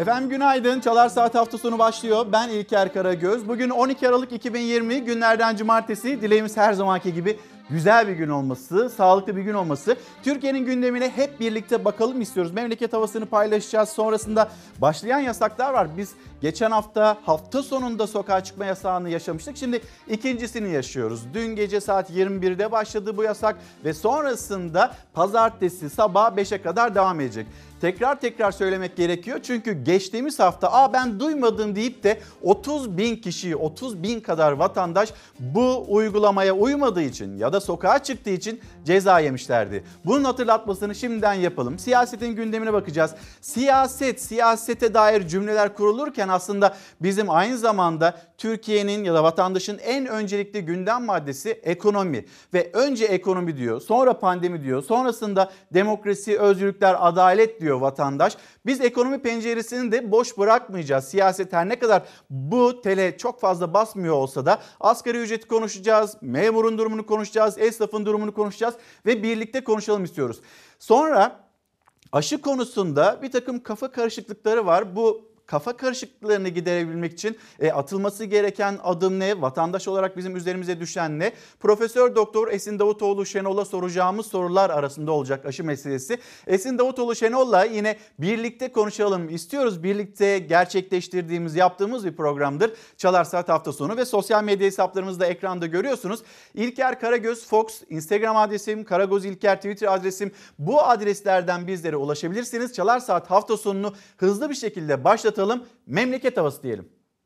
Efendim günaydın. Çalar Saat hafta sonu başlıyor. Ben İlker Karagöz. Bugün 12 Aralık 2020 günlerden cumartesi. Dileğimiz her zamanki gibi güzel bir gün olması, sağlıklı bir gün olması. Türkiye'nin gündemine hep birlikte bakalım istiyoruz. Memleket havasını paylaşacağız. Sonrasında başlayan yasaklar var. Biz geçen hafta sonunda sokağa çıkma yasağını yaşamıştık. Şimdi ikincisini yaşıyoruz. Dün gece saat 21'de başladı bu yasak ve sonrasında pazartesi sabah 5'e kadar devam edecek. Tekrar söylemek gerekiyor çünkü geçtiğimiz hafta ben duymadım deyip de 30 bin kişi, 30 bin kadar vatandaş bu uygulamaya uymadığı için ya da sokağa çıktığı için ceza yemişlerdi. Bunun hatırlatmasını şimdiden yapalım. Siyasetin gündemine bakacağız. Siyasete dair cümleler kurulurken aslında bizim aynı zamanda Türkiye'nin ya da vatandaşın en öncelikli gündem maddesi ekonomi. Ve önce ekonomi diyor, sonra pandemi diyor, sonrasında demokrasi, özgürlükler, adalet diyor vatandaş. Biz ekonomi penceresini de boş bırakmayacağız. Siyaset her ne kadar bu tele çok fazla basmıyor olsa da asgari ücreti konuşacağız, memurun durumunu konuşacağız, esnafın durumunu konuşacağız ve birlikte konuşalım istiyoruz. Sonra aşı konusunda bir takım kafa karışıklıkları var. Bu kafa karışıklıklarını giderebilmek için atılması gereken adım ne? Vatandaş olarak bizim üzerimize düşen ne? Profesör Doktor Esin Davutoğlu Şenol'a soracağımız sorular arasında olacak aşı meselesi. Esin Davutoğlu Şenol'la yine birlikte konuşalım istiyoruz. Birlikte gerçekleştirdiğimiz, yaptığımız bir programdır. Çalar Saat hafta sonu ve sosyal medya hesaplarımızda ekranda görüyorsunuz. İlker Karagöz Fox, Instagram adresim, Karagöz İlker Twitter adresim. Bu adreslerden bizlere ulaşabilirsiniz. Çalar Saat hafta sonunu hızlı bir şekilde başlatalım. Memleket havası diyelim.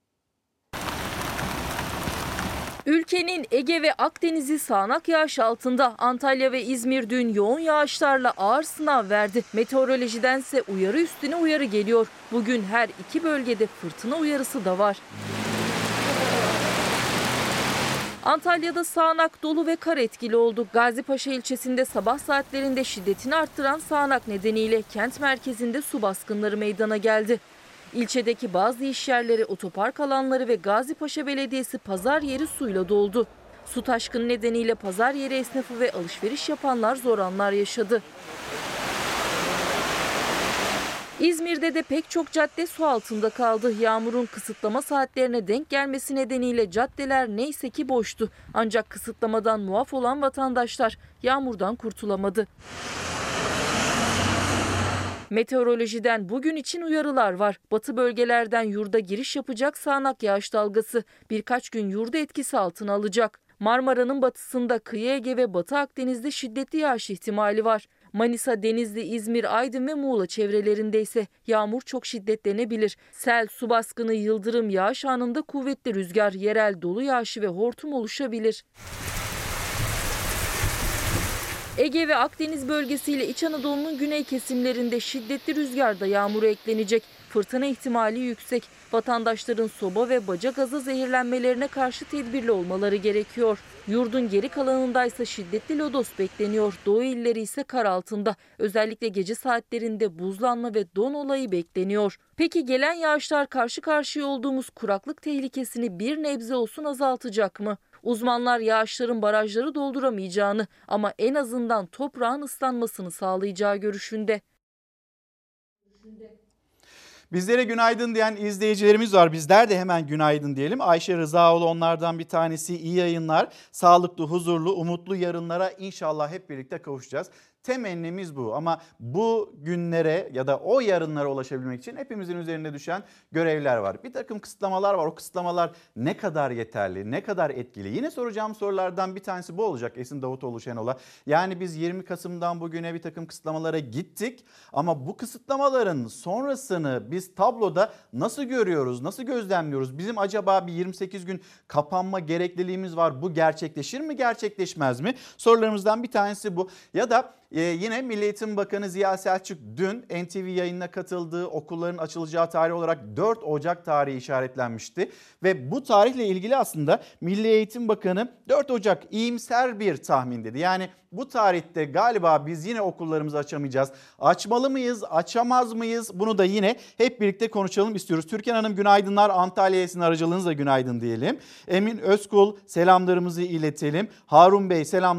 Ülkenin Ege ve Akdeniz'i sağanak yağış altında. Antalya ve İzmir dün yoğun yağışlarla ağır sınav verdi. Meteorolojidense uyarı üstüne uyarı geliyor. Bugün her iki bölgede fırtına uyarısı da var. Antalya'da sağanak, dolu ve kar etkili oldu. Gazipaşa ilçesinde sabah saatlerinde şiddetini arttıran sağanak nedeniyle kent merkezinde su baskınları meydana geldi. İlçedeki bazı işyerleri, otopark alanları ve Gazipaşa Belediyesi pazar yeri suyla doldu. Su taşkını nedeniyle pazar yeri esnafı ve alışveriş yapanlar zor anlar yaşadı. İzmir'de de pek çok cadde su altında kaldı. Yağmurun kısıtlama saatlerine denk gelmesi nedeniyle caddeler neyse ki boştu. Ancak kısıtlamadan muaf olan vatandaşlar yağmurdan kurtulamadı. Meteorolojiden bugün için uyarılar var. Batı bölgelerden yurda giriş yapacak sağanak yağış dalgası birkaç gün yurdu etkisi altına alacak. Marmara'nın batısında, kıyı Ege ve Batı Akdeniz'de şiddetli yağış ihtimali var. Manisa, Denizli, İzmir, Aydın ve Muğla çevrelerinde ise yağmur çok şiddetlenebilir. Sel, su baskını, yıldırım, yağış anında kuvvetli rüzgar, yerel dolu yağışı ve hortum oluşabilir. Ege ve Akdeniz bölgesiyle İç Anadolu'nun güney kesimlerinde şiddetli rüzgarda yağmuru eklenecek. Fırtına ihtimali yüksek. Vatandaşların soba ve baca gazı zehirlenmelerine karşı tedbirli olmaları gerekiyor. Yurdun geri kalanındaysa şiddetli lodos bekleniyor. Doğu illeri ise kar altında. Özellikle gece saatlerinde buzlanma ve don olayı bekleniyor. Peki gelen yağışlar karşı karşıya olduğumuz kuraklık tehlikesini bir nebze olsun azaltacak mı? Uzmanlar yağışların barajları dolduramayacağını ama en azından toprağın ıslanmasını sağlayacağı görüşünde. Bizlere günaydın diyen izleyicilerimiz var. Bizler de hemen günaydın diyelim. Ayşe Rızaoğlu onlardan bir tanesi. İyi yayınlar, sağlıklı, huzurlu, umutlu yarınlara inşallah hep birlikte kavuşacağız. Temennimiz bu ama bu günlere ya da o yarınlara ulaşabilmek için hepimizin üzerine düşen görevler var. Bir takım kısıtlamalar var. O kısıtlamalar ne kadar yeterli, ne kadar etkili? Yine soracağım sorulardan bir tanesi bu olacak Esin Davutoğlu Şenol'a. Yani biz 20 Kasım'dan bugüne bir takım kısıtlamalara gittik ama bu kısıtlamaların sonrasını biz tabloda nasıl görüyoruz, nasıl gözlemliyoruz? Bizim acaba bir 28 gün kapanma gerekliliğimiz var. Bu gerçekleşir mi, gerçekleşmez mi? Sorularımızdan bir tanesi bu. Ya da yine Milli Eğitim Bakanı Ziya Selçuk dün NTV yayınına katıldığı okulların açılacağı tarih olarak 4 Ocak tarihi işaretlenmişti. Ve bu tarihle ilgili aslında Milli Eğitim Bakanı 4 Ocak iyimser bir tahmin dedi. Yani bu tarihte galiba biz yine okullarımızı açamayacağız. Açmalı mıyız, açamaz mıyız? Bunu da yine hep birlikte konuşalım istiyoruz. Türkan Hanım günaydınlar. Antalya'ya sizin aracılığınızla günaydın diyelim. Emin Özkul selamlarımızı iletelim. Harun Bey selamlar.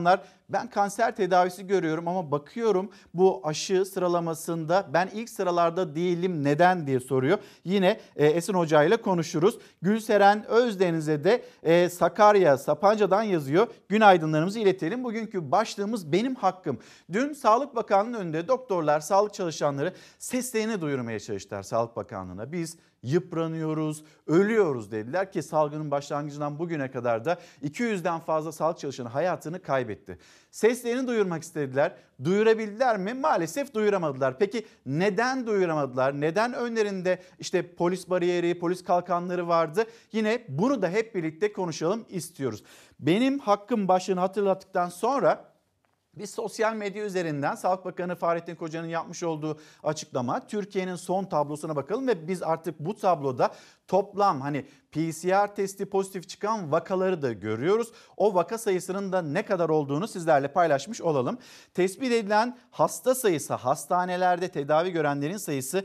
Ben kanser tedavisi görüyorum ama bakıyorum bu aşı sıralamasında ben ilk sıralarda değilim, neden diye soruyor. Yine Esin Hoca ile konuşuruz. Gülseren Özdeniz'e de Sakarya, Sapanca'dan yazıyor. Günaydınlarımızı iletelim. Bugünkü başlığımız benim hakkım. Dün Sağlık Bakanlığı'nın önünde doktorlar, sağlık çalışanları seslerini duyurmaya çalıştılar Sağlık Bakanlığı'na. Biz yıpranıyoruz, ölüyoruz dediler ki salgının başlangıcından bugüne kadar da 200'den fazla sağlık çalışanı hayatını kaybetti. Seslerini duyurmak istediler. Duyurabildiler mi? Maalesef duyuramadılar. Peki neden duyuramadılar? Neden önlerinde işte polis bariyeri, polis kalkanları vardı? Yine bunu da hep birlikte konuşalım istiyoruz. Benim hakkım başlığını hatırlattıktan sonra biz sosyal medya üzerinden Sağlık Bakanı Fahrettin Koca'nın yapmış olduğu açıklama, Türkiye'nin son tablosuna bakalım ve biz artık bu tabloda toplam PCR testi pozitif çıkan vakaları da görüyoruz. O vaka sayısının da ne kadar olduğunu sizlerle paylaşmış olalım. Tespit edilen hasta sayısı, hastanelerde tedavi görenlerin sayısı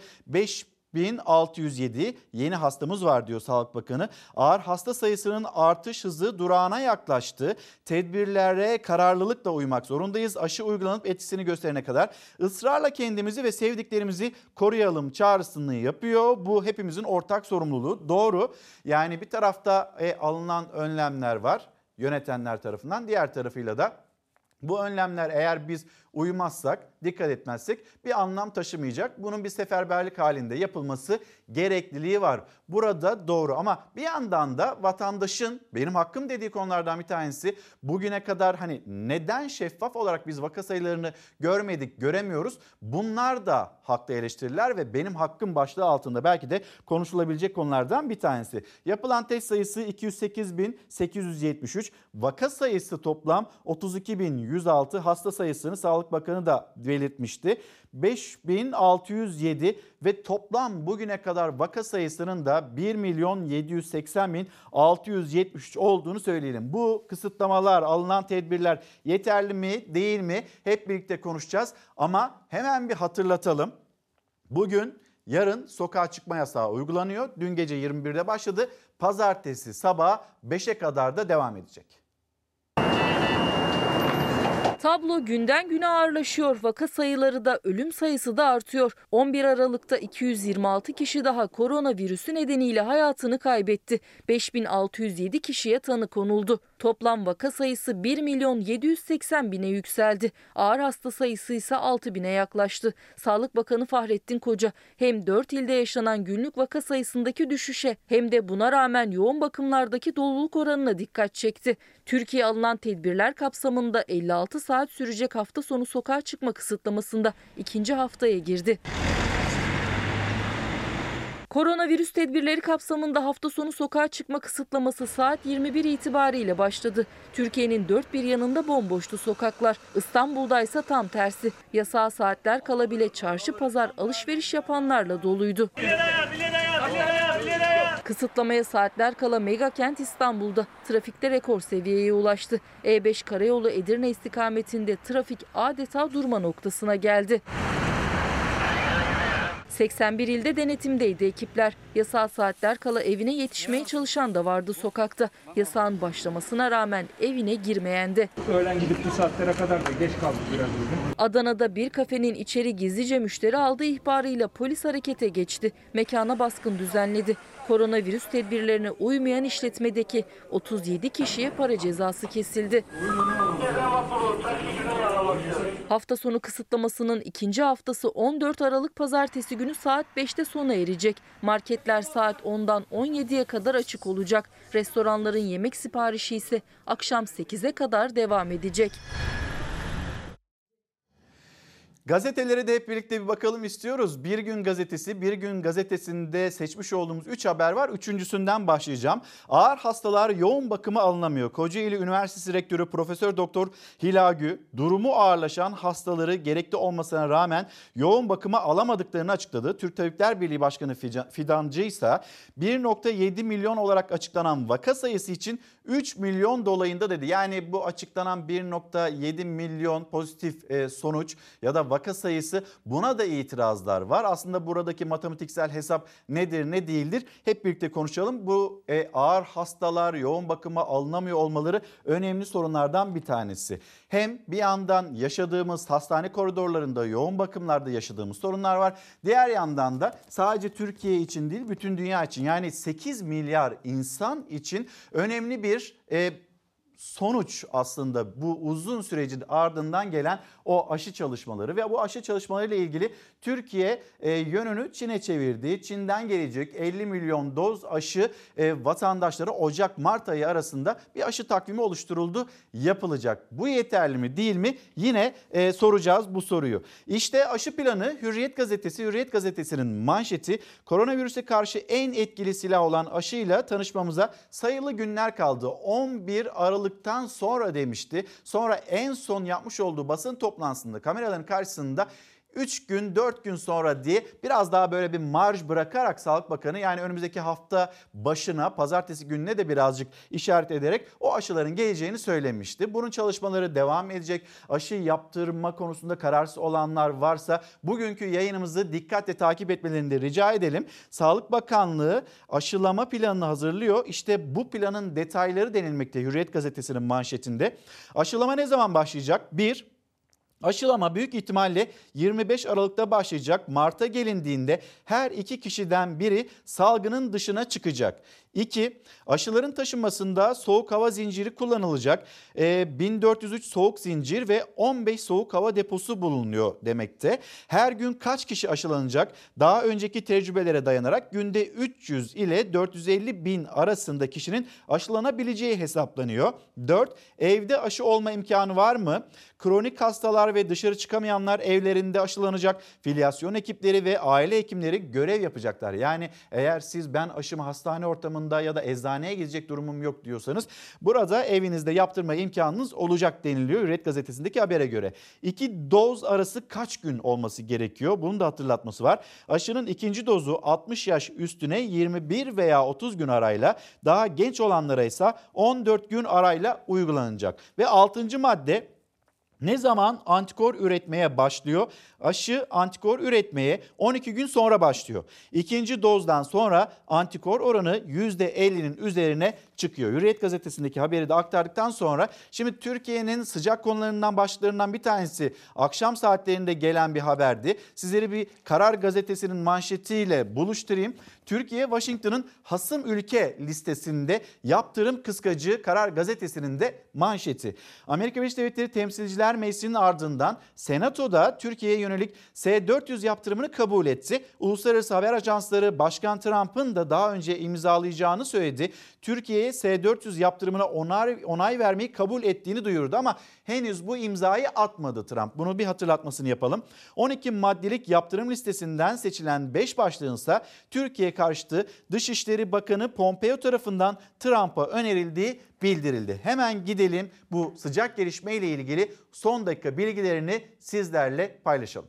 5.607 yeni hastamız var diyor Sağlık Bakanı. Ağır hasta sayısının artış hızı durağına yaklaştı. Tedbirlere kararlılıkla uymak zorundayız. Aşı uygulanıp etkisini gösterene kadar ısrarla kendimizi ve sevdiklerimizi koruyalım çağrısını yapıyor. Bu hepimizin ortak sorumluluğu. Doğru. Yani bir tarafta alınan önlemler var yönetenler tarafından, diğer tarafıyla da bu önlemler eğer biz uymazsak, dikkat etmezsek bir anlam taşımayacak. Bunun bir seferberlik halinde yapılması gerekliliği var. Burada doğru ama bir yandan da vatandaşın benim hakkım dediği konulardan bir tanesi bugüne kadar neden şeffaf olarak biz vaka sayılarını görmedik, göremiyoruz? Bunlar da haklı eleştiriler ve benim hakkım başlığı altında belki de konuşulabilecek konulardan bir tanesi. Yapılan test sayısı 208.873, vaka sayısı toplam 32.106, hasta sayısını Sağlık Bakanı da belirtmişti. 5.607 ve toplam bugüne kadar vaka sayısının da 1.780.673 olduğunu söyleyelim. Bu kısıtlamalar, alınan tedbirler yeterli mi, değil mi? Hep birlikte konuşacağız ama hemen bir hatırlatalım. Yarın sokağa çıkma yasağı uygulanıyor. Dün gece 21'de başladı. Pazartesi sabah 5'e kadar da devam edecek. Tablo günden güne ağırlaşıyor. Vaka sayıları da ölüm sayısı da artıyor. 11 Aralık'ta 226 kişi daha koronavirüsü nedeniyle hayatını kaybetti. 5.607 kişiye tanı konuldu. Toplam vaka sayısı 1.780.000'e yükseldi. Ağır hasta sayısı ise 6.000'e yaklaştı. Sağlık Bakanı Fahrettin Koca hem 4 ilde yaşanan günlük vaka sayısındaki düşüşe hem de buna rağmen yoğun bakımlardaki doluluk oranına dikkat çekti. Türkiye alınan tedbirler kapsamında 56 saat sürecek hafta sonu sokağa çıkma kısıtlamasında ikinci haftaya girdi. Koronavirüs tedbirleri kapsamında hafta sonu sokağa çıkma kısıtlaması saat 21 itibariyle başladı. Türkiye'nin dört bir yanında bomboştu sokaklar. İstanbul'da ise tam tersi. Yasağa saatler kala bile çarşı pazar alışveriş yapanlarla doluydu. Kısıtlamaya saatler kala megakent İstanbul'da trafikte rekor seviyeye ulaştı. E5 Karayolu Edirne istikametinde trafik adeta durma noktasına geldi. 81 ilde denetimdeydi ekipler. Yasağa saatler kala evine yetişmeye çalışan da vardı sokakta. Yasağın başlamasına rağmen evine girmeyen de. Öğlen gidip bu saatlere kadar da geç kaldık biraz bugün. Adana'da bir kafenin içeri gizlice müşteri aldığı ihbarıyla polis harekete geçti. Mekana baskın düzenledi. Koronavirüs tedbirlerine uymayan işletmedeki 37 kişiye para cezası kesildi. Hafta sonu kısıtlamasının ikinci haftası 14 Aralık Pazartesi günü saat 5'te sona erecek. Marketler saat 10'dan 17'ye kadar açık olacak. Restoranların yemek siparişi ise akşam 8'e kadar devam edecek. Gazetelere de hep birlikte bir bakalım istiyoruz. Bir Gün Gazetesi, Bir Gün Gazetesi'nde seçmiş olduğumuz 3 haber var. Üçüncüsünden başlayacağım. Ağır hastalar yoğun bakıma alınamıyor. Kocaeli Üniversitesi Rektörü Profesör Doktor Hilagü, durumu ağırlaşan hastaları gerekli olmasına rağmen yoğun bakıma alamadıklarını açıkladı. Türk Tabipler Birliği Başkanı Fidancı ise 1.7 milyon olarak açıklanan vaka sayısı için 3 milyon dolayında dedi. Yani bu açıklanan 1.7 milyon pozitif sonuç ya da vaka vaka sayısı, buna da itirazlar var. Aslında buradaki matematiksel hesap nedir ne değildir hep birlikte konuşalım. Bu ağır hastalar yoğun bakıma alınamıyor olmaları önemli sorunlardan bir tanesi. Hem bir yandan yaşadığımız hastane koridorlarında yoğun bakımlarda yaşadığımız sorunlar var. Diğer yandan da sadece Türkiye için değil bütün dünya için, yani 8 milyar insan için önemli bir sonuç aslında bu uzun sürecin ardından gelen o aşı çalışmaları ve bu aşı çalışmalarıyla ilgili Türkiye yönünü Çin'e çevirdi. Çin'den gelecek 50 milyon doz aşı vatandaşlara Ocak-Mart ayı arasında bir aşı takvimi oluşturuldu, yapılacak. Bu yeterli mi değil mi? Yine soracağız bu soruyu. İşte aşı planı Hürriyet Gazetesi. Hürriyet Gazetesi'nin manşeti, koronavirüse karşı en etkili silah olan aşıyla tanışmamıza sayılı günler kaldı. 11 Aralık'tan sonra demişti. Sonra en son yapmış olduğu basın toplantısında kameraların karşısında 3 gün 4 gün sonra diye biraz daha böyle bir marj bırakarak Sağlık Bakanı, yani önümüzdeki hafta başına pazartesi gününe de birazcık işaret ederek o aşıların geleceğini söylemişti. Bunun çalışmaları devam edecek. Aşı yaptırma konusunda kararsız olanlar varsa bugünkü yayınımızı dikkatle takip etmelerini de rica edelim. Sağlık Bakanlığı aşılama planını hazırlıyor. İşte bu planın detayları denilmekte Hürriyet Gazetesi'nin manşetinde. Aşılama ne zaman başlayacak? Aşılama büyük ihtimalle 25 Aralık'ta başlayacak. Mart'a gelindiğinde her 2 kişiden biri salgının dışına çıkacak. 2. Aşıların taşınmasında soğuk hava zinciri kullanılacak. 1403 soğuk zincir ve 15 soğuk hava deposu bulunuyor demekte. Her gün kaç kişi aşılanacak? Daha önceki tecrübelere dayanarak günde 300 ile 450 bin arasında kişinin aşılanabileceği hesaplanıyor. 4. Evde aşı olma imkanı var mı? Kronik hastalar ve dışarı çıkamayanlar evlerinde aşılanacak. Filyasyon ekipleri ve aile hekimleri görev yapacaklar. Yani eğer siz ben aşımı hastane ortamında ya da eczaneye gidecek durumum yok diyorsanız burada evinizde yaptırma imkanınız olacak deniliyor Hürriyet Gazetesi'ndeki habere göre. 2 doz arası kaç gün olması gerekiyor? Bunun da hatırlatması var. Aşının ikinci dozu 60 yaş üstüne 21 veya 30 gün arayla, daha genç olanlara ise 14 gün arayla uygulanacak. Ve 6. madde, ne zaman antikor üretmeye başlıyor? Aşı antikor üretmeye 12 gün sonra başlıyor. İkinci dozdan sonra antikor oranı %50'nin üzerine çıkıyor. Hürriyet Gazetesi'ndeki haberi de aktardıktan sonra şimdi Türkiye'nin sıcak konularından başlıklarından bir tanesi akşam saatlerinde gelen bir haberdi. Sizleri bir Karar Gazetesi'nin manşetiyle buluşturayım. Türkiye Washington'ın hasım ülke listesinde, yaptırım kıskacı Karar Gazetesi'nin de manşeti. Amerika Birleşik Devletleri Temsilciler Meclisi'nin ardından Senato'da Türkiye'ye yönelik S-400 yaptırımını kabul etti. Uluslararası haber ajansları Başkan Trump'ın da daha önce imzalayacağını söyledi. Türkiye'ye S-400 yaptırımına onay vermeyi kabul ettiğini duyurdu ama henüz bu imzayı atmadı Trump. Bunu bir hatırlatmasını yapalım. 12 maddelik yaptırım listesinden seçilen 5 başlığın ise Türkiye karşıtı Dışişleri Bakanı Pompeo tarafından Trump'a önerildiği bildirildi. Hemen gidelim bu sıcak gelişmeyle ilgili son dakika bilgilerini sizlerle paylaşalım.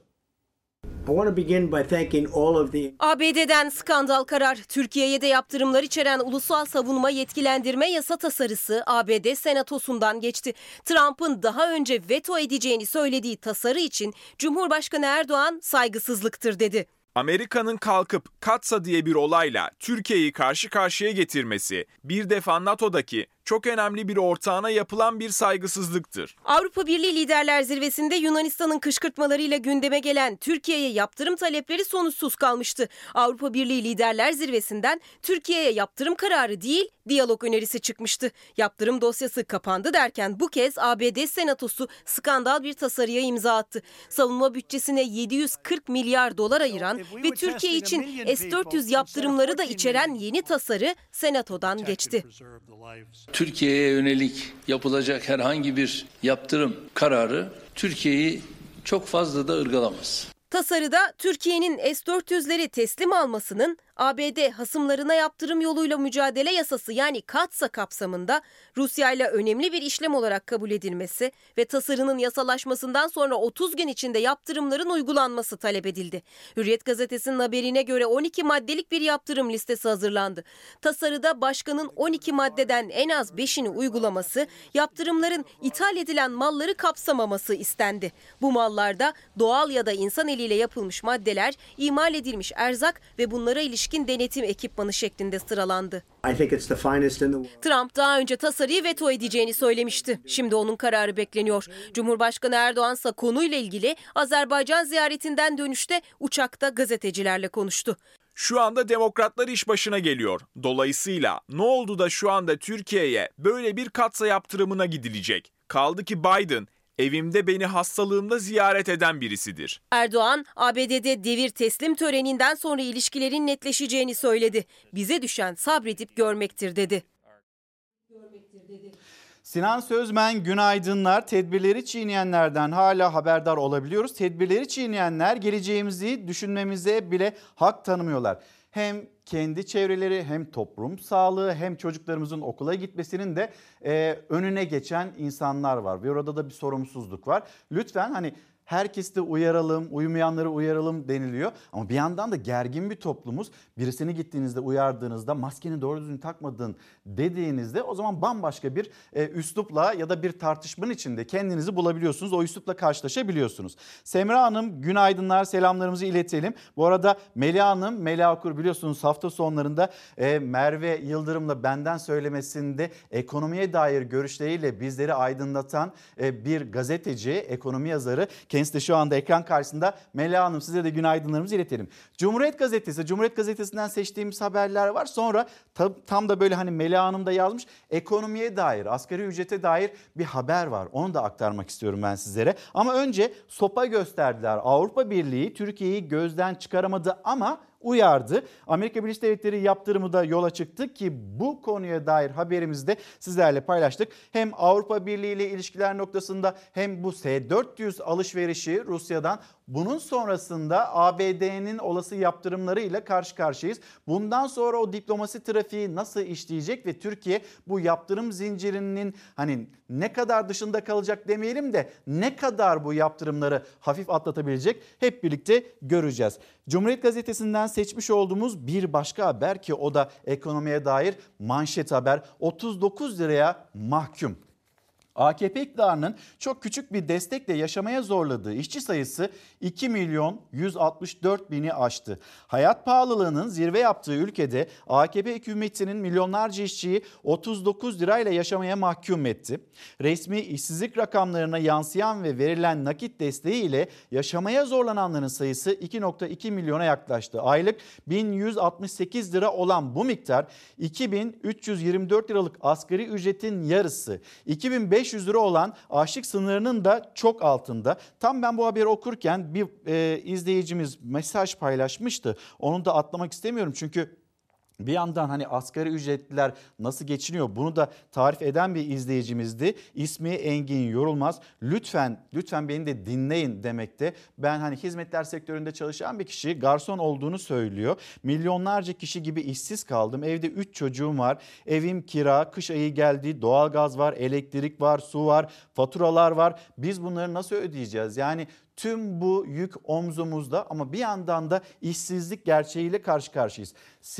ABD'den skandal karar, Türkiye'ye de yaptırımlar içeren ulusal savunma yetkilendirme yasa tasarısı ABD Senatosu'ndan geçti. Trump'ın daha önce veto edeceğini söylediği tasarı için Cumhurbaşkanı Erdoğan saygısızlıktır dedi. Amerika'nın kalkıp Katsa diye bir olayla Türkiye'yi karşı karşıya getirmesi, bir defa NATO'daki çok önemli bir ortağına yapılan bir saygısızlıktır. Avrupa Birliği Liderler Zirvesi'nde Yunanistan'ın kışkırtmalarıyla gündeme gelen Türkiye'ye yaptırım talepleri sonuçsuz kalmıştı. Avrupa Birliği Liderler Zirvesi'nden Türkiye'ye yaptırım kararı değil, diyalog önerisi çıkmıştı. Yaptırım dosyası kapandı derken bu kez ABD Senatosu skandal bir tasarıya imza attı. Savunma bütçesine 740 milyar dolar ayıran ve Türkiye için S-400 yaptırımları da içeren yeni tasarı Senato'dan geçti. Türkiye'ye yönelik yapılacak herhangi bir yaptırım kararı Türkiye'yi çok fazla da ırgalamaz. Tasarıda Türkiye'nin S-400'leri teslim almasının ABD hasımlarına yaptırım yoluyla mücadele yasası yani KATSA kapsamında Rusya ile önemli bir işlem olarak kabul edilmesi ve tasarının yasalaşmasından sonra 30 gün içinde yaptırımların uygulanması talep edildi. Hürriyet gazetesinin haberine göre 12 maddelik bir yaptırım listesi hazırlandı. Tasarıda başkanın 12 maddeden en az 5'ini uygulaması, yaptırımların ithal edilen malları kapsamaması istendi. Bu mallarda doğal ya da insan eliyle yapılmış maddeler, imal edilmiş erzak ve bunlara ilişkin denetim ekipmanı şeklinde sıralandı. Trump daha önce tasarıyı veto edeceğini söylemişti. Şimdi onun kararı bekleniyor. Cumhurbaşkanı Erdoğan ise konuyla ilgili Azerbaycan ziyaretinden dönüşte uçakta gazetecilerle konuştu. Şu anda demokratlar iş başına geliyor. Dolayısıyla ne oldu da şu anda Türkiye'ye böyle bir katsa yaptırımına gidilecek? Kaldı ki Biden evimde beni hastalığımda ziyaret eden birisidir. Erdoğan, ABD'de devir teslim töreninden sonra ilişkilerin netleşeceğini söyledi. Bize düşen sabredip görmektir dedi. Sinan Sözmen, günaydınlar. Tedbirleri çiğneyenlerden hala haberdar olabiliyoruz. Tedbirleri çiğneyenler geleceğimizi düşünmemize bile hak tanımıyorlar. Hem kendi çevreleri hem toplum sağlığı hem çocuklarımızın okula gitmesinin de önüne geçen insanlar var. Ve orada da bir sorumsuzluk var. Lütfen hani herkesi de uyaralım, uyumayanları uyaralım deniliyor. Ama bir yandan da gergin bir toplumuz. Birisini gittiğinizde uyardığınızda maskeni doğru düzgün takmadın dediğinizde o zaman bambaşka bir üslupla ya da bir tartışmanın içinde kendinizi bulabiliyorsunuz. O üslupla karşılaşabiliyorsunuz. Semra Hanım günaydınlar, selamlarımızı iletelim. Bu arada Melia Hanım, Melia Okur biliyorsunuz hafta sonlarında Merve Yıldırım'la benden söylemesinde ekonomiye dair görüşleriyle bizleri aydınlatan bir gazeteci, ekonomi yazarı. Kendisi de şu anda ekran karşısında. Melia Hanım size de günaydınlarımızı iletelim. Cumhuriyet Gazetesi'nden seçtiğimiz haberler var. Sonra tam da böyle hani Melia Hanım da yazmış ekonomiye dair, asgari ücrete dair bir haber var. Onu da aktarmak istiyorum ben sizlere. Ama önce sopa gösterdiler. Avrupa Birliği Türkiye'yi gözden çıkaramadı ama uyardı. Amerika Birleşik Devletleri yaptırımı da yola çıktı ki bu konuya dair haberimizi de sizlerle paylaştık. Hem Avrupa Birliği ile ilişkiler noktasında hem bu S-400 alışverişi Rusya'dan, bunun sonrasında ABD'nin olası yaptırımlarıyla karşı karşıyayız. Bundan sonra o diplomasi trafiği nasıl işleyecek ve Türkiye bu yaptırım zincirinin hani ne kadar dışında kalacak demeyelim de ne kadar bu yaptırımları hafif atlatabilecek hep birlikte göreceğiz. Cumhuriyet Gazetesi'nden seçmiş olduğumuz bir başka haber ki o da ekonomiye dair manşet haber. 39 liraya mahkum. AKP iktidarının çok küçük bir destekle yaşamaya zorladığı işçi sayısı 2.164.000'i aştı. Hayat pahalılığının zirve yaptığı ülkede AKP hükümetinin milyonlarca işçiyi 39 lirayla yaşamaya mahkum etti. Resmi işsizlik rakamlarına yansıyan ve verilen nakit desteği ile yaşamaya zorlananların sayısı 2.2 milyona yaklaştı. Aylık 1168 lira olan bu miktar 2324 liralık asgari ücretin yarısı. 2500 lira olan açlık sınırının da çok altında. Tam ben bu haberi okurken bir izleyicimiz mesaj paylaşmıştı. Onu da atlamak istemiyorum çünkü bir yandan hani asgari ücretliler nasıl geçiniyor bunu da tarif eden bir izleyicimizdi. İsmi Engin Yorulmaz. Lütfen beni de dinleyin demekte. Ben hani hizmetler sektöründe çalışan bir kişi, garson olduğunu söylüyor. Milyonlarca kişi gibi işsiz kaldım. Evde 3 çocuğum var. Evim kira, kış ayı geldi. Doğalgaz var, elektrik var, su var, faturalar var. Biz bunları nasıl ödeyeceğiz? Yani tüm bu yük omzumuzda ama bir yandan da işsizlik gerçeğiyle karşı karşıyayız.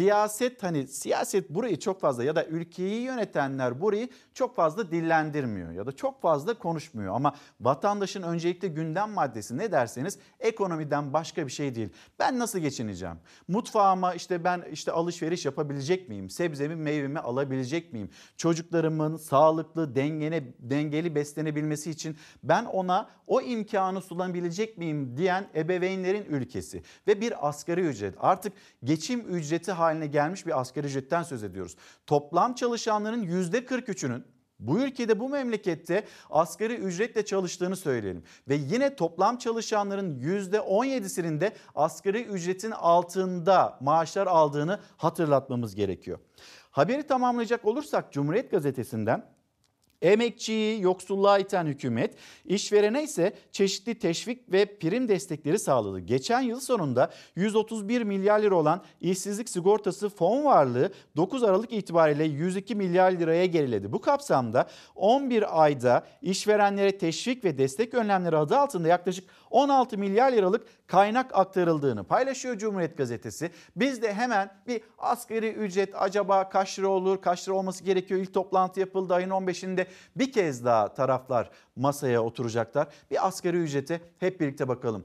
Siyaset burayı çok fazla ya da ülkeyi yönetenler burayı çok fazla dillendirmiyor ya da çok fazla konuşmuyor. Ama vatandaşın öncelikle gündem maddesi ne derseniz ekonomiden başka bir şey değil. Ben nasıl geçineceğim? Mutfağıma ben alışveriş yapabilecek miyim? Sebzemi meyvemi alabilecek miyim? Çocuklarımın sağlıklı dengeli beslenebilmesi için ben ona o imkanı sunabilecek miyim diyen ebeveynlerin ülkesi ve bir asgari ücret, artık geçim ücreti haline gelmiş bir asgari ücretten söz ediyoruz. Toplam çalışanların %43'ünün bu ülkede, bu memlekette asgari ücretle çalıştığını söyleyelim. Ve yine toplam çalışanların %17'sinin de asgari ücretin altında maaşlar aldığını hatırlatmamız gerekiyor. Haberi tamamlayacak olursak Cumhuriyet Gazetesi'nden Emekçiyi yoksulluğa iten hükümet, işverene ise çeşitli teşvik ve prim destekleri sağladı. Geçen yıl sonunda 131 milyar lira olan işsizlik sigortası fon varlığı 9 Aralık itibariyle 102 milyar liraya geriledi. Bu kapsamda 11 ayda işverenlere teşvik ve destek önlemleri adı altında yaklaşık 16 milyar liralık kaynak aktarıldığını paylaşıyor Cumhuriyet Gazetesi. Biz de hemen bir asgari ücret acaba kaç lira olur, kaç lira olması gerekiyor? İlk toplantı yapıldı ayın 15'inde. Bir kez daha taraflar masaya oturacaklar. Bir asgari ücrete hep birlikte bakalım.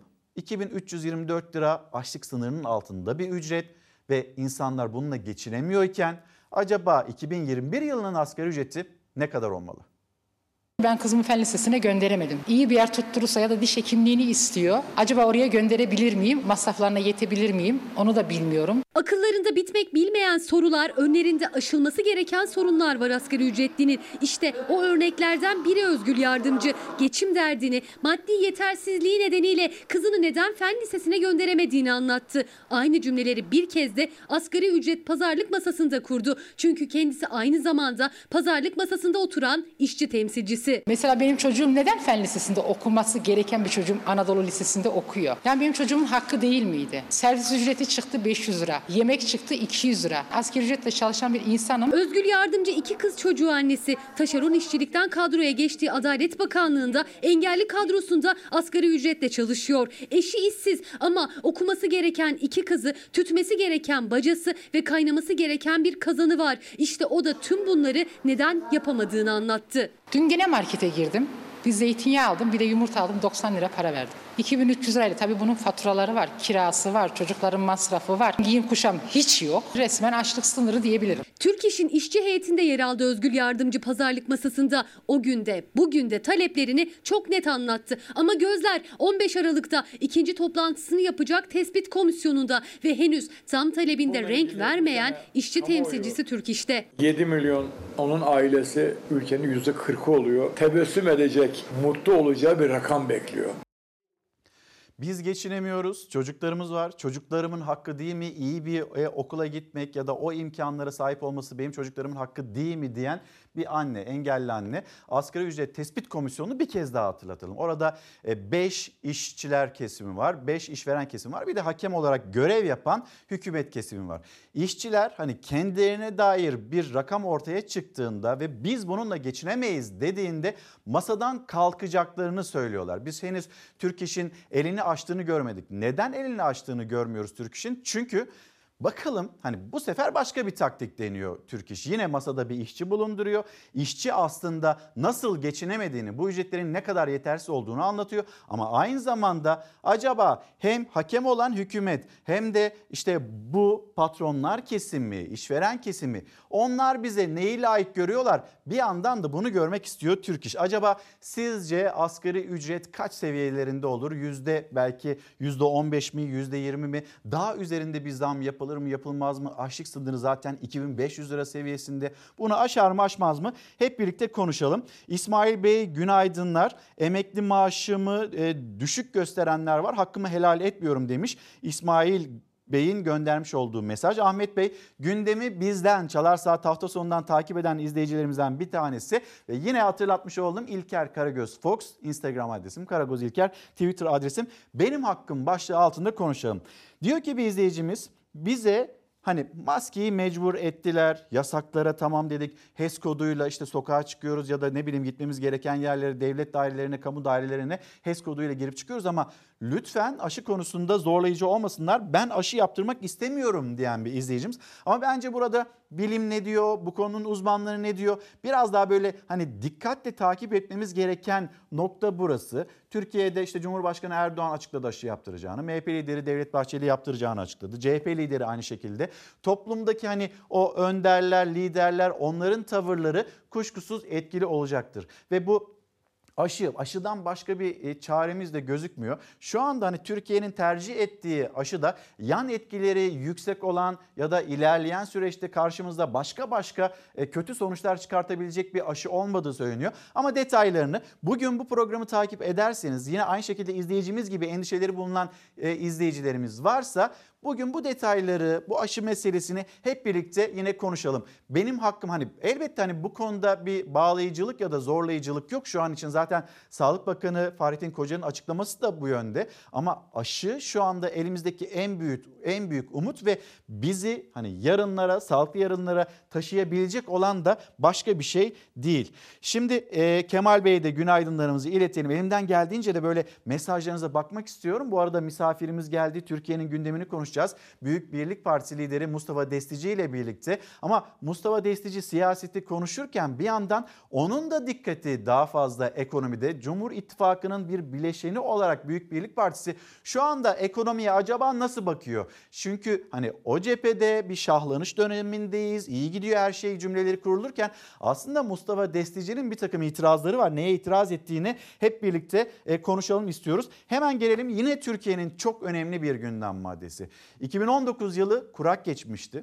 2324 lira açlık sınırının altında bir ücret ve insanlar bununla geçinemiyorken acaba 2021 yılının asgari ücreti ne kadar olmalı? Ben kızımı fen lisesine gönderemedim. İyi bir yer tutturursa ya da diş hekimliğini istiyor. Acaba oraya gönderebilir miyim? Masraflarına yetebilir miyim? Onu da bilmiyorum. Akıllarında bitmek bilmeyen sorular, önlerinde aşılması gereken sorunlar var asgari ücretlinin. İşte o örneklerden biri Özgül Yardımcı. Geçim derdini, maddi yetersizliği nedeniyle kızını neden fen lisesine gönderemediğini anlattı. Aynı cümleleri bir kez de asgari ücret pazarlık masasında kurdu. Çünkü kendisi aynı zamanda pazarlık masasında oturan işçi temsilcisi. Mesela benim çocuğum neden fen lisesinde okuması gereken bir çocuğum Anadolu Lisesi'nde okuyor? Yani benim çocuğumun hakkı değil miydi? Servis ücreti çıktı 500 lira. Yemek çıktı 200 lira. Asgari ücretle çalışan bir insanım. Özgül Yardımcı 2 kız çocuğu annesi. Taşeron işçilikten kadroya geçtiği Adalet Bakanlığı'nda engelli kadrosunda asgari ücretle çalışıyor. Eşi işsiz ama okuması gereken 2 kızı, tütmesi gereken bacası ve kaynaması gereken bir kazanı var. İşte o da tüm bunları neden yapamadığını anlattı. Dün gene markete girdim. Bir zeytinyağı aldım, bir de yumurta aldım, 90 lira para verdim. 2300 lirayla tabii bunun faturaları var, kirası var, çocukların masrafı var. Giyim kuşam hiç yok. Resmen açlık sınırı diyebilirim. Türk İş'in işçi heyetinde yer aldı Özgül Yardımcı pazarlık masasında. O günde, bugün de taleplerini çok net anlattı. Ama gözler 15 Aralık'ta ikinci toplantısını yapacak tespit komisyonunda ve henüz tam talebinde renk vermeyen işçi temsilcisi Türk İş'te. 7 milyon onun ailesi ülkenin %40'ı oluyor. Tebessüm edecek, mutlu olacağı bir rakam bekliyor. Biz geçinemiyoruz, çocuklarımız var. Çocuklarımın hakkı değil mi? İyi bir okula gitmek ya da o imkanlara sahip olması benim çocuklarımın hakkı değil mi diyen bir anne, engelli anne. Asgari ücret tespit komisyonunu bir kez daha hatırlatalım. Orada 5 işçiler kesimi var, 5 işveren kesimi var. Bir de hakem olarak görev yapan hükümet kesimi var. İşçiler hani kendilerine dair bir rakam ortaya çıktığında ve biz bununla geçinemeyiz dediğinde masadan kalkacaklarını söylüyorlar. Biz henüz Türk İş'in elini açtığını görmedik. Neden elini açtığını görmüyoruz Türk İş'in? Çünkü bakalım hani bu sefer başka bir taktik deniyor Türk İş. Yine masada bir işçi bulunduruyor. İşçi aslında nasıl geçinemediğini, bu ücretlerin ne kadar yetersiz olduğunu anlatıyor. Ama aynı zamanda acaba hem hakem olan hükümet hem de işte bu patronlar kesimi, işveren kesimi onlar bize neyi layık görüyorlar? Bir yandan da bunu görmek istiyor Türk İş. Acaba sizce asgari ücret kaç seviyelerinde olur? Belki %15 mi, %20 mi? Daha üzerinde bir zam yapılır mı yapılmaz mı? Açlık sınırı zaten 2500 lira seviyesinde. Bunu aşar mı aşmaz mı? Hep birlikte konuşalım. İsmail Bey günaydınlar. Emekli maaşımı düşük gösterenler var. Hakkımı helal etmiyorum demiş. İsmail Bey'in göndermiş olduğu mesaj. Ahmet Bey gündemi bizden Çalar Saat hafta sonundan takip eden izleyicilerimizden bir tanesi. Ve yine hatırlatmış oldum İlker Karagöz Fox Instagram adresim, Karagöz İlker Twitter adresim. Benim hakkım başlığı altında konuşalım. Diyor ki bir izleyicimiz bize hani maskeyi mecbur ettiler, yasaklara tamam dedik, HES koduyla işte sokağa çıkıyoruz ya da ne bileyim gitmemiz gereken yerlere, devlet dairelerine, kamu dairelerine HES koduyla girip çıkıyoruz ama lütfen aşı konusunda zorlayıcı olmasınlar. Ben aşı yaptırmak istemiyorum diyen bir izleyicimiz. Ama bence burada bilim ne diyor, bu konunun uzmanları ne diyor? Biraz daha böyle hani dikkatle takip etmemiz gereken nokta burası. Türkiye'de işte Cumhurbaşkanı Erdoğan açıkladı aşı yaptıracağını. MHP lideri Devlet Bahçeli yaptıracağını açıkladı. CHP lideri aynı şekilde. Toplumdaki hani o önderler, liderler onların tavırları kuşkusuz etkili olacaktır. Ve bu Aşıdan başka bir çaremiz de gözükmüyor. Şu anda hani Türkiye'nin tercih ettiği aşı da yan etkileri yüksek olan ya da ilerleyen süreçte karşımızda başka kötü sonuçlar çıkartabilecek bir aşı olmadığı söyleniyor. Ama detaylarını bugün bu programı takip ederseniz, yine aynı şekilde izleyicimiz gibi endişeleri bulunan izleyicilerimiz varsa bugün bu detayları, bu aşı meselesini hep birlikte yine konuşalım. Benim hakkım elbette bu konuda bir bağlayıcılık ya da zorlayıcılık yok. Şu an için zaten Sağlık Bakanı Fahrettin Koca'nın açıklaması da bu yönde. Ama aşı şu anda elimizdeki en büyük umut ve bizi yarınlara, sağlıklı yarınlara taşıyabilecek olan da başka bir şey değil. Şimdi Kemal Bey'e de günaydınlarımızı iletelim. Elimden geldiğince de böyle mesajlarınıza bakmak istiyorum. Bu arada misafirimiz geldi. Türkiye'nin gündemini konuşacağız. Büyük Birlik Partisi lideri Mustafa Destici ile birlikte. Ama Mustafa Destici siyaseti konuşurken bir yandan onun da dikkati daha fazla ekonomide. Cumhur İttifakı'nın bir bileşeni olarak Büyük Birlik Partisi şu anda ekonomiye acaba nasıl bakıyor? Çünkü o cephede bir şahlanış dönemindeyiz. İyi gidiyor her şey cümleleri kurulurken aslında Mustafa Destici'nin bir takım itirazları var. Neye itiraz ettiğini hep birlikte konuşalım istiyoruz. Hemen gelelim yine Türkiye'nin çok önemli bir gündem maddesi. 2019 yılı kurak geçmişti.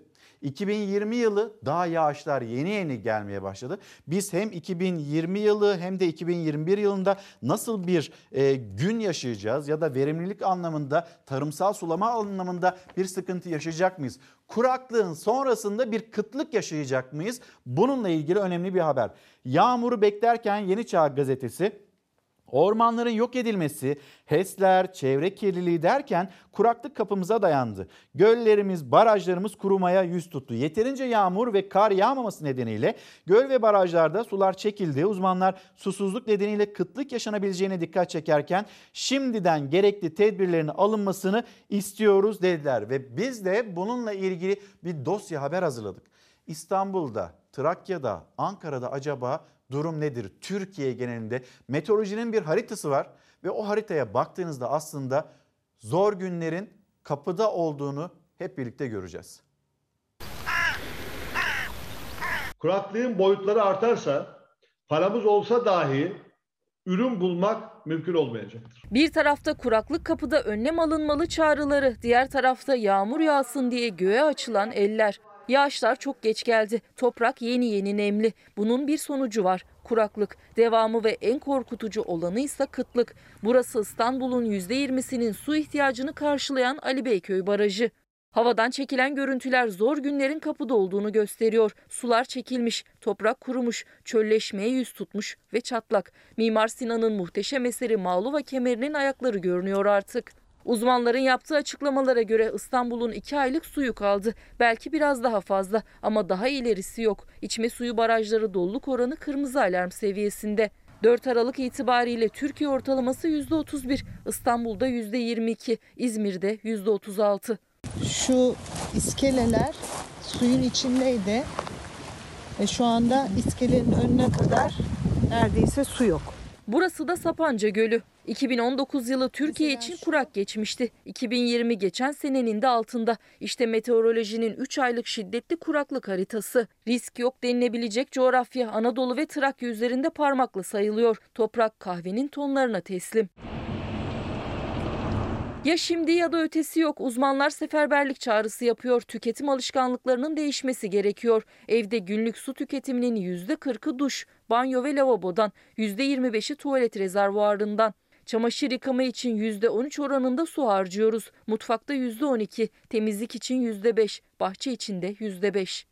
2020 yılı daha yağışlar yeni gelmeye başladı. Biz hem 2020 yılı hem de 2021 yılında nasıl bir gün yaşayacağız ya da verimlilik anlamında, tarımsal sulama anlamında bir sıkıntı yaşayacak mıyız? Kuraklığın sonrasında bir kıtlık yaşayacak mıyız? Bununla ilgili önemli bir haber. Yağmuru beklerken Yeni Çağ Gazetesi, ormanların yok edilmesi, HES'ler, çevre kirliliği derken kuraklık kapımıza dayandı. Göllerimiz, barajlarımız kurumaya yüz tuttu. Yeterince yağmur ve kar yağmaması nedeniyle göl ve barajlarda sular çekildi. Uzmanlar susuzluk nedeniyle kıtlık yaşanabileceğine dikkat çekerken şimdiden gerekli tedbirlerin alınmasını istiyoruz dediler. Ve biz de bununla ilgili bir dosya haber hazırladık. İstanbul'da, Trakya'da, Ankara'da acaba durum nedir? Türkiye genelinde meteorolojinin bir haritası var ve o haritaya baktığınızda aslında zor günlerin kapıda olduğunu hep birlikte göreceğiz. Kuraklığın boyutları artarsa, paramız olsa dahi ürün bulmak mümkün olmayacaktır. Bir tarafta kuraklık kapıda, önlem alınmalı çağrıları, diğer tarafta yağmur yağsın diye göğe açılan eller. Yağışlar çok geç geldi. Toprak yeni nemli. Bunun bir sonucu var. Kuraklık. Devamı ve en korkutucu olanı ise kıtlık. Burası İstanbul'un %20'sinin su ihtiyacını karşılayan Ali Beyköy Barajı. Havadan çekilen görüntüler zor günlerin kapıda olduğunu gösteriyor. Sular çekilmiş, toprak kurumuş, çölleşmeye yüz tutmuş ve çatlak. Mimar Sinan'ın muhteşem eseri Mağluva Kemeri'nin ayakları görünüyor artık. Uzmanların yaptığı açıklamalara göre İstanbul'un 2 aylık suyu kaldı. Belki biraz daha fazla ama daha ilerisi yok. İçme suyu barajları doluluk oranı kırmızı alarm seviyesinde. 4 Aralık itibariyle Türkiye ortalaması %31, İstanbul'da %22, İzmir'de %36. Şu iskeleler suyun içindeydi ve şu anda iskelenin önüne kadar neredeyse su yok. Burası da Sapanca Gölü. 2019 yılı Türkiye için kurak geçmişti. 2020 geçen senenin de altında. İşte meteorolojinin 3 aylık şiddetli kuraklık haritası. Risk yok denilebilecek coğrafya Anadolu ve Trakya üzerinde parmakla sayılıyor. Toprak kahvenin tonlarına teslim. Ya şimdi ya da ötesi yok. Uzmanlar seferberlik çağrısı yapıyor. Tüketim alışkanlıklarının değişmesi gerekiyor. Evde günlük su tüketiminin %40'ı duş, banyo ve lavabodan, %25'i tuvalet rezervuarından. Çamaşır yıkama için %13 oranında su harcıyoruz. Mutfakta %12, temizlik için %5, bahçe için de %5.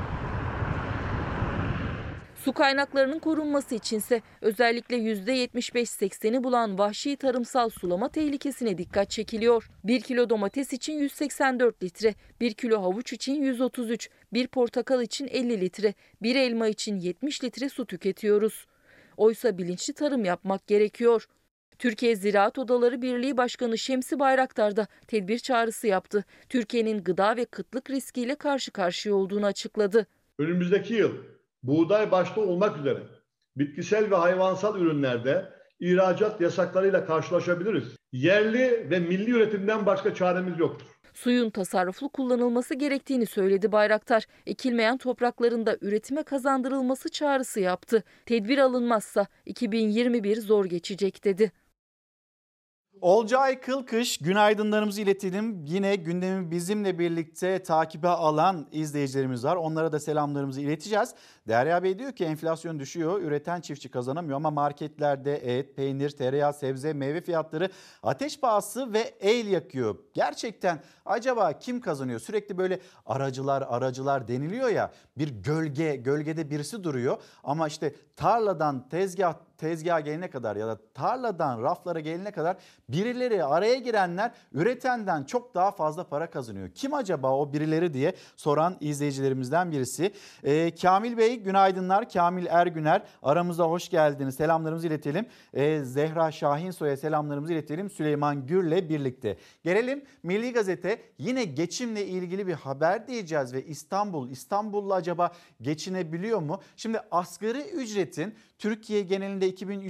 Su kaynaklarının korunması içinse özellikle %75-80'i bulan vahşi tarımsal sulama tehlikesine dikkat çekiliyor. 1 kilo domates için 184 litre, 1 kilo havuç için 133, 1 portakal için 50 litre, 1 elma için 70 litre su tüketiyoruz. Oysa bilinçli tarım yapmak gerekiyor. Türkiye Ziraat Odaları Birliği Başkanı Şemsi Bayraktar da tedbir çağrısı yaptı. Türkiye'nin gıda ve kıtlık riskiyle karşı karşıya olduğunu açıkladı. Önümüzdeki yıl buğday başta olmak üzere bitkisel ve hayvansal ürünlerde ihracat yasaklarıyla karşılaşabiliriz. Yerli ve milli üretimden başka çaremiz yoktur. Suyun tasarruflu kullanılması gerektiğini söyledi Bayraktar. Ekilmeyen topraklarında üretime kazandırılması çağrısı yaptı. Tedbir alınmazsa 2021 zor geçecek dedi. Olcay Kılkış günaydınlarımızı iletelim. Yine gündemi bizimle birlikte takibe alan izleyicilerimiz var. Onlara da selamlarımızı ileteceğiz. Derya Bey diyor ki enflasyon düşüyor, üreten çiftçi kazanamıyor ama marketlerde et, peynir, tereyağı, sebze, meyve fiyatları ateş pahası ve el yakıyor. Gerçekten acaba kim kazanıyor? Sürekli böyle aracılar deniliyor ya, bir gölgede birisi duruyor ama işte tarladan tezgaha gelene kadar ya da tarladan raflara gelene kadar birileri, araya girenler üretenden çok daha fazla para kazanıyor. Kim acaba o birileri diye soran izleyicilerimizden birisi. Kamil Bey günaydınlar. Kamil Ergüner aramıza hoş geldiniz. Selamlarımızı iletelim. Zehra Şahinsoy'a selamlarımızı iletelim. Süleyman Gür'le birlikte. Gelelim Milli Gazete, yine geçimle ilgili bir haber diyeceğiz ve İstanbul'la acaba geçinebiliyor mu? Şimdi asgari ücretin Türkiye genelinde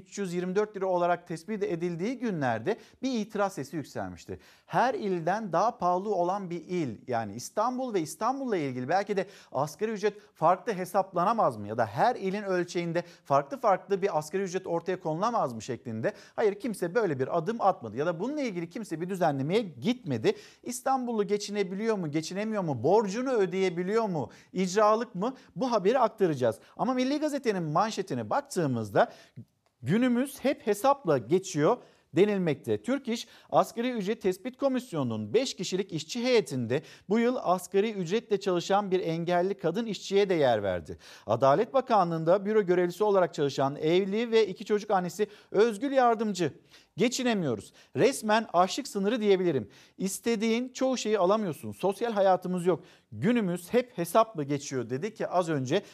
2324 lira olarak tespit edildiği günlerde bir itiraz sesi yükselmişti. Her ilden daha pahalı olan bir il, yani İstanbul ve İstanbul'la ilgili belki de asgari ücret farklı hesaplanamaz mı? Ya da her ilin ölçeğinde farklı bir asgari ücret ortaya konulamaz mı şeklinde. Hayır, kimse böyle bir adım atmadı ya da bununla ilgili kimse bir düzenlemeye gitmedi. İstanbullu geçinebiliyor mu, geçinemiyor mu, borcunu ödeyebiliyor mu, icralık mı? Bu haberi aktaracağız. Ama Milli Gazete'nin manşetine baktığımızda günümüz hep hesapla geçiyor denilmekte. Türk İş Asgari Ücret Tespit Komisyonu'nun 5 kişilik işçi heyetinde bu yıl asgari ücretle çalışan bir engelli kadın işçiye de yer verdi. Adalet Bakanlığı'nda büro görevlisi olarak çalışan evli ve 2 çocuk annesi Özgül Yardımcı. Geçinemiyoruz. Resmen açlık sınırı diyebilirim. İstediğin çoğu şeyi alamıyorsun. Sosyal hayatımız yok. Günümüz hep hesapla geçiyor dedi ki az önce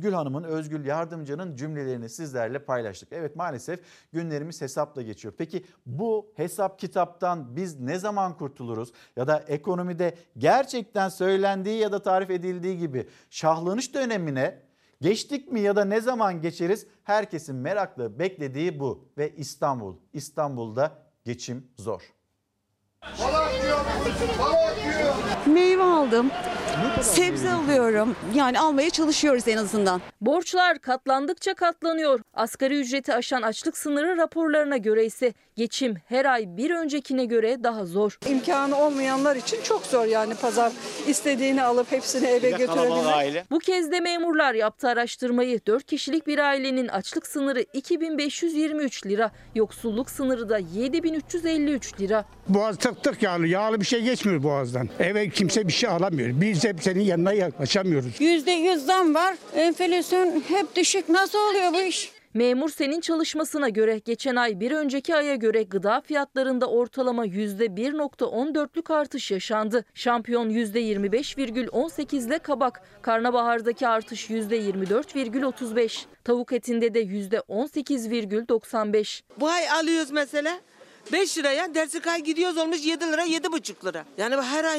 Özgül Yardımcı'nın cümlelerini sizlerle paylaştık. Evet, maalesef günlerimiz hesapla geçiyor. Peki bu hesap kitaptan biz ne zaman kurtuluruz? Ya da ekonomide gerçekten söylendiği ya da tarif edildiği gibi şahlanış dönemine geçtik mi ya da ne zaman geçeriz? Herkesin merakla beklediği bu ve İstanbul'da geçim zor. Meyve aldım, sebze alıyorum. Yani almaya çalışıyoruz en azından. Borçlar katlandıkça katlanıyor. Asgari ücreti aşan açlık sınırı raporlarına göre ise geçim her ay bir öncekine göre daha zor. İmkanı olmayanlar için çok zor, yani pazar istediğini alıp hepsini eve götürebilmek. Bu kez de memurlar yaptı araştırmayı. 4 kişilik bir ailenin açlık sınırı 2523 lira, yoksulluk sınırı da 7353 lira. Boğaz tık yani, yağlı bir şey geçmiyor boğazdan. Eve kimse bir şey alamıyor. Biz hep senin yanına yaklaşamıyoruz. %100 zam var. Enflasyon hep düşük. Nasıl oluyor bu iş? Memur Sen'in çalışmasına göre geçen ay bir önceki aya göre gıda fiyatlarında ortalama %1.14'lük artış yaşandı. Şampiyon %25,18 ile kabak, karnabahardaki artış %24,35, tavuk etinde de %18,95. Bu ay alıyoruz mesela 5 liraya, dersi kay gidiyoruz olmuş 7 lira 7,5 lira. Yani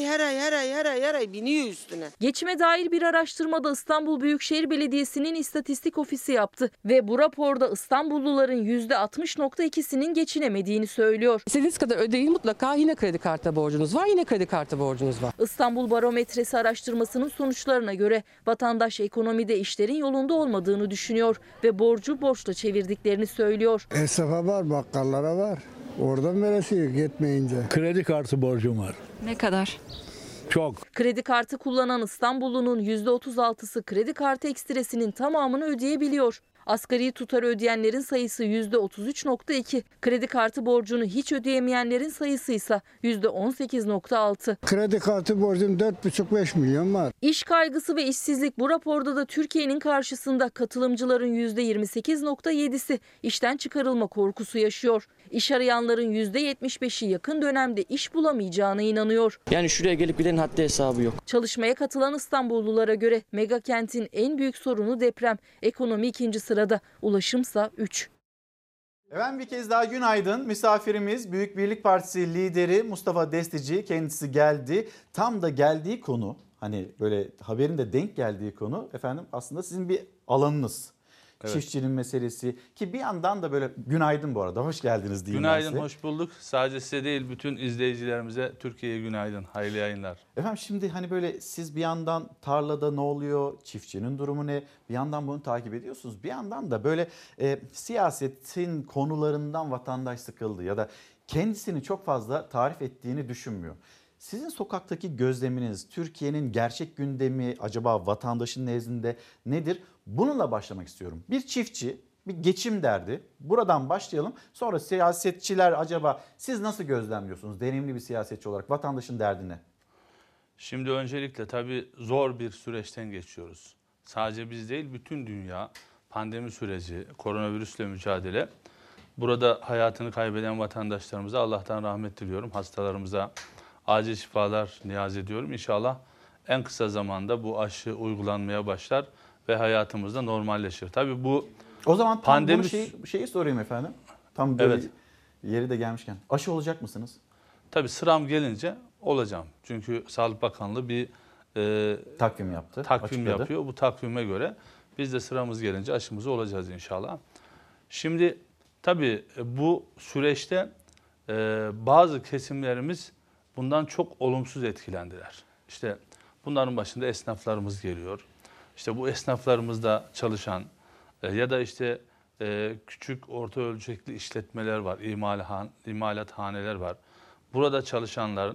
her ay biniyor üstüne. Geçime dair bir araştırmada İstanbul Büyükşehir Belediyesi'nin istatistik ofisi yaptı ve bu raporda İstanbulluların %60.2'sinin geçinemediğini söylüyor. İstediğiniz kadar ödeyin, mutlaka yine kredi kartı borcunuz var, İstanbul Barometresi araştırmasının sonuçlarına göre vatandaş ekonomide işlerin yolunda olmadığını düşünüyor ve borcu borçla çevirdiklerini söylüyor. Esnafa var, bakkallara var. Oradan veresi yetmeyince. Kredi kartı borcum var. Ne kadar? Çok. Kredi kartı kullanan İstanbullunun %36'sı kredi kartı ekstresinin tamamını ödeyebiliyor. Asgari tutarı ödeyenlerin sayısı %33.2. Kredi kartı borcunu hiç ödeyemeyenlerin sayısı ise %18.6. Kredi kartı borcum 4,5-5 milyon var. İş kaygısı ve işsizlik bu raporda da Türkiye'nin karşısında. Katılımcıların %28.7'si işten çıkarılma korkusu yaşıyor. İş arayanların %75'i yakın dönemde iş bulamayacağına inanıyor. Yani şuraya gelip gidenin haddi hesabı yok. Çalışmaya katılan İstanbullulara göre mega kentin en büyük sorunu deprem. Ekonomi 2. sırada, ulaşımsa 3. Efendim bir kez daha günaydın. Misafirimiz Büyük Birlik Partisi lideri Mustafa Destici, kendisi geldi. Tam da geldiği konu, hani böyle haberin de denk geldiği konu efendim aslında sizin bir alanınız. Evet. Çiftçinin meselesi ki bir yandan da böyle günaydın bu arada hoş geldiniz diyeyim. Günaydın, hoş bulduk. Sadece size değil bütün izleyicilerimize Türkiye'ye günaydın, hayırlı yayınlar. Efendim şimdi hani böyle siz bir yandan tarlada ne oluyor, çiftçinin durumu ne, bir yandan bunu takip ediyorsunuz. Bir yandan da böyle siyasetin konularından vatandaş sıkıldı ya da kendisini çok fazla tarif ettiğini düşünmüyor. Sizin sokaktaki gözleminiz, Türkiye'nin gerçek gündemi acaba vatandaşın nezdinde nedir? Bununla başlamak istiyorum. Bir çiftçi, bir geçim derdi. Buradan başlayalım. Sonra siyasetçiler acaba siz nasıl gözlemliyorsunuz deneyimli bir siyasetçi olarak vatandaşın derdine? Şimdi öncelikle tabii zor bir süreçten geçiyoruz. Sadece biz değil bütün dünya pandemi süreci, koronavirüsle mücadele. Burada hayatını kaybeden vatandaşlarımıza Allah'tan rahmet diliyorum. Hastalarımıza acil şifalar niyaz ediyorum. İnşallah en kısa zamanda bu aşı uygulanmaya başlar ve hayatımızda normalleşir. Tabii bu o zaman tam pandemi... şeyi sorayım efendim. Tam böyle evet. Yeri de gelmişken. Aşı olacak mısınız? Tabii sıram gelince olacağım. Çünkü Sağlık Bakanlığı bir takvim yaptı. Takvim yapıyor. Bu takvime göre biz de sıramız gelince aşımızı olacağız inşallah. Şimdi tabii bu süreçte bazı kesimlerimiz bundan çok olumsuz etkilendiler. İşte bunların başında esnaflarımız geliyor. İşte bu esnaflarımızda çalışan ya da işte küçük orta ölçekli işletmeler var, imalathaneler var. Burada çalışanların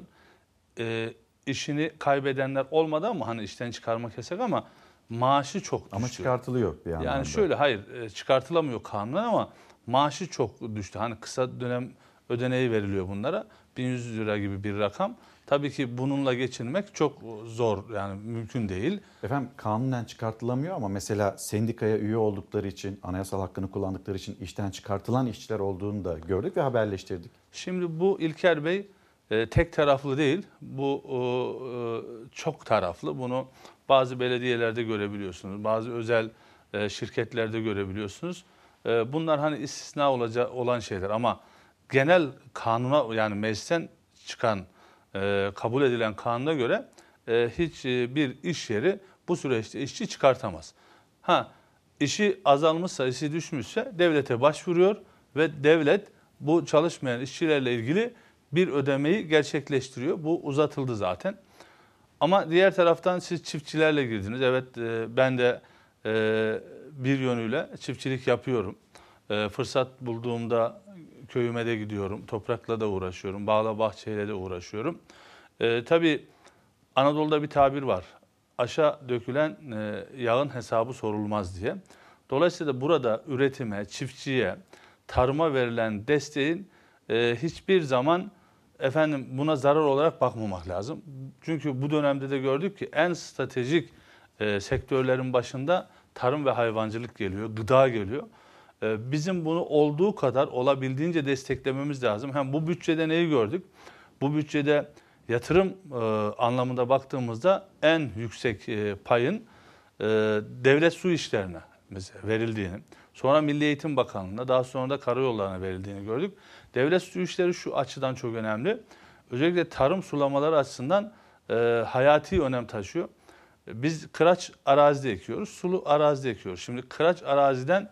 işini kaybedenler olmadı ama hani işten çıkarmak yasak ama maaşı çok düştü. Ama çıkartılıyor bir yandan. Yani şöyle hayır çıkartılamıyor kanunen ama maaşı çok düştü. Hani kısa dönem ödeneği veriliyor bunlara. 1100 lira gibi bir rakam. Tabii ki bununla geçinmek çok zor yani mümkün değil. Efendim kanunen çıkartılamıyor ama mesela sendikaya üye oldukları için, anayasal hakkını kullandıkları için işten çıkartılan işçiler olduğunu da gördük ve haberleştirdik. Şimdi bu İlker Bey tek taraflı değil, bu çok taraflı. Bunu bazı belediyelerde görebiliyorsunuz, bazı özel şirketlerde görebiliyorsunuz. Bunlar hani istisna olan şeyler ama genel kanuna yani meclisten çıkan, kabul edilen kanuna göre hiçbir iş yeri bu süreçte işçi çıkartamaz. İşi azalmışsa, işi düşmüşse devlete başvuruyor ve devlet bu çalışmayan işçilerle ilgili bir ödemeyi gerçekleştiriyor. Bu uzatıldı zaten. Ama diğer taraftan siz çiftçilerle girdiniz. Evet ben de bir yönüyle çiftçilik yapıyorum. Fırsat bulduğumda köyüme de gidiyorum. Toprakla da uğraşıyorum. Bağla bahçeyle de uğraşıyorum. Tabii Anadolu'da bir tabir var. Aşa dökülen yağın hesabı sorulmaz diye. Dolayısıyla burada üretime, çiftçiye, tarıma verilen desteğin hiçbir zaman buna zarar olarak bakmamak lazım. Çünkü bu dönemde de gördük ki en stratejik sektörlerin başında tarım ve hayvancılık geliyor, gıda geliyor. Bizim bunu olduğu kadar olabildiğince desteklememiz lazım. Hem bu bütçede neyi gördük? Bu bütçede yatırım anlamında baktığımızda en yüksek payın devlet su işlerine mesela verildiğini, sonra Milli Eğitim Bakanlığı'na, daha sonra da karayollarına verildiğini gördük. Devlet su işleri şu açıdan çok önemli. Özellikle tarım sulamaları açısından hayati önem taşıyor. Biz kıraç arazide ekiyoruz, sulu arazide ekiyoruz. Şimdi kıraç araziden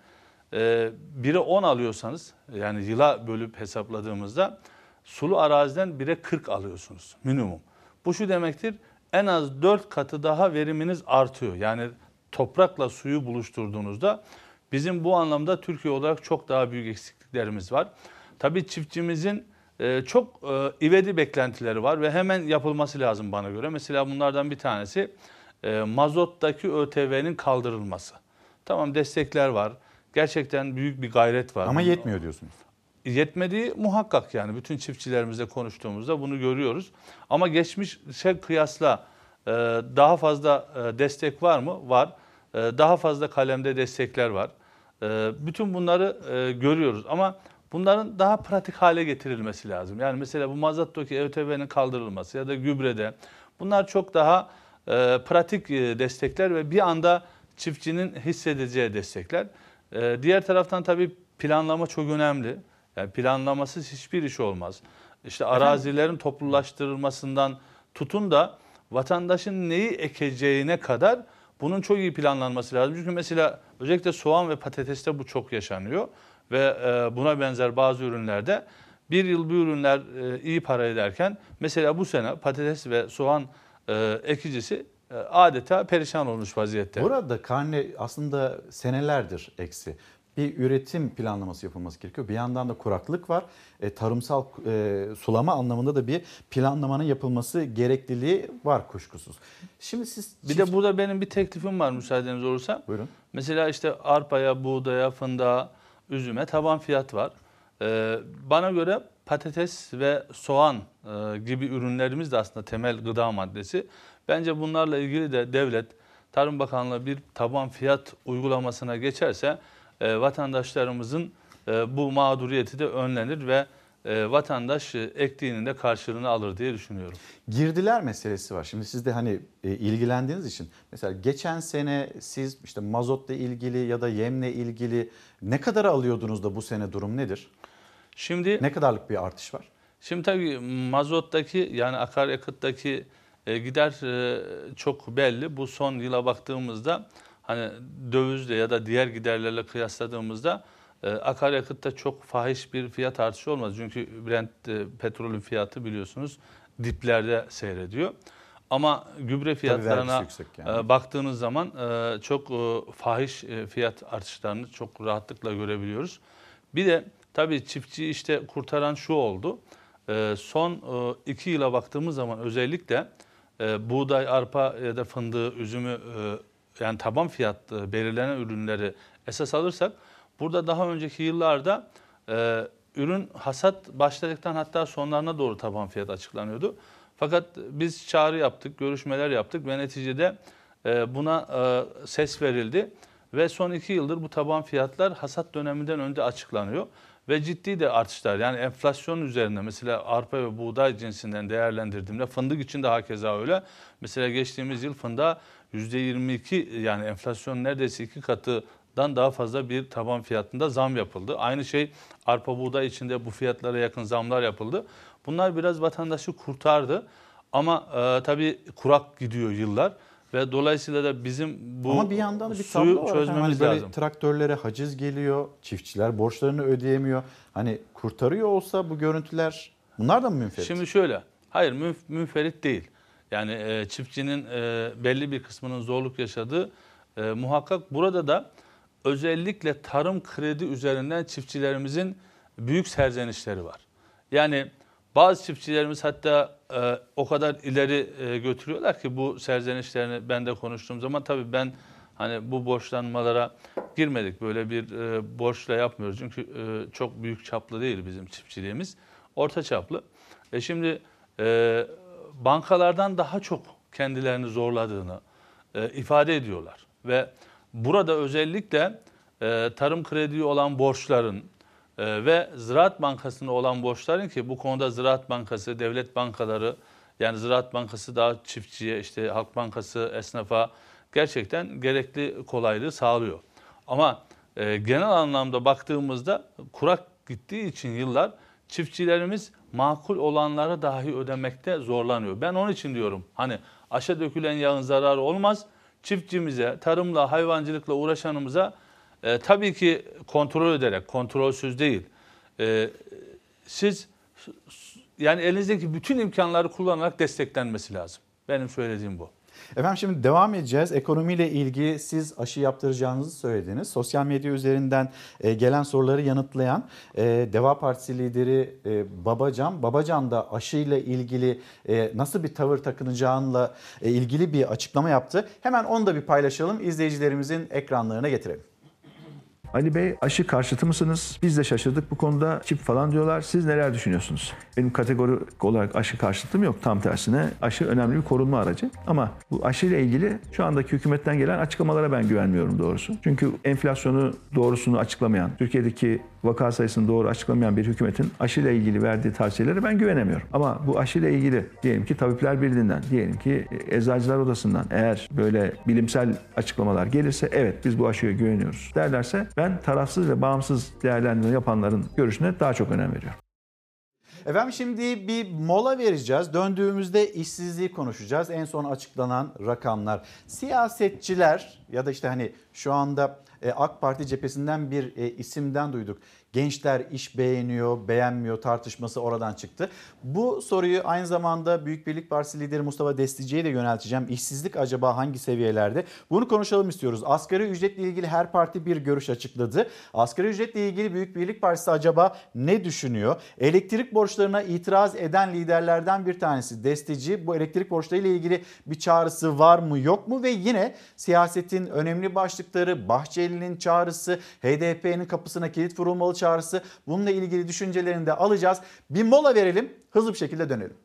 1'e 10 alıyorsanız yani yıla bölüp hesapladığımızda sulu araziden 1'e 40 alıyorsunuz minimum. Bu şu demektir, en az 4 katı daha veriminiz artıyor. Yani toprakla suyu buluşturduğunuzda bizim bu anlamda Türkiye olarak çok daha büyük eksikliklerimiz var. Tabii çiftçimizin çok ivedi beklentileri var ve hemen yapılması lazım bana göre. Mesela bunlardan bir tanesi mazottaki ÖTV'nin kaldırılması. Tamam destekler var. Gerçekten büyük bir gayret var. Ama yetmiyor diyorsunuz. Yetmediği muhakkak yani bütün çiftçilerimizle konuştuğumuzda bunu görüyoruz. Ama geçmişe kıyasla daha fazla destek var mı? Var. Daha fazla kalemde destekler var. Bütün bunları görüyoruz ama bunların daha pratik hale getirilmesi lazım. Yani mesela bu mazottaki ÖTV'nin kaldırılması ya da gübrede bunlar çok daha pratik destekler ve bir anda çiftçinin hissedeceği destekler. Diğer taraftan tabii planlama çok önemli. Yani planlamasız hiçbir iş olmaz. İşte arazilerin toplulaştırılmasından tutun da vatandaşın neyi ekeceğine kadar bunun çok iyi planlanması lazım. Çünkü mesela Özellikle soğan ve patateste bu çok yaşanıyor ve buna benzer bazı ürünlerde bir yıl bu ürünler iyi para ederken mesela bu sene patates ve soğan ekicisi adeta perişan olmuş vaziyette. Burada karne aslında senelerdir eksi. Bir üretim planlaması yapılması gerekiyor. Bir yandan da kuraklık var. Tarımsal sulama anlamında da bir planlamanın yapılması gerekliliği var kuşkusuz. Şimdi siz bir de burada benim bir teklifim var müsaadeniz olursa. Buyurun. Mesela işte arpaya, buğdaya, fındığa, üzüme taban fiyat var. Bana göre patates ve soğan gibi ürünlerimiz de aslında temel gıda maddesi. Bence bunlarla ilgili de devlet, Tarım Bakanlığı bir taban fiyat uygulamasına geçerse vatandaşlarımızın bu mağduriyeti de önlenir ve vatandaş ektiğinin de karşılığını alır diye düşünüyorum. Girdiler meselesi var. Şimdi siz de hani ilgilendiğiniz için mesela geçen sene siz işte mazotla ilgili ya da yemle ilgili ne kadar alıyordunuz da bu sene durum nedir? Şimdi ne kadarlık bir artış var? Şimdi tabii mazottaki yani akaryakıttaki gider çok belli. Bu son yıla baktığımızda hani dövizle ya da diğer giderlerle kıyasladığımızda akaryakıtta çok fahiş bir fiyat artışı olmaz. Çünkü Brent petrolün fiyatı biliyorsunuz diplerde seyrediyor. Ama gübre fiyatlarına yani baktığınız zaman çok fahiş fiyat artışlarını çok rahatlıkla görebiliyoruz. Bir de tabii çiftçi işte kurtaran şu oldu. Son 2 yıla baktığımız zaman özellikle buğday, arpa ya da fındığı, üzümü yani taban fiyat belirlenen ürünleri esas alırsak burada daha önceki yıllarda ürün hasat başladıktan hatta sonlarına doğru taban fiyat açıklanıyordu. Fakat biz çağrı yaptık, görüşmeler yaptık ve neticede buna ses verildi. Ve son 2 yıldır bu taban fiyatlar hasat döneminden önce açıklanıyor. Ve ciddi de artışlar yani enflasyon üzerinde mesela arpa ve buğday cinsinden değerlendirdiğimde fındık için de hakeza öyle. Mesela geçtiğimiz yıl fındığa %22 yani enflasyon neredeyse 2 katından daha fazla bir taban fiyatında zam yapıldı. Aynı şey arpa buğday için de bu fiyatlara yakın zamlar yapıldı. Bunlar biraz vatandaşı kurtardı ama tabii kurak gidiyor yıllar. Ve dolayısıyla da bizim bu ama bir yandan da bir suyu tablo var. çözmemiz Hani lazım. Traktörlere haciz geliyor, çiftçiler borçlarını ödeyemiyor. Hani kurtarıyor olsa bu görüntüler bunlar da mı münferit? Şimdi şöyle, hayır münferit değil. Yani çiftçinin belli bir kısmının zorluk yaşadığı muhakkak. Burada da özellikle tarım kredi üzerinden çiftçilerimizin büyük serzenişleri var. Yani bazı çiftçilerimiz hatta o kadar ileri götürüyorlar ki bu serzenişlerini ben de konuştuğum zaman tabii ben hani bu borçlanmalara girmedik. Böyle bir borçla yapmıyoruz. Çünkü çok büyük çaplı değil bizim çiftçiliğimiz. Orta çaplı. Şimdi bankalardan daha çok kendilerini zorladığını ifade ediyorlar. Ve burada özellikle tarım krediği olan borçların ve Ziraat Bankası'na olan borçların ki bu konuda Ziraat Bankası, devlet bankaları yani Ziraat Bankası daha çiftçiye işte Halk Bankası esnafa gerçekten gerekli kolaylığı sağlıyor. Ama genel anlamda baktığımızda kurak gittiği için yıllar çiftçilerimiz makul olanları dahi ödemekte zorlanıyor. Ben onun için diyorum hani aşağı dökülen yağın zararı olmaz. Çiftçimize, tarımla, hayvancılıkla uğraşanımıza tabii ki kontrol ederek, kontrolsüz değil. Siz yani elinizdeki bütün imkanları kullanarak desteklenmesi lazım. Benim söylediğim bu. Efendim şimdi devam edeceğiz. Ekonomiyle ilgili siz aşı yaptıracağınızı söylediniz. Sosyal medya üzerinden gelen soruları yanıtlayan Deva Partisi lideri Babacan da aşıyla ilgili nasıl bir tavır takınacağıyla ilgili bir açıklama yaptı. Hemen onu da bir paylaşalım. İzleyicilerimizin ekranlarına getirelim. Ali Bey aşı karşıtı mısınız? Biz de şaşırdık bu konuda. Çip falan diyorlar. Siz neler düşünüyorsunuz? Benim kategorik olarak aşı karşıtım yok. Tam tersine aşı önemli bir korunma aracı. Ama bu aşıyla ilgili şu andaki hükümetten gelen açıklamalara ben güvenmiyorum doğrusu. Çünkü enflasyonu doğrusunu açıklamayan, Türkiye'deki vaka sayısını doğru açıklamayan bir hükümetin aşıyla ilgili verdiği tavsiyelere ben güvenemiyorum. Ama bu aşıyla ilgili diyelim ki Tabipler Birliği'nden, diyelim ki Eczacılar Odası'ndan eğer böyle bilimsel açıklamalar gelirse evet biz bu aşıya güveniyoruz derlerse ben tarafsız ve bağımsız değerlendirme yapanların görüşüne daha çok önem veriyorum. Efendim şimdi bir mola vereceğiz. Döndüğümüzde işsizliği konuşacağız. En son açıklanan rakamlar. Siyasetçiler ya da işte hani şu anda AK Parti cephesinden bir isimden duyduk. Gençler iş beğeniyor, beğenmiyor tartışması oradan çıktı. Bu soruyu aynı zamanda Büyük Birlik Partisi lideri Mustafa Destici'ye de yönelteceğim. İşsizlik acaba hangi seviyelerde? Bunu konuşalım istiyoruz. Asgari ücretle ilgili her parti bir görüş açıkladı. Asgari ücretle ilgili Büyük Birlik Partisi acaba ne düşünüyor? Elektrik borçlarına itiraz eden liderlerden bir tanesi Destici. Bu elektrik borçlarıyla ilgili bir çağrısı var mı yok mu? Ve yine siyasetin önemli başlıkları, Bahçeli'nin çağrısı, HDP'nin kapısına kilit vurulmalı çağrısı, bununla ilgili düşüncelerini de alacağız. Bir mola verelim, hızlı bir şekilde dönelim.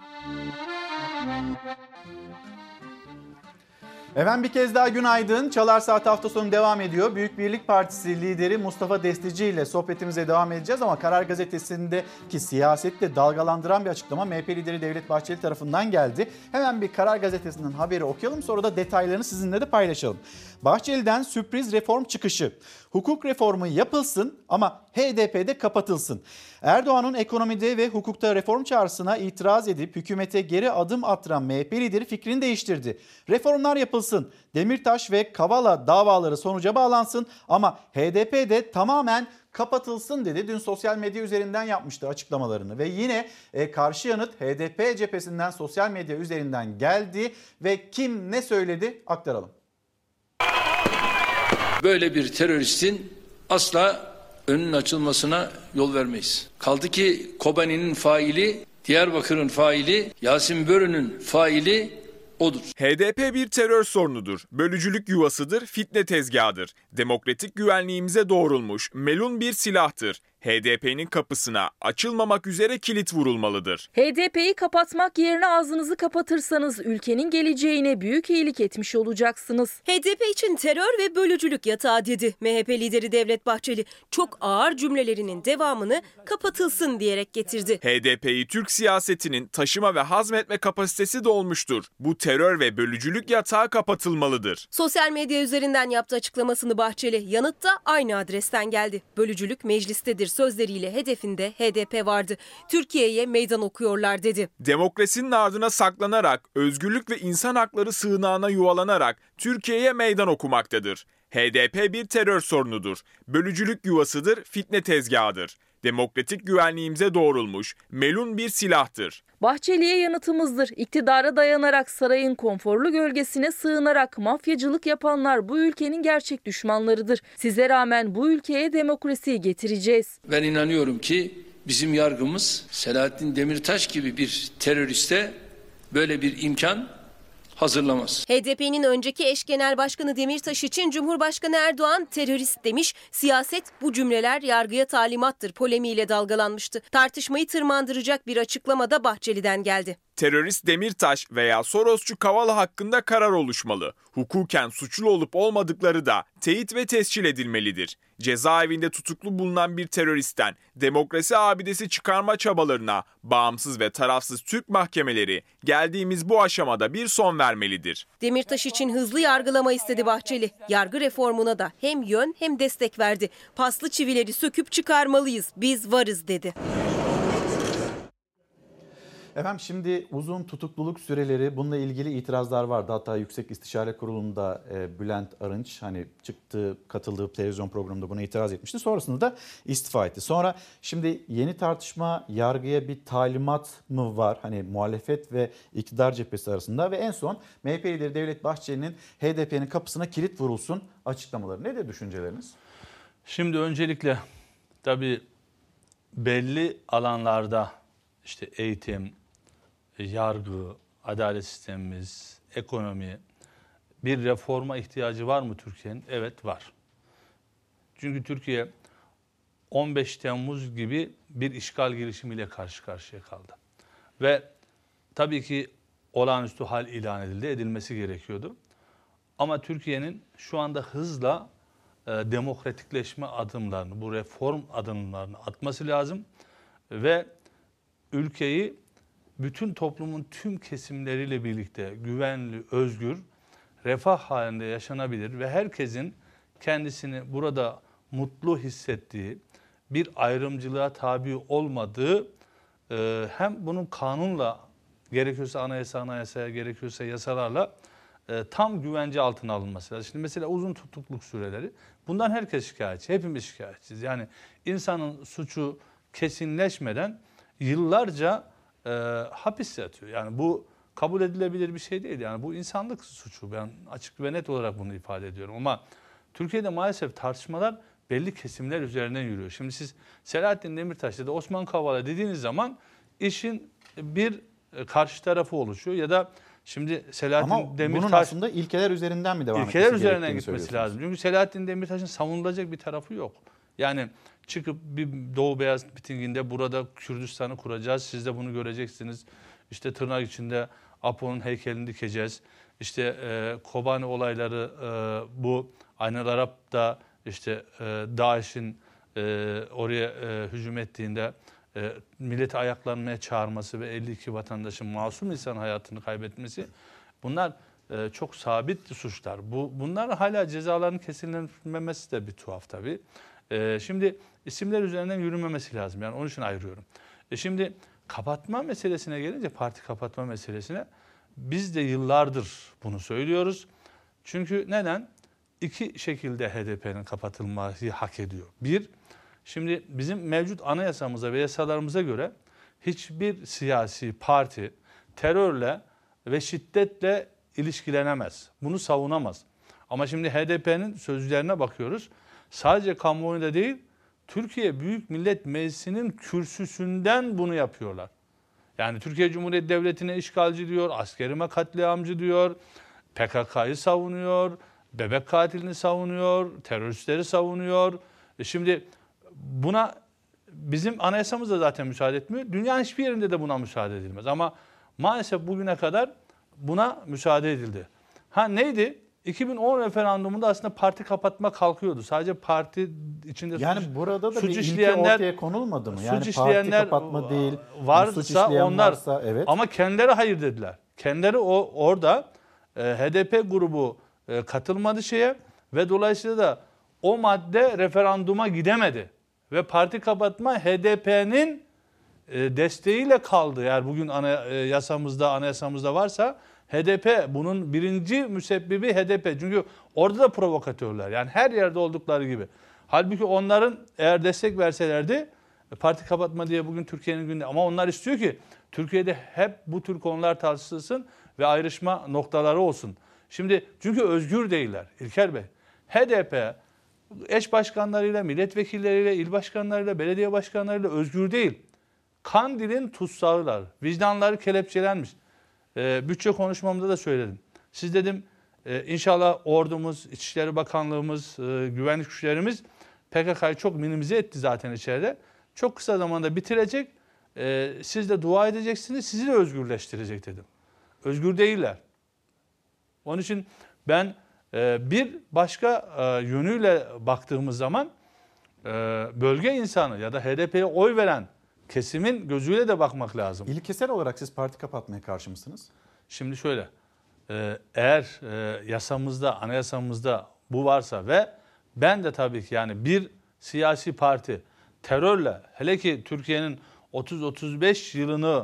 Efendim bir kez daha günaydın. Çalar Saat hafta sonu devam ediyor. Büyük Birlik Partisi lideri Mustafa Destici ile sohbetimize devam edeceğiz ama Karar Gazetesi'ndeki siyasette dalgalandıran bir açıklama MHP lideri Devlet Bahçeli tarafından geldi. Hemen bir Karar Gazetesi'nin haberi okuyalım, sonra da detaylarını sizinle de paylaşalım. Bahçeli'den sürpriz reform çıkışı. Hukuk reformu yapılsın ama HDP'de kapatılsın. Erdoğan'ın ekonomide ve hukukta reform çağrısına itiraz edip hükümete geri adım attıran MHP lideri fikrini değiştirdi. Reformlar yapılsın, Demirtaş ve Kavala davaları sonuca bağlansın ama HDP'de tamamen kapatılsın dedi. Dün sosyal medya üzerinden yapmıştı açıklamalarını ve yine karşı yanıt HDP cephesinden sosyal medya üzerinden geldi ve kim ne söyledi aktaralım. Böyle bir teröristin asla önünün açılmasına yol vermeyiz. Kaldı ki Kobani'nin faili, Diyarbakır'ın faili, Yasin Börü'nün faili odur. HDP bir terör sorunudur, bölücülük yuvasıdır, fitne tezgahıdır. Demokratik güvenliğimize doğrulmuş melun bir silahtır. HDP'nin kapısına açılmamak üzere kilit vurulmalıdır. HDP'yi kapatmak yerine ağzınızı kapatırsanız ülkenin geleceğine büyük iyilik etmiş olacaksınız. HDP için terör ve bölücülük yatağı dedi MHP lideri Devlet Bahçeli. Çok ağır cümlelerinin devamını kapatılsın diyerek getirdi. HDP'yi Türk siyasetinin taşıma ve hazmetme kapasitesi dolmuştur. Bu terör ve bölücülük yatağı kapatılmalıdır. Sosyal medya üzerinden yaptığı açıklamasını Bahçeli, yanıt da aynı adresten geldi. Bölücülük meclistedir sözleriyle hedefinde HDP vardı. Türkiye'ye meydan okuyorlar dedi. Demokrasinin ardına saklanarak, özgürlük ve insan hakları sığınağına yuvalanarak Türkiye'ye meydan okumaktadır. HDP bir terör sorunudur. Bölücülük yuvasıdır, fitne tezgahıdır. Demokratik güvenliğimize doğrulmuş melun bir silahtır. Bahçeli'ye yanıtımızdır. İktidara dayanarak sarayın konforlu gölgesine sığınarak mafyacılık yapanlar bu ülkenin gerçek düşmanlarıdır. Size rağmen bu ülkeye demokrasiyi getireceğiz. Ben inanıyorum ki bizim yargımız Selahattin Demirtaş gibi bir teröriste böyle bir imkan hazırlamaz. HDP'nin önceki eş genel başkanı Demirtaş için Cumhurbaşkanı Erdoğan terörist demiş. Siyaset bu cümleler yargıya talimattır polemiğiyle dalgalanmıştı. Tartışmayı tırmandıracak bir açıklama da Bahçeli'den geldi. Terörist Demirtaş veya Sorosçu Kavala hakkında karar oluşmalı. Hukuken suçlu olup olmadıkları da teyit ve tescil edilmelidir. Cezaevinde tutuklu bulunan bir teröristten demokrasi abidesi çıkarma çabalarına bağımsız ve tarafsız Türk mahkemeleri geldiğimiz bu aşamada bir son vermelidir. Demirtaş için hızlı yargılama istedi Bahçeli. Yargı reformuna da hem yön hem destek verdi. Paslı çivileri söküp çıkarmalıyız, biz varız dedi. Efendim şimdi uzun tutukluluk süreleri, bununla ilgili itirazlar vardı. Hatta Yüksek İstişare Kurulu'nda Bülent Arınç katıldığı televizyon programında buna itiraz etmişti. Sonrasında da istifa etti. Sonra şimdi yeni tartışma, yargıya bir talimat mı var? Hani muhalefet ve iktidar cephesi arasında ve en son MHP lideri Devlet Bahçeli'nin HDP'nin kapısına kilit vurulsun açıklamaları. Nedir düşünceleriniz? Şimdi öncelikle tabii belli alanlarda işte eğitim, yargı, adalet sistemimiz, ekonomi bir reforma ihtiyacı var mı Türkiye'nin? Evet var. Çünkü Türkiye 15 Temmuz gibi bir işgal girişimiyle karşı karşıya kaldı. Ve tabii ki olağanüstü hal ilan edilmesi gerekiyordu. Ama Türkiye'nin şu anda hızla demokratikleşme adımlarını, bu reform adımlarını atması lazım. Ve ülkeyi bütün toplumun tüm kesimleriyle birlikte güvenli, özgür, refah halinde yaşanabilir ve herkesin kendisini burada mutlu hissettiği, bir ayrımcılığa tabi olmadığı, hem bunun kanunla, gerekiyorsa anayasaya, gerekiyorsa yasalarla tam güvence altına alınması lazım. Şimdi mesela uzun tutukluk süreleri, bundan herkes şikayetçi, hepimiz şikayetçiyiz. Yani insanın suçu kesinleşmeden yıllarca hapis yatıyor. Yani bu kabul edilebilir bir şey değil. Yani bu insanlık suçu. Ben açık ve net olarak bunu ifade ediyorum. Ama Türkiye'de maalesef tartışmalar belli kesimler üzerinden yürüyor. Şimdi siz Selahattin Demirtaş ya da Osman Kavala dediğiniz zaman işin bir karşı tarafı oluşuyor ya da şimdi Selahattin Ama Demirtaş... bunun aslında ilkeler üzerinden mi devam etmesi İlkeler üzerinden gitmesi lazım. Çünkü Selahattin Demirtaş'ın savunulacak bir tarafı yok. Yani çıkıp bir Doğu Beyaz mitinginde burada Kürdistan'ı kuracağız, siz de bunu göreceksiniz. İşte tırnak içinde Apo'nun heykelini dikeceğiz. İşte Kobani olayları, bu Aynel Arap'ta işte DAEŞ'in oraya hücum ettiğinde milleti ayaklanmaya çağırması ve 52 vatandaşın masum insan hayatını kaybetmesi, bunlar çok sabit suçlar. Bunlar hala cezaların kesinlenmemesi de bir tuhaf tabii. Şimdi isimler üzerinden yürümemesi lazım. Yani onun için ayırıyorum. Şimdi kapatma meselesine gelince, parti kapatma meselesine, biz de yıllardır bunu söylüyoruz. Çünkü neden? İki şekilde HDP'nin kapatılması hak ediyor. Bir, şimdi bizim mevcut anayasamıza ve yasalarımıza göre hiçbir siyasi parti terörle ve şiddetle ilişkilenemez. Bunu savunamaz. Ama şimdi HDP'nin sözlerine bakıyoruz. Sadece kamuoyunda değil, Türkiye Büyük Millet Meclisi'nin kürsüsünden bunu yapıyorlar. Yani Türkiye Cumhuriyeti Devleti'ne işgalci diyor, askerime katliamcı diyor, PKK'yı savunuyor, bebek katilini savunuyor, teröristleri savunuyor. Şimdi buna bizim anayasamız da zaten müsaade etmiyor. Dünyanın hiçbir yerinde de buna müsaade edilmez. Ama maalesef bugüne kadar buna müsaade edildi. Neydi? 2010 referandumunda aslında parti kapatma kalkıyordu. Sadece parti içinde yani burada da suç bir işleyenler ortaya konulmadı mı? Yani suç parti işleyenler kapatma değil. Varsa onlar varsa, evet. Ama kendileri hayır dediler. Kendileri orada HDP grubu katılmadı şeye ve dolayısıyla da o madde referanduma gidemedi. Ve parti kapatma HDP'nin desteğiyle kaldı. Eğer bugün anayasamızda varsa HDP bunun birinci müsebbibi HDP. Çünkü orada da provokatörler. Yani her yerde oldukları gibi. Halbuki onların eğer destek verselerdi parti kapatma diye bugün Türkiye'nin gündemi. Ama onlar istiyor ki Türkiye'de hep bu tür konular tartışılsın ve ayrışma noktaları olsun. Şimdi çünkü özgür değiller İlker Bey. HDP eş başkanlarıyla, milletvekilleriyle, il başkanlarıyla, belediye başkanlarıyla özgür değil. Kandil'in tutsağılar, vicdanları kelepçelenmiş. Bütçe konuşmamda da söyledim. Siz dedim inşallah ordumuz, İçişleri Bakanlığımız, güvenlik güçlerimiz PKK'yı çok minimize etti zaten içeride. Çok kısa zamanda bitirecek. Siz de dua edeceksiniz, sizi de özgürleştirecek dedim. Özgür değiller. Onun için ben bir başka yönüyle baktığımız zaman bölge insanı ya da HDP'ye oy veren kesimin gözüyle de bakmak lazım. İlkesel olarak siz parti kapatmaya karşı mısınız? Şimdi şöyle, eğer yasamızda, anayasamızda bu varsa ve ben de tabii ki yani bir siyasi parti terörle, hele ki Türkiye'nin 30-35 yılını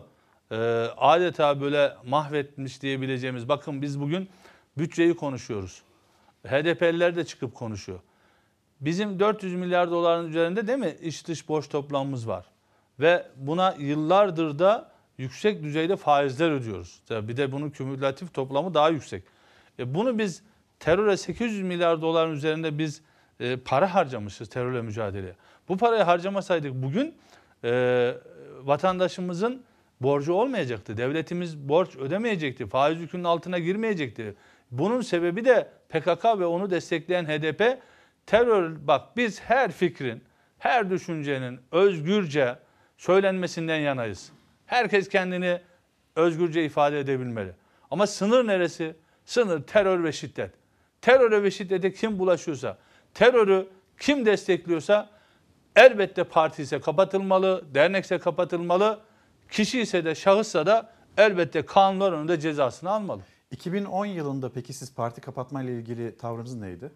adeta böyle mahvetmiş diyebileceğimiz, bakın biz bugün bütçeyi konuşuyoruz. HDP'liler de çıkıp konuşuyor. Bizim 400 milyar doların üzerinde değil mi iç dış borç toplamımız var. Ve buna yıllardır da yüksek düzeyde faizler ödüyoruz. Bir de bunun kümülatif toplamı daha yüksek. Bunu biz teröre 800 milyar doların üzerinde biz para harcamışız terörle mücadeleye. Bu parayı harcamasaydık bugün vatandaşımızın borcu olmayacaktı. Devletimiz borç ödemeyecekti. Faiz yükünün altına girmeyecekti. Bunun sebebi de PKK ve onu destekleyen HDP. Terör, bak biz her fikrin, her düşüncenin özgürce söylenmesinden yanayız. Herkes kendini özgürce ifade edebilmeli. Ama sınır neresi? Sınır terör ve şiddet. Teröre ve şiddete kim bulaşıyorsa, terörü kim destekliyorsa elbette parti ise kapatılmalı, dernekse kapatılmalı, kişi ise de şahıssa da elbette kanunlar önünde cezasını almalı. 2010 yılında peki siz parti kapatma ile ilgili tavrınız neydi?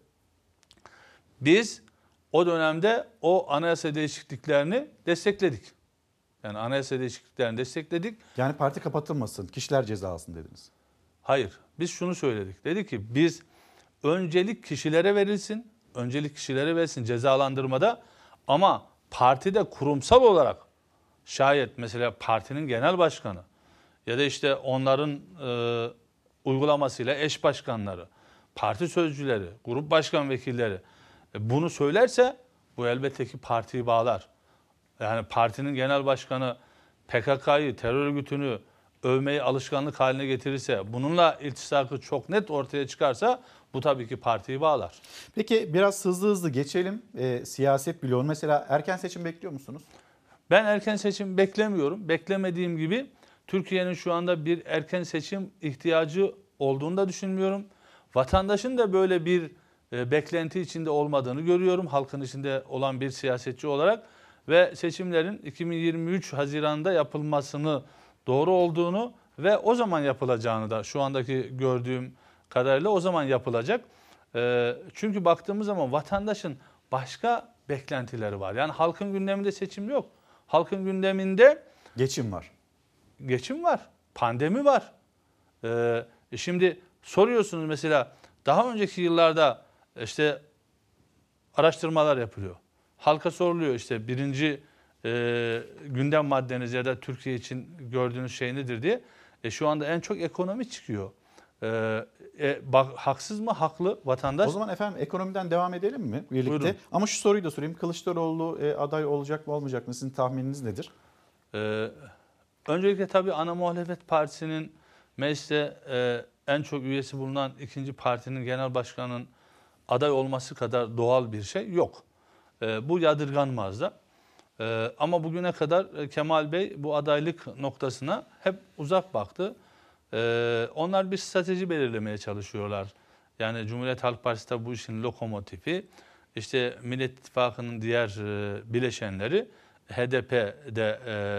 Biz o dönemde o anayasa değişikliklerini destekledik. Yani anayasa değişikliklerini destekledik. Yani parti kapatılmasın, kişiler ceza alsın dediniz. Hayır. Biz şunu söyledik. Dedi ki biz öncelik kişilere verilsin. Öncelik kişilere verilsin cezalandırmada. Ama partide kurumsal olarak şayet mesela partinin genel başkanı ya da işte onların uygulamasıyla eş başkanları, parti sözcüleri, grup başkan vekilleri bunu söylerse bu elbette ki partiyi bağlar. Yani partinin genel başkanı PKK'yı, terör örgütünü övmeyi alışkanlık haline getirirse, bununla iltisakı çok net ortaya çıkarsa bu tabii ki partiyi bağlar. Peki biraz hızlı geçelim. Siyaset bloğu. Mesela erken seçim bekliyor musunuz? Ben erken seçim beklemiyorum. Beklemediğim gibi Türkiye'nin şu anda bir erken seçim ihtiyacı olduğunu da düşünmüyorum. Vatandaşın da böyle bir beklenti içinde olmadığını görüyorum. Halkın içinde olan bir siyasetçi olarak ve seçimlerin 2023 Haziran'da yapılmasını doğru olduğunu ve o zaman yapılacağını da şu andaki gördüğüm kadarıyla o zaman yapılacak. Çünkü baktığımız zaman vatandaşın başka beklentileri var. Yani halkın gündeminde seçim yok. Halkın gündeminde geçim var. Geçim var. Pandemi var. Şimdi soruyorsunuz mesela daha önceki yıllarda işte araştırmalar yapılıyor. Halka soruluyor işte birinci gündem maddeniz ya da Türkiye için gördüğünüz şey nedir diye. Şu anda en çok ekonomi çıkıyor. Haksız mı? Haklı vatandaş. O zaman efendim ekonomiden devam edelim mi birlikte? Buyurun. Ama şu soruyu da sorayım. Kılıçdaroğlu aday olacak mı olmayacak mı? Sizin tahmininiz nedir? Öncelikle tabii ana muhalefet partisinin mecliste en çok üyesi bulunan ikinci partinin genel başkanının aday olması kadar doğal bir şey yok. Bu yadırganmaz da. Ama bugüne kadar Kemal Bey bu adaylık noktasına hep uzak baktı. Onlar bir strateji belirlemeye çalışıyorlar. Yani Cumhuriyet Halk Partisi de bu işin lokomotifi. İşte Millet İttifakı'nın diğer bileşenleri HDP de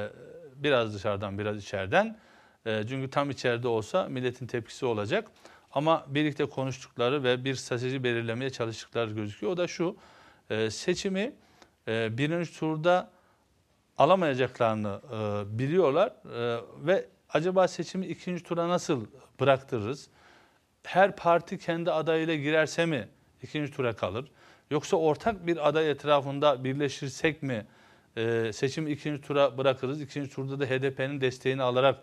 biraz dışarıdan biraz içeriden. Çünkü tam içeride olsa milletin tepkisi olacak. Ama birlikte konuştukları ve bir strateji belirlemeye çalıştıkları gözüküyor. O da şu, seçimi birinci turda alamayacaklarını biliyorlar ve acaba seçimi ikinci tura nasıl bıraktırırız? Her parti kendi adayıyla girerse mi ikinci tura kalır? Yoksa ortak bir aday etrafında birleşirsek mi seçimi ikinci tura bırakırız? İkinci turda da HDP'nin desteğini alarak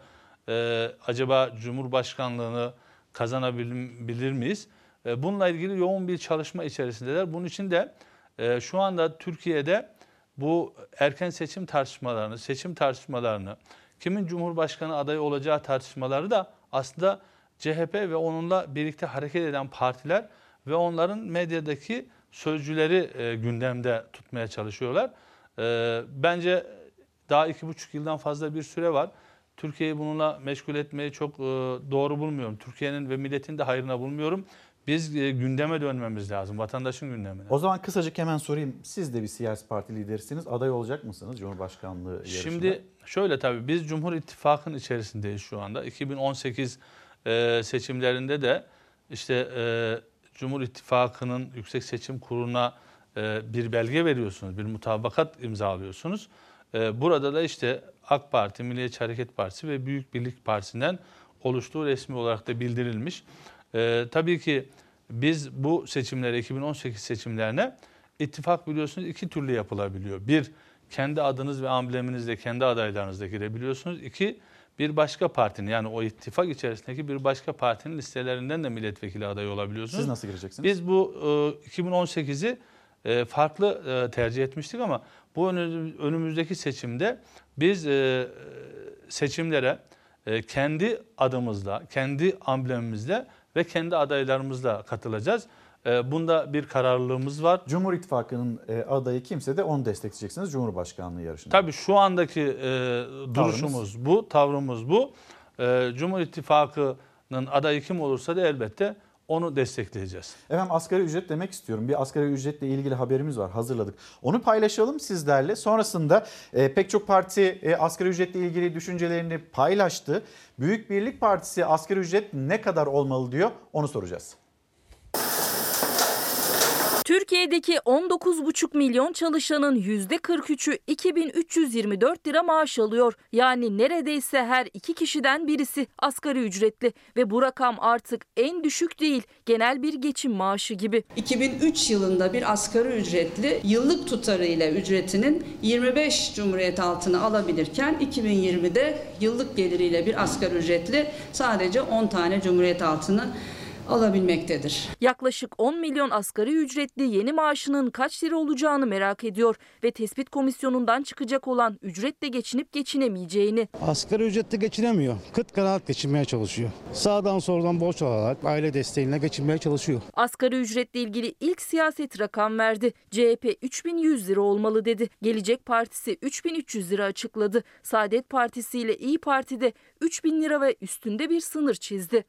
acaba Cumhurbaşkanlığını kazanabilir miyiz? Bununla ilgili yoğun bir çalışma içerisindeler. Bunun için de şu anda Türkiye'de bu erken seçim tartışmalarını, kimin Cumhurbaşkanı adayı olacağı tartışmaları da aslında CHP ve onunla birlikte hareket eden partiler ve onların medyadaki sözcüleri gündemde tutmaya çalışıyorlar. Bence daha 2,5 yıldan fazla bir süre var. Türkiye'yi bununla meşgul etmeyi çok doğru bulmuyorum. Türkiye'nin ve milletin de hayrına bulmuyorum. Biz gündeme dönmemiz lazım, vatandaşın gündemine. O zaman kısacık hemen sorayım. Siz de bir siyasi parti liderisiniz. Aday olacak mısınız Cumhurbaşkanlığı yarışına? Şimdi şöyle tabii biz Cumhur İttifakı'nın içerisindeyiz şu anda. 2018 seçimlerinde de işte Cumhur İttifakı'nın Yüksek Seçim Kurulu'na bir belge veriyorsunuz, bir mutabakat imzalıyorsunuz. Burada da işte AK Parti, Milliyetçi Hareket Partisi ve Büyük Birlik Partisi'nden oluştuğu resmi olarak da bildirilmiş. Tabii ki biz bu seçimlere, 2018 seçimlerine ittifak biliyorsunuz iki türlü yapılabiliyor. Bir, kendi adınız ve ambleminizle kendi adaylarınızla girebiliyorsunuz. İki, bir başka partinin yani o ittifak içerisindeki bir başka partinin listelerinden de milletvekili adayı olabiliyorsunuz. Siz nasıl gireceksiniz? Biz bu 2018'i farklı tercih etmiştik ama bu önümüzdeki seçimde biz seçimlere kendi adımızla, kendi amblemimizle ve kendi adaylarımızla katılacağız. Bunda bir kararlılığımız var. Cumhur İttifakı'nın adayı kimse de onu destekleyeceksiniz Cumhurbaşkanlığı yarışında. Tabii şu andaki duruşumuz bu, tavrımız bu. Cumhur İttifakı'nın adayı kim olursa da elbette onu destekleyeceğiz. Efendim asgari ücret demek istiyorum. Bir asgari ücretle ilgili haberimiz var, hazırladık. Onu paylaşalım sizlerle. Sonrasında pek çok parti asgari ücretle ilgili düşüncelerini paylaştı. Büyük Birlik Partisi asgari ücret ne kadar olmalı diyor, onu soracağız. Türkiye'deki 19,5 milyon çalışanın %43'ü 2324 lira maaş alıyor. Yani neredeyse her 2 kişiden birisi asgari ücretli ve bu rakam artık en düşük değil, genel bir geçim maaşı gibi. 2003 yılında bir asgari ücretli yıllık tutarıyla ücretinin 25 Cumhuriyet altını alabilirken 2020'de yıllık geliriyle bir asgari ücretli sadece 10 tane Cumhuriyet altını alabilmektedir. Yaklaşık 10 milyon asgari ücretli yeni maaşının kaç lira olacağını merak ediyor ve tespit komisyonundan çıkacak olan ücretle geçinip geçinemeyeceğini. Asgari ücretle geçinemiyor. Kıt kanaat geçinmeye çalışıyor. Sağdan soldan borç alarak aile desteğiyle geçinmeye çalışıyor. Asgari ücretle ilgili ilk siyaset rakam verdi. CHP 3100 lira olmalı dedi. Gelecek Partisi 3300 lira açıkladı. Saadet Partisi ile İYİ Parti de 3000 lira ve üstünde bir sınır çizdi.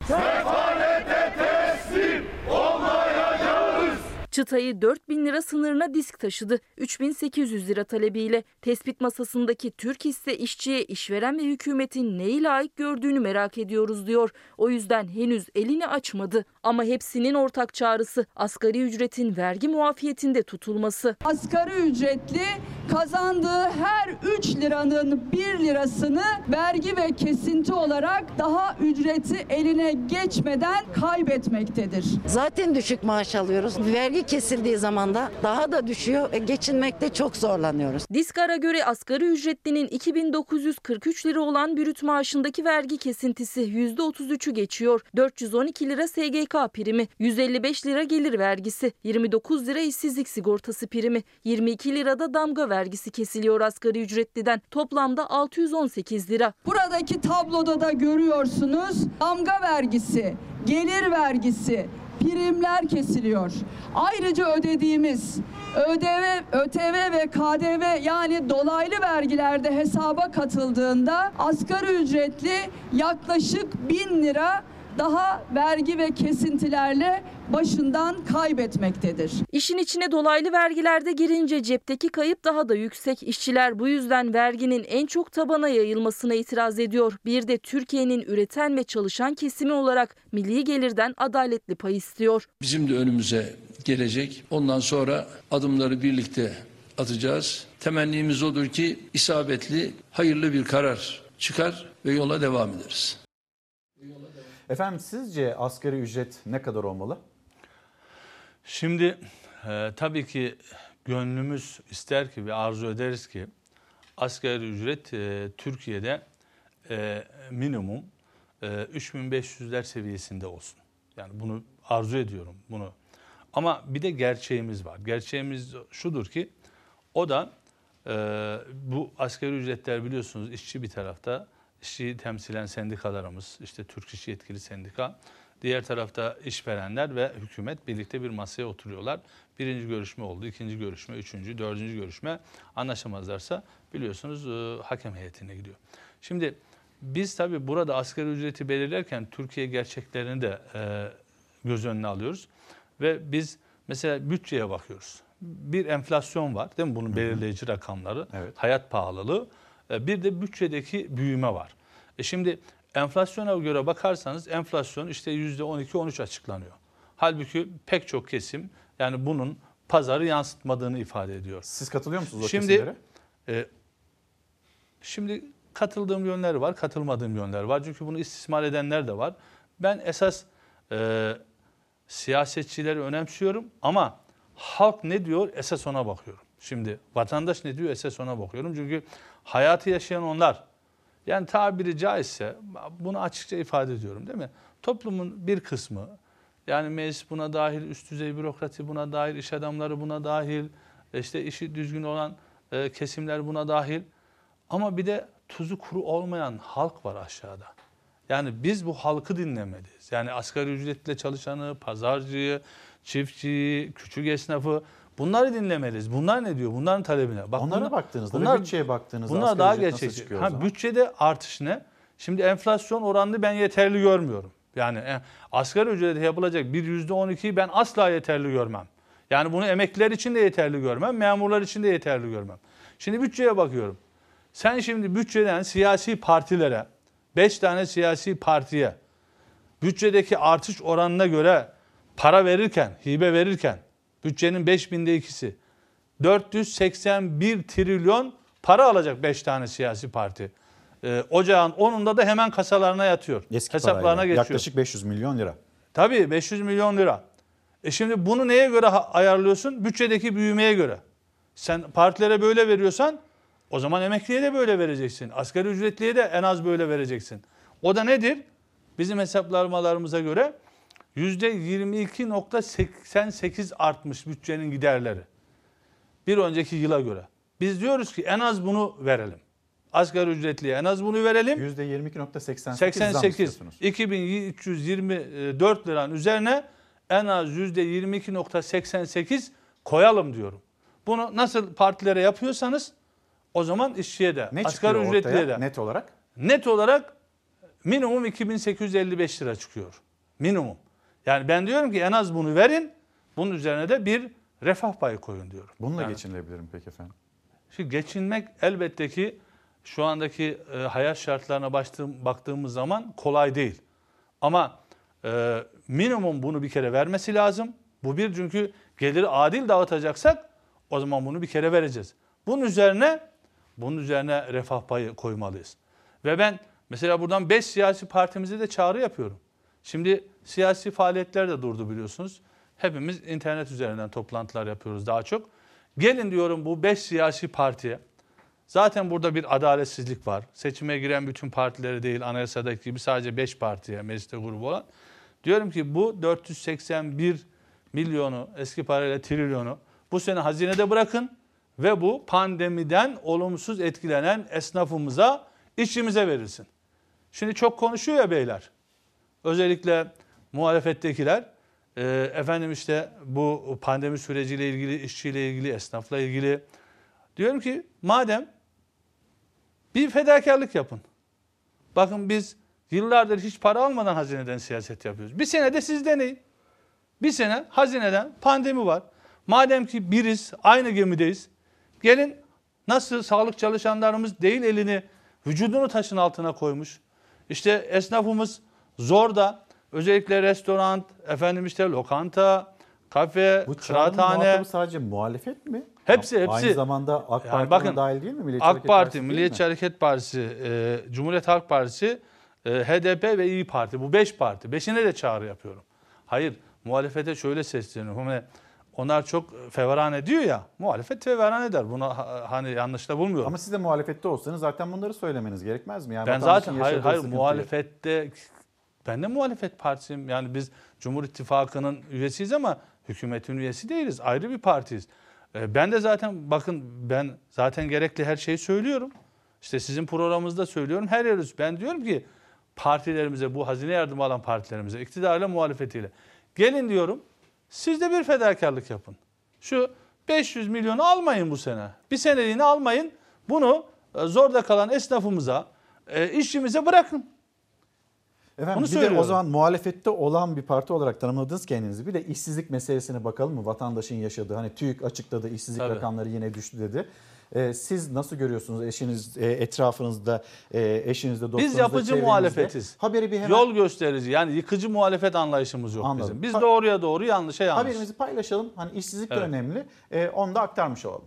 Çıtayı 4000 lira sınırına disk taşıdı. 3800 lira talebiyle tespit masasındaki Türk Hisse işçiye, işveren ve hükümetin neyi layık gördüğünü merak ediyoruz diyor. O yüzden henüz elini açmadı. Ama hepsinin ortak çağrısı asgari ücretin vergi muafiyetinde tutulması. Asgari ücretli kazandığı her 3 liranın 1 lirasını vergi ve kesinti olarak daha ücreti eline geçmeden kaybetmektedir. Zaten düşük maaş alıyoruz. Vergi kesildiği zaman da daha da düşüyor. Geçinmekte çok zorlanıyoruz. Diskar'a göre asgari ücretlinin 2943 lira olan brüt maaşındaki vergi kesintisi %33'ü geçiyor. 412 lira SGK primi, 155 lira gelir vergisi, 29 lira işsizlik sigortası primi, 22 lirada damga vergisi kesiliyor asgari ücretliden. Toplamda 618 lira. Buradaki tabloda da görüyorsunuz damga vergisi, gelir vergisi, primler kesiliyor. Ayrıca ödediğimiz ÖTV ve KDV yani dolaylı vergilerde hesaba katıldığında asgari ücretli yaklaşık 1000 lira daha vergi ve kesintilerle başından kaybetmektedir. İşin içine dolaylı vergilerde girince cepteki kayıp daha da yüksek. İşçiler bu yüzden verginin en çok tabana yayılmasına itiraz ediyor. Bir de Türkiye'nin üreten ve çalışan kesimi olarak milli gelirden adaletli pay istiyor. Bizim de önümüze gelecek. Ondan sonra adımları birlikte atacağız. Temennimiz odur ki isabetli, hayırlı bir karar çıkar ve yola devam ederiz. Efendim sizce asgari ücret ne kadar olmalı? Şimdi tabii ki gönlümüz ister ki ve arzu ederiz ki asgari ücret Türkiye'de minimum 3500'ler seviyesinde olsun. Yani bunu arzu ediyorum bunu. Ama bir de gerçeğimiz var. Gerçeğimiz şudur ki o da bu asgari ücretler biliyorsunuz işçi bir tarafta, işçiyi temsilen sendikalarımız, işte Türk İş Yetkili Sendika, diğer tarafta işverenler ve hükümet birlikte bir masaya oturuyorlar. Birinci görüşme oldu, ikinci görüşme, üçüncü, dördüncü görüşme anlaşamazlarsa biliyorsunuz hakem heyetine gidiyor. Şimdi biz tabii burada asgari ücreti belirlerken Türkiye gerçeklerini de göz önüne alıyoruz. Ve biz mesela bütçeye bakıyoruz. Bir enflasyon var değil mi? Bunun belirleyici rakamları, evet. Hayat pahalılığı. Bir de bütçedeki büyüme var. Şimdi enflasyona göre bakarsanız enflasyon işte %12-13 açıklanıyor. Halbuki pek çok kesim yani bunun pazarı yansıtmadığını ifade ediyor. Siz katılıyor musunuz o kesimlere? Şimdi katıldığım yönler var, katılmadığım yönler var. Çünkü bunu istismar edenler de var. Ben esas siyasetçileri önemsiyorum ama halk ne diyor esas ona bakıyorum. Şimdi vatandaş ne diyor esas ona bakıyorum. Çünkü hayatı yaşayan onlar. Yani tabiri caizse bunu açıkça ifade ediyorum değil mi? Toplumun bir kısmı yani meclis buna dahil, üst düzey bürokrasi buna dahil, iş adamları buna dahil, işte işi düzgün olan kesimler buna dahil. Ama bir de tuzu kuru olmayan halk var aşağıda. Yani biz bu halkı dinlemeliyiz. Yani asgari ücretle çalışanı, pazarcıyı, çiftçiyi, küçük esnafı bunları dinlemeliyiz. Bunlar ne diyor? Bunların talebine. Bak, onlara baktığınızda ve bütçeye baktığınızda bunlar daha gerçekçi. Bütçede artış ne? Şimdi enflasyon oranını ben yeterli görmüyorum. Yani asgari ücrete yapılacak bir %12'yi ben asla yeterli görmem. Yani bunu emekliler için de yeterli görmem, memurlar için de yeterli görmem. Şimdi bütçeye bakıyorum. Sen şimdi bütçeden siyasi partilere, 5 tane siyasi partiye bütçedeki artış oranına göre para verirken, hibe verirken Bütçenin 5000'de 2'si. 481 trilyon para alacak 5 tane siyasi parti. Ocağın 10'unda da hemen kasalarına yatıyor. Eski hesaplarına parayla. geçiyor. Yaklaşık 500 milyon lira. Tabii 500 milyon lira. Şimdi bunu neye göre ayarlıyorsun? Bütçedeki büyümeye göre. Sen partilere böyle veriyorsan o zaman emekliye de böyle vereceksin. Asgari ücretliye de en az böyle vereceksin. O da nedir? Bizim hesaplamalarımıza göre %22.88 artmış bütçenin giderleri. Bir önceki yıla göre. Biz diyoruz ki en az bunu verelim. Asgari ücretliye en az bunu verelim. %22.88 2324 liranın üzerine en az %22.88 koyalım diyorum. Bunu nasıl partilere yapıyorsanız o zaman işçiye de, ne asgari ücretliye de. Net olarak? Net olarak minimum 2855 lira çıkıyor. Minimum. Yani ben diyorum ki en az bunu verin. Bunun üzerine de bir refah payı koyun diyorum. Bununla geçinilebilir mi peki efendim? Şimdi geçinmek elbette ki şu andaki hayat şartlarına baktığımız zaman kolay değil. Ama minimum bunu bir kere vermesi lazım. Bu bir, çünkü geliri adil dağıtacaksak o zaman bunu bir kere vereceğiz. Bunun üzerine refah payı koymalıyız. Ve ben mesela buradan 5 siyasi partimize de çağrı yapıyorum. Şimdi siyasi faaliyetler de durdu biliyorsunuz. Hepimiz internet üzerinden toplantılar yapıyoruz daha çok. Gelin diyorum bu 5 siyasi partiye. Zaten burada bir adaletsizlik var. Seçime giren bütün partilere değil, anayasadaki gibi sadece 5 partiye, mecliste grubu olan. Diyorum ki bu 481 milyonu, eski parayla trilyonu bu sene hazinede bırakın ve bu pandemiden olumsuz etkilenen esnafımıza, işçimize verilsin. Şimdi çok konuşuyor ya beyler. Özellikle muhalefettekiler. Efendim işte bu pandemi süreciyle ilgili, işçiyle ilgili, esnafla ilgili. Diyorum ki madem bir fedakarlık yapın. Bakın biz yıllardır hiç para almadan hazineden siyaset yapıyoruz. Bir sene de siz deneyin. Bir sene hazineden pandemi var. Madem ki biriz, aynı gemideyiz. Gelin nasıl sağlık çalışanlarımız değil elini, vücudunu taşın altına koymuş. İşte esnafımız zor da. Özellikle restoran, efendim işte lokanta, kafe, kıraathane. Bu muhatabı sadece muhalefet mi? Hepsi. Aynı zamanda AK Parti'nin dahil değil mi? Milliyetçi Hareket Partisi, Cumhuriyet Halk Partisi, HDP ve İYİ Parti. Bu 5 parti. 5'ine de çağrı yapıyorum. Hayır, muhalefete şöyle sesleniyorum. Onlar çok feveran ediyor ya. Muhalefet feveran eder. Bunu hani yanlış da bulmuyorum. Ama siz de muhalefette olsanız zaten bunları söylemeniz gerekmez mi? Yani ben zaten hayır muhalefette. Ben de muhalefet partisiyim. Yani biz Cumhur İttifakı'nın üyesiyiz ama hükümetin üyesi değiliz. Ayrı bir partiyiz. Ben de zaten bakın ben zaten gerekli her şeyi söylüyorum. İşte sizin programınızda söylüyorum. Her yeriz. Ben diyorum ki partilerimize, bu hazine yardımı alan partilerimize, iktidarla muhalefetiyle gelin diyorum. Siz de bir fedakarlık yapın. Şu 500 milyonu almayın bu sene. Bir seneliğini almayın. Bunu zorda kalan esnafımıza, işçimize bırakın. Efendim bir de o zaman muhalefette olan bir parti olarak tanımladınız kendinizi. Bir de işsizlik meselesine bakalım mı? Vatandaşın yaşadığı, hani TÜİK açıkladı, işsizlik rakamları yine düştü dedi. Siz nasıl görüyorsunuz eşiniz, etrafınızda, eşinizde, dostunuzda, biz yapıcı muhalefetiz. Haberi bir hemen... Yol gösterici, yani yıkıcı muhalefet anlayışımız yok bizim. Biz doğruya doğru, yanlışa yanlış. Haberimizi paylaşalım. Hani işsizlik de önemli. Onu da aktarmış olalım.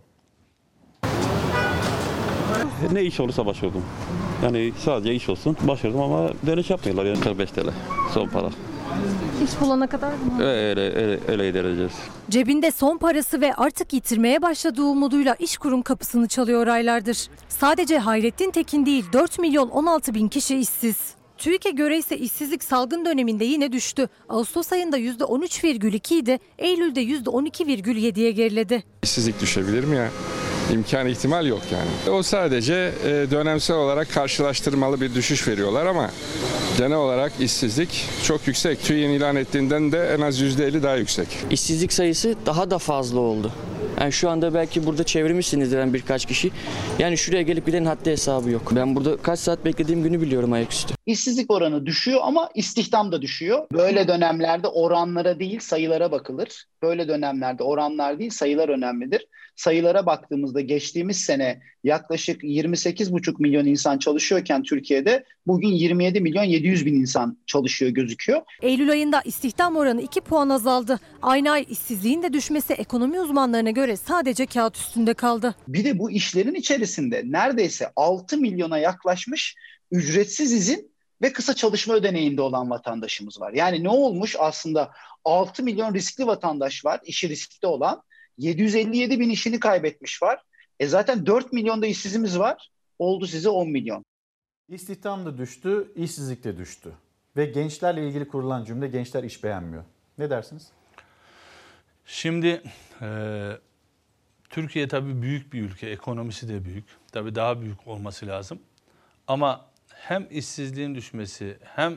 Ne iş olursa başvurdum. Yani sadece iş olsun başvurdum ama dönüş yapmıyorlar yani 45 TL son para. İş bulana kadar mı? Öyle ilerleyeceğiz. Cebinde son parası ve artık yitirmeye başladığı umuduyla İşkur'un kapısını çalıyor aylardır. Sadece Hayrettin Tekin değil 4 milyon 16 bin kişi işsiz. TÜİK'e göre ise işsizlik salgın döneminde yine düştü. Ağustos ayında %13,2 idi, Eylül'de %12,7'ye geriledi. İşsizlik düşebilir mi ya? İmkan ihtimal yok yani. O sadece dönemsel olarak karşılaştırmalı bir düşüş veriyorlar ama genel olarak işsizlik çok yüksek. TÜİK'in ilan ettiğinden de en az %50 daha yüksek. İşsizlik sayısı daha da fazla oldu. Yani şu anda belki burada çevirmişsinizdir birkaç kişi. Yani şuraya gelip gidenin haddi hesabı yok. Ben burada kaç saat beklediğim günü biliyorum ayaküstü. İşsizlik oranı düşüyor ama istihdam da düşüyor. Böyle dönemlerde oranlara değil sayılara bakılır. Böyle dönemlerde oranlar değil sayılar önemlidir. Sayılara baktığımızda geçtiğimiz sene yaklaşık 28,5 milyon insan çalışıyorken Türkiye'de bugün 27 milyon 700 bin insan çalışıyor gözüküyor. Eylül ayında istihdam oranı 2 puan azaldı. Aynı ay işsizliğin de düşmesi ekonomi uzmanlarına göre sadece kağıt üstünde kaldı. Bir de bu işlerin içerisinde neredeyse 6 milyona yaklaşmış ücretsiz izin ve kısa çalışma ödeneğinde olan vatandaşımız var. Yani ne olmuş aslında 6 milyon riskli vatandaş var, işi riskli olan. 757 bin işini kaybetmiş var. Zaten 4 milyonda işsizimiz var. Oldu size 10 milyon. İstihdam da düştü, işsizlik de düştü. Ve gençlerle ilgili kurulan cümle gençler iş beğenmiyor. Ne dersiniz? Şimdi Türkiye tabii büyük bir ülke, ekonomisi de büyük. Tabii daha büyük olması lazım. Ama hem işsizliğin düşmesi hem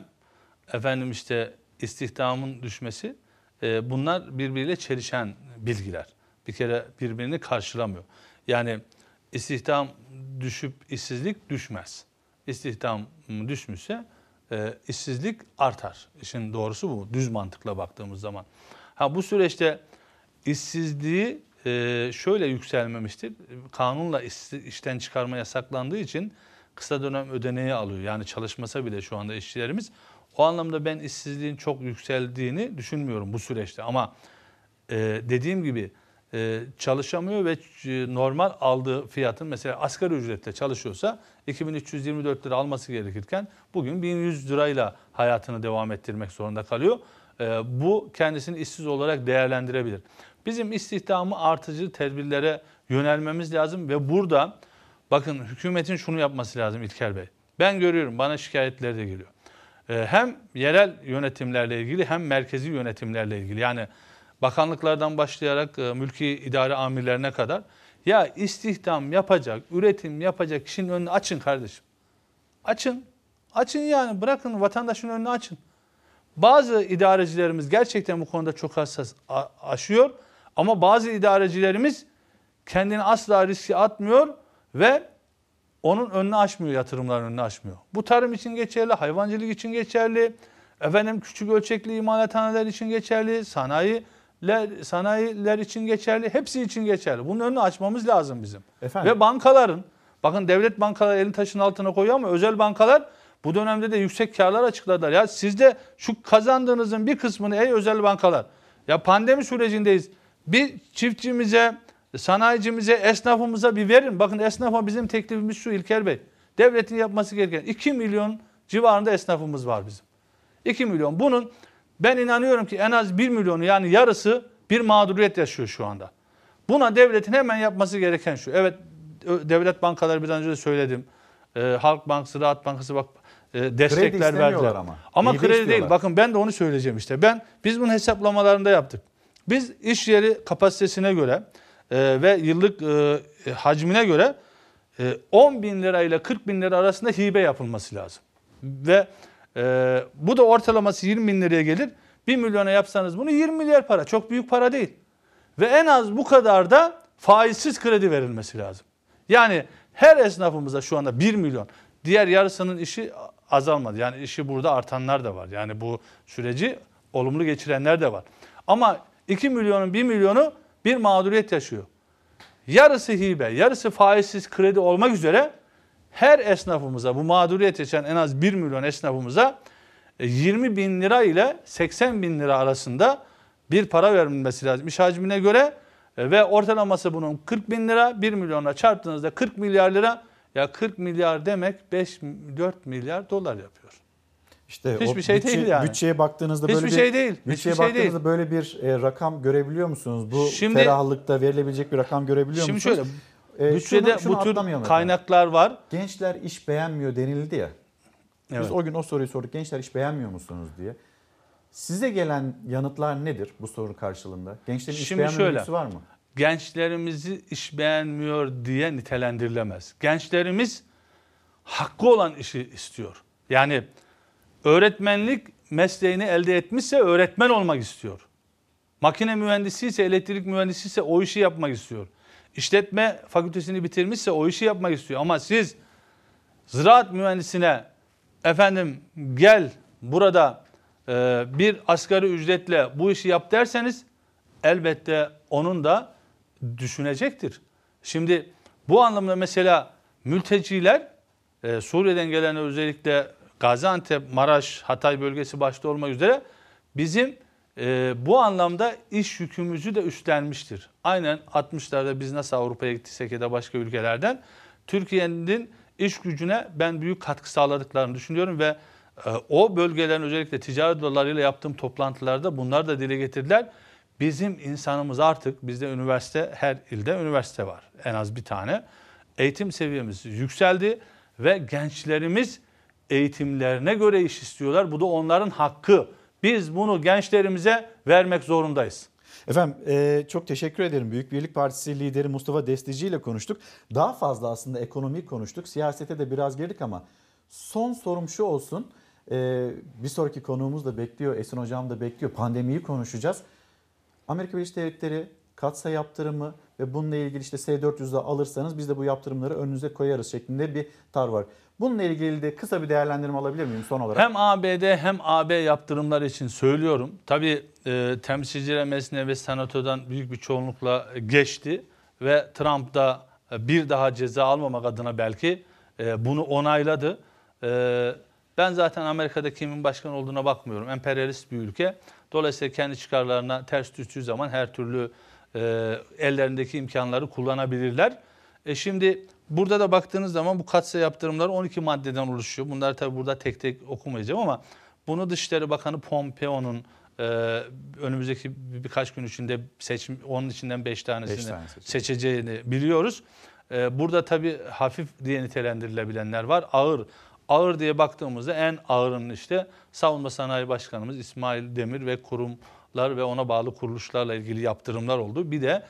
istihdamın düşmesi bunlar birbiriyle çelişen bilgiler. Bir kere birbirini karşılamıyor. Yani istihdam düşüp işsizlik düşmez. İstihdam düşmüşse işsizlik artar. İşin doğrusu bu. Düz mantıkla baktığımız zaman. Bu süreçte işsizliği şöyle yükselmemiştir. Kanunla işten çıkarma yasaklandığı için kısa dönem ödeneği alıyor. Yani çalışmasa bile şu anda işçilerimiz. O anlamda ben işsizliğin çok yükseldiğini düşünmüyorum bu süreçte. Ama dediğim gibi çalışamıyor ve normal aldığı fiyatın mesela asgari ücretle çalışıyorsa 2324 lira alması gerekirken bugün 1100 lirayla hayatını devam ettirmek zorunda kalıyor. Bu kendisini işsiz olarak değerlendirebilir. Bizim istihdamı artıcı tedbirlere yönelmemiz lazım ve burada bakın hükümetin şunu yapması lazım İlker Bey. Ben görüyorum, bana şikayetler de geliyor. Hem yerel yönetimlerle ilgili hem merkezi yönetimlerle ilgili. Yani bakanlıklardan başlayarak mülki idare amirlerine kadar ya istihdam yapacak, üretim yapacak kişinin önünü açın kardeşim. Açın. Açın yani, bırakın vatandaşın önünü açın. Bazı idarecilerimiz gerçekten bu konuda çok hassas aşıyor ama bazı idarecilerimiz kendini asla riske atmıyor ve onun önünü açmıyor, yatırımların önünü açmıyor. Bu tarım için geçerli, hayvancılık için geçerli, küçük ölçekli imalathaneler için geçerli, sanayiler için geçerli, hepsi için geçerli. Bunun önünü açmamız lazım bizim. Efendim? Ve bankaların, bakın devlet bankaları elini taşın altına koyuyor ama özel bankalar bu dönemde de yüksek karlar açıkladılar. Ya siz de şu kazandığınızın bir kısmını ey özel bankalar, ya pandemi sürecindeyiz, bir çiftçimize, sanayicimize, esnafımıza bir verin. Bakın esnafa bizim teklifimiz şu İlker Bey. Devletin yapması gereken 2 milyon civarında esnafımız var bizim. 2 milyon. Bunun ben inanıyorum ki en az 1 milyonu yani yarısı bir mağduriyet yaşıyor şu anda. Buna devletin hemen yapması gereken şu. Evet, devlet bankaları bir önce de söyledim. Halk Bankası, Ziraat Bankası destekler verdiler. Ama kredi değil. Bakın ben de onu söyleyeceğim işte. Biz bunun hesaplamalarında yaptık. Biz iş yeri kapasitesine göre ve yıllık hacmine göre 10 bin lira ile 40 bin lira arasında hibe yapılması lazım. Ve bu da ortalaması 20 bin liraya gelir. 1 milyona yapsanız bunu 20 milyar para. Çok büyük para değil. Ve en az bu kadar da faizsiz kredi verilmesi lazım. Yani her esnafımıza şu anda 1 milyon. Diğer yarısının işi azalmadı. Yani işi burada artanlar da var. Yani bu süreci olumlu geçirenler de var. Ama 2 milyonun 1 milyonu bir mağduriyet yaşıyor. Yarısı hibe, yarısı faizsiz kredi olmak üzere her esnafımıza, bu mağduriyet yaşayan en az 1 milyon esnafımıza 20 bin lira ile 80 bin lira arasında bir para verilmesi lazım iş hacmine göre ve ortalaması bunun 40 bin lira, 1 milyonla çarptığınızda 40 milyar lira, ya 40 milyar demek 4 milyar dolar yapıyor. İşte hiçbir şey değil yani. Bütçeye baktığınızda böyle böyle bir rakam görebiliyor musunuz? Bu ferahlıkta verilebilecek bir rakam görebiliyor musunuz? Şimdi şöyle, bütçede bu tür kaynaklar var. Gençler iş beğenmiyor denildi ya. Biz o gün o soruyu sorduk. Gençler iş beğenmiyor musunuz diye. Size gelen yanıtlar nedir bu soru karşılığında? Gençlerin iş beğenmemesi var mı? Gençlerimizi iş beğenmiyor diye nitelendirilemez. Gençlerimiz hakkı olan işi istiyor. Yani öğretmenlik mesleğini elde etmişse öğretmen olmak istiyor. Makine mühendisi ise, elektrik mühendisi ise o işi yapmak istiyor. İşletme fakültesini bitirmişse o işi yapmak istiyor. Ama siz ziraat mühendisine efendim gel burada bir asgari ücretle bu işi yap derseniz elbette onun da düşünecektir. Şimdi bu anlamda mesela mülteciler Suriye'den gelen özellikle Gaziantep, Maraş, Hatay bölgesi başta olmak üzere bizim bu anlamda iş yükümüzü de üstlenmiştir. Aynen 60'larda biz nasıl Avrupa'ya gittiysek ya da başka ülkelerden Türkiye'nin iş gücüne ben büyük katkı sağladıklarını düşünüyorum ve o bölgelerin özellikle ticaret odalarıyla yaptığım toplantılarda bunlar da dile getirdiler. Bizim insanımız artık, bizde üniversite, her ilde üniversite var. En az bir tane. Eğitim seviyemiz yükseldi ve gençlerimiz eğitimlerine göre iş istiyorlar. Bu da onların hakkı. Biz bunu gençlerimize vermek zorundayız. Efendim çok teşekkür ederim. Büyük Birlik Partisi lideri Mustafa Destici ile konuştuk. Daha fazla aslında ekonomiyi konuştuk. Siyasete de biraz girdik ama son sorum şu olsun. Bir sonraki konuğumuz da bekliyor. Esin Hocam da bekliyor. Pandemiyi konuşacağız. Amerika Birleşik Devletleri katsayı yaptırımı ve bununla ilgili işte S-400'de alırsanız biz de bu yaptırımları önünüze koyarız şeklinde bir tar var. Bununla ilgili de kısa bir değerlendirme alabilir miyim son olarak? Hem ABD hem AB yaptırımları için söylüyorum. Tabii Temsilciler Meclisi'ne ve Senato'dan büyük bir çoğunlukla geçti ve Trump da bir daha ceza almamak adına belki bunu onayladı. Ben zaten Amerika'da kimin başkan olduğuna bakmıyorum. Emperyalist bir ülke. Dolayısıyla kendi çıkarlarına ters düştüğü zaman her türlü ellerindeki imkanları kullanabilirler. Şimdi burada da baktığınız zaman bu katsayı yaptırımları 12 maddeden oluşuyor. Bunları tabii burada tek tek okumayacağım ama bunu Dışişleri Bakanı Pompeo'nun önümüzdeki birkaç gün içinde onun içinden 5 tanesini seçeceğini biliyoruz. Burada tabii hafif diye nitelendirilebilenler var. Ağır diye baktığımızda en ağırının işte Savunma Sanayi Başkanımız İsmail Demir ve kurumlar ve ona bağlı kuruluşlarla ilgili yaptırımlar oldu. Bir de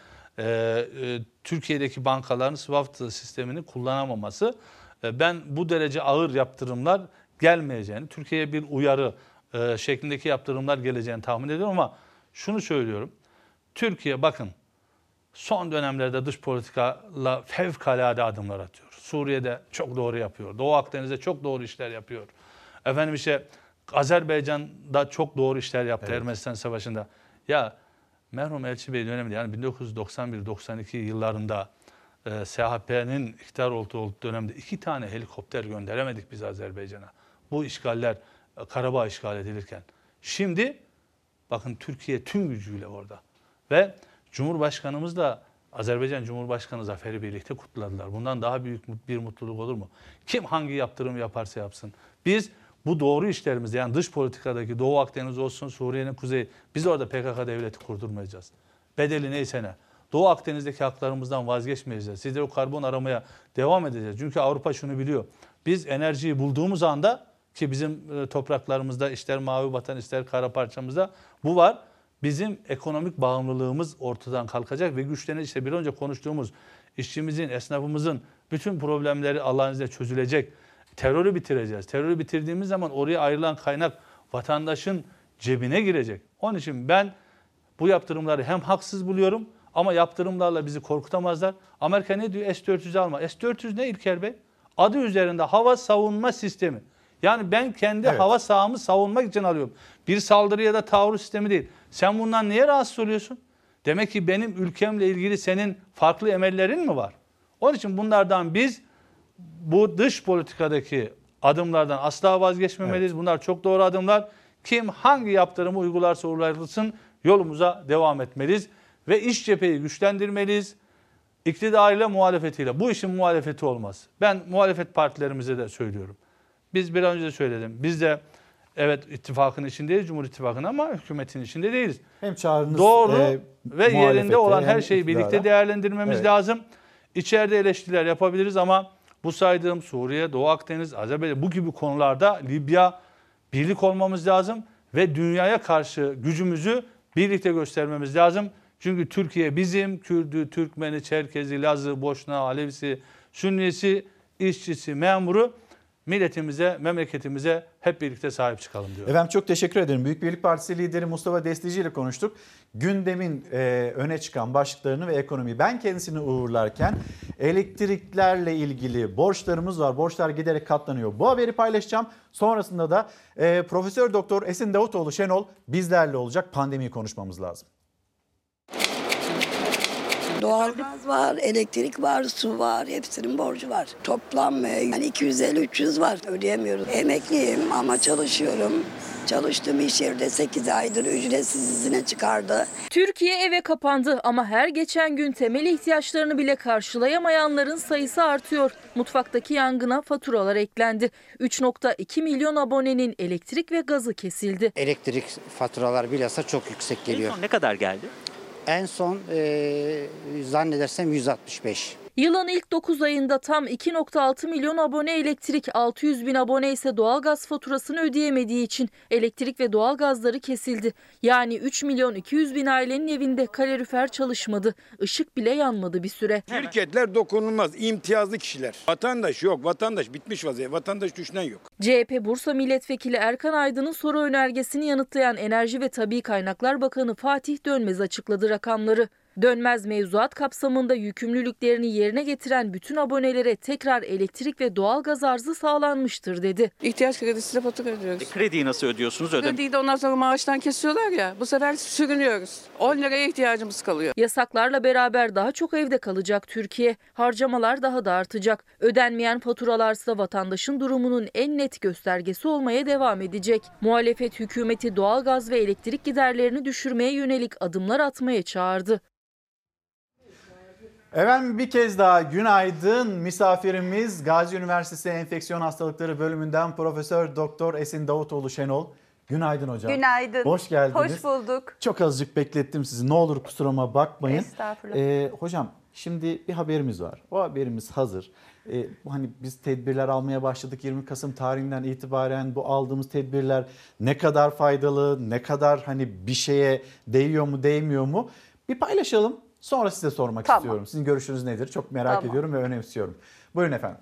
Türkiye'deki bankaların SWIFT sistemini kullanamaması. Ben bu derece ağır yaptırımlar gelmeyeceğini, Türkiye'ye bir uyarı şeklindeki yaptırımlar geleceğini tahmin ediyorum ama şunu söylüyorum. Türkiye bakın son dönemlerde dış politikayla fevkalade adımlar atıyor. Suriye'de çok doğru yapıyor. Doğu Akdeniz'de çok doğru işler yapıyor. Efendim işte Azerbaycan'da çok doğru işler yaptı, evet. Ermenistan Savaşı'nda. Ya merhum Elçi Bey döneminde yani 1991-92 yıllarında SHP'nin iktidar olduğu dönemde 2 tane helikopter gönderemedik biz Azerbaycan'a. Bu işgaller Karabağ işgal edilirken. Şimdi bakın Türkiye tüm gücüyle orada. Ve Cumhurbaşkanımız da Azerbaycan Cumhurbaşkanı zaferi birlikte kutladılar. Bundan daha büyük bir mutluluk olur mu? Kim hangi yaptırım yaparsa yapsın. Biz bu doğru işlerimizde yani dış politikadaki Doğu Akdeniz olsun, Suriye'nin kuzeyi biz orada PKK devleti kurdurmayacağız. Bedeli neyse ne. Doğu Akdeniz'deki haklarımızdan vazgeçmeyeceğiz. Sizde o karbon aramaya devam edeceğiz. Çünkü Avrupa şunu biliyor. Biz enerjiyi bulduğumuz anda ki bizim topraklarımızda ister mavi vatan ister kara parçamızda bu var. Bizim ekonomik bağımlılığımız ortadan kalkacak ve güçlenecek. İşte bir önce konuştuğumuz işçimizin, esnafımızın bütün problemleri Allah'ın izniyle çözülecek. Terörü bitireceğiz. Terörü bitirdiğimiz zaman oraya ayrılan kaynak vatandaşın cebine girecek. Onun için ben bu yaptırımları hem haksız buluyorum ama yaptırımlarla bizi korkutamazlar. Amerika ne diyor? S-400 alma. S-400 ne İlker Bey? Adı üzerinde hava savunma sistemi. Yani ben kendi hava sahamı savunmak için alıyorum. Bir saldırı ya da taarruz sistemi değil. Sen bundan niye rahatsız oluyorsun? Demek ki benim ülkemle ilgili senin farklı emellerin mi var? Onun için bunlardan biz bu dış politikadaki adımlardan asla vazgeçmemeliyiz. Evet. Bunlar çok doğru adımlar. Kim hangi yaptırımı uygularsa uygulasın yolumuza devam etmeliyiz. Ve iç cepheyi güçlendirmeliyiz. İktidarıyla muhalefetiyle. Bu işin muhalefeti olmaz. Ben muhalefet partilerimize de söylüyorum. Biz bir önce de söyledim. Biz de evet ittifakın içindeyiz, Cumhur İttifakı'nın ama hükümetin içinde değiliz. Hem çağrınız doğru ve yerinde olan her şeyi birlikte değerlendirmemiz lazım. İçeride eleştiriler yapabiliriz ama bu saydığım Suriye, Doğu Akdeniz, Azerbaycan bu gibi konularda Libya birlik olmamız lazım ve dünyaya karşı gücümüzü birlikte göstermemiz lazım. Çünkü Türkiye bizim Kürdü, Türkmeni, Çerkezi, Lazı, Boşna, Alevisi, Sünnisi, işçisi, memuru milletimize, memleketimize hep birlikte sahip çıkalım diyorum. Efendim çok teşekkür ederim. Büyük Birlik Partisi lideri Mustafa Destici ile konuştuk. Gündemin öne çıkan başlıklarını ve ekonomiyi. Ben kendisini uğurlarken elektriklerle ilgili borçlarımız var. Borçlar giderek katlanıyor. Bu haberi paylaşacağım. Sonrasında da Profesör Doktor Esin Davutoğlu Şenol bizlerle olacak. Pandemiyi konuşmamız lazım. Doğalgaz var, elektrik var, su var, hepsinin borcu var. Toplam yani 250-300 var, ödeyemiyoruz. Emekliyim ama çalışıyorum. Çalıştığım iş yerde 8 aydır ücretsiz izine çıkardı. Türkiye eve kapandı ama her geçen gün temel ihtiyaçlarını bile karşılayamayanların sayısı artıyor. Mutfaktaki yangına faturalar eklendi. 3.2 milyon abonenin elektrik ve gazı kesildi. Elektrik faturalar bilhassa çok yüksek geliyor. En son ne kadar geldi? En son zannedersem 165. Yılın ilk 9 ayında tam 2.6 milyon abone elektrik, 600 bin abone ise doğalgaz faturasını ödeyemediği için elektrik ve doğalgazları kesildi. Yani 3 milyon 200 bin ailenin evinde kalorifer çalışmadı. Işık bile yanmadı bir süre. Şirketler dokunulmaz, imtiyazlı kişiler. Vatandaş yok, vatandaş bitmiş vaziyette, vatandaş düşünen yok. CHP Bursa Milletvekili Erkan Aydın'ın soru önergesini yanıtlayan Enerji ve Tabii Kaynaklar Bakanı Fatih Dönmez açıkladı rakamları. Dönmez mevzuat kapsamında yükümlülüklerini yerine getiren bütün abonelere tekrar elektrik ve doğalgaz arzı sağlanmıştır dedi. İhtiyaç kredisiyle fatura ödüyoruz. Krediyi nasıl ödüyorsunuz? Krediyi de ondan sonra maaştan kesiyorlar ya, bu sefer sürünüyoruz. 10 liraya ihtiyacımız kalıyor. Yasaklarla beraber daha çok evde kalacak Türkiye. Harcamalar daha da artacak. Ödenmeyen faturalarsa vatandaşın durumunun en net göstergesi olmaya devam edecek. Muhalefet hükümeti doğalgaz ve elektrik giderlerini düşürmeye yönelik adımlar atmaya çağırdı. Efendim bir kez daha günaydın. Misafirimiz Gazi Üniversitesi Enfeksiyon Hastalıkları Bölümünden Profesör Doktor Esin Davutoğlu Şenol. Günaydın hocam. Günaydın. Hoş geldiniz. Hoş bulduk. Çok azıcık beklettim sizi. Ne olur kusuruma bakmayın. Estağfurullah. Hocam şimdi bir haberimiz var. O haberimiz hazır. Hani biz tedbirler almaya başladık 20 Kasım tarihinden itibaren. Bu aldığımız tedbirler ne kadar faydalı, ne kadar hani bir şeye değiyor mu, değmiyor mu? Bir paylaşalım. Sonra size sormak istiyorum. Sizin görüşünüz nedir? Çok merak ediyorum ve önemsiyorum. Buyurun efendim.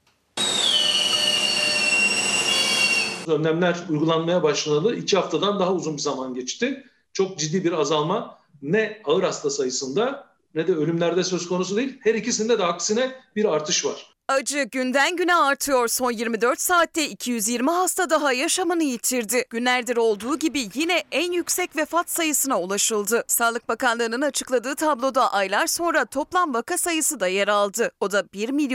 Önlemler uygulanmaya başlanalı 2 haftadan daha uzun bir zaman geçti. Çok ciddi bir azalma ne ağır hasta sayısında ne de ölümlerde söz konusu değil. Her ikisinde de aksine bir artış var. Acı günden güne artıyor. Son 24 saatte 220 hasta daha yaşamını yitirdi. Günlerdir olduğu gibi yine en yüksek vefat sayısına ulaşıldı. Sağlık Bakanlığı'nın açıkladığı tabloda aylar sonra toplam vaka sayısı da yer aldı. O da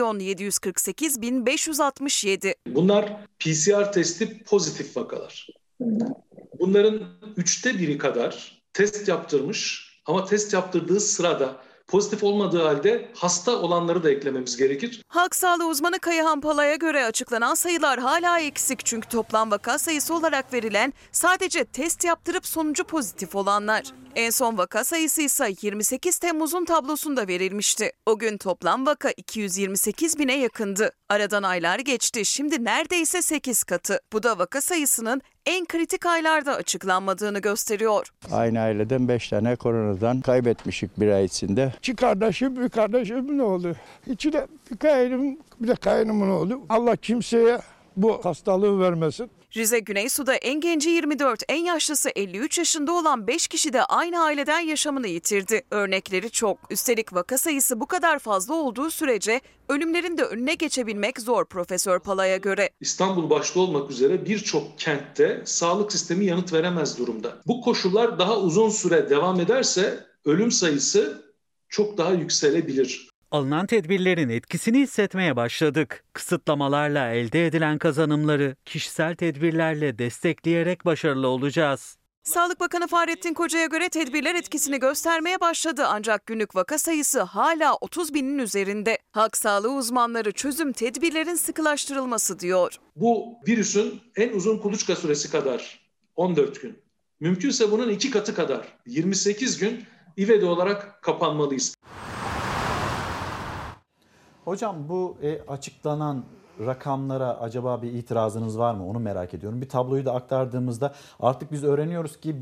1.748.567. Bunlar PCR testi pozitif vakalar. Bunların 3'te 1'i kadar test yaptırmış ama test yaptırdığı sırada pozitif olmadığı halde hasta olanları da eklememiz gerekir. Halk sağlığı uzmanı Kayahan Pala'ya göre açıklanan sayılar hala eksik. Çünkü toplam vaka sayısı olarak verilen sadece test yaptırıp sonucu pozitif olanlar. En son vaka sayısı ise 28 Temmuz'un tablosunda verilmişti. O gün toplam vaka 228 bine yakındı. Aradan aylar geçti. Şimdi neredeyse 8 katı. Bu da vaka sayısının en kritik aylarda açıklanmadığını gösteriyor. Aynı aileden 5 tane koronadan kaybetmişik bir ay içinde. 2 kardeşim, bir kardeşimin oğlu. İçi de bir kaynım, bir de kaynımın oğlu. Allah kimseye bu hastalığı vermesin. Rize Güneysu'da en genci 24, en yaşlısı 53 yaşında olan 5 kişi de aynı aileden yaşamını yitirdi. Örnekleri çok. Üstelik vaka sayısı bu kadar fazla olduğu sürece ölümlerin de önüne geçebilmek zor Profesör Pala'ya göre. İstanbul başta olmak üzere birçok kentte sağlık sistemi yanıt veremez durumda. Bu koşullar daha uzun süre devam ederse ölüm sayısı çok daha yükselebilir. Alınan tedbirlerin etkisini hissetmeye başladık. Kısıtlamalarla elde edilen kazanımları kişisel tedbirlerle destekleyerek başarılı olacağız. Sağlık Bakanı Fahrettin Koca'ya göre tedbirler etkisini göstermeye başladı ancak günlük vaka sayısı hala 30 binin üzerinde. Halk sağlığı uzmanları çözüm tedbirlerin sıkılaştırılması diyor. Bu virüsün en uzun kuluçka süresi kadar 14 gün. Mümkünse bunun 2 katı kadar 28 gün ivedi olarak kapanmalıyız. Hocam bu açıklanan rakamlara acaba bir itirazınız var mı? Onu merak ediyorum. Bir tabloyu da aktardığımızda artık biz öğreniyoruz ki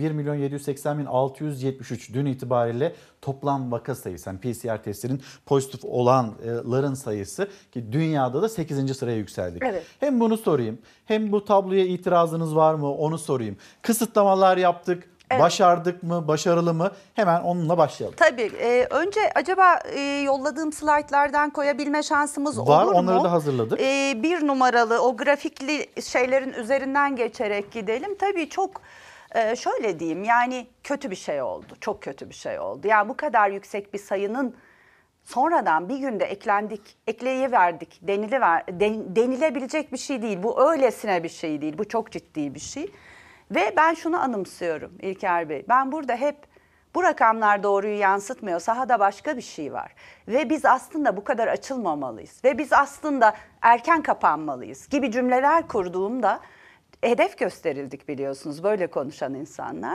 1.780.673 dün itibariyle toplam vaka sayısı, yani PCR testlerin pozitif olanların sayısı, ki dünyada da 8. sıraya yükseldik. Evet. Hem bunu sorayım, hem bu tabloya itirazınız var mı onu sorayım. Kısıtlamalar yaptık. Evet. Başardık mı, başarılı mı? Hemen onunla başlayalım. Tabii. Önce acaba yolladığım slaytlardan koyabilme şansımız var, olur mu? Onları da hazırladık. 1 numaralı o grafikli şeylerin üzerinden geçerek gidelim. Tabii çok şöyle diyeyim, yani kötü bir şey oldu. Çok kötü bir şey oldu. Yani bu kadar yüksek bir sayının sonradan bir günde ekleyiverdik denilebilecek bir şey değil. Bu öylesine bir şey değil. Bu çok ciddi bir şey. Ve ben şunu anımsıyorum İlker Bey. Ben burada hep bu rakamlar doğruyu yansıtmıyor. Sahada başka bir şey var. Ve biz aslında bu kadar açılmamalıyız. Ve biz aslında erken kapanmalıyız gibi cümleler kurduğumda hedef gösterildik, biliyorsunuz, böyle konuşan insanlar.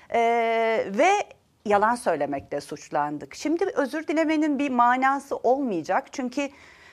Ve yalan söylemekle suçlandık. Şimdi özür dilemenin bir manası olmayacak. Çünkü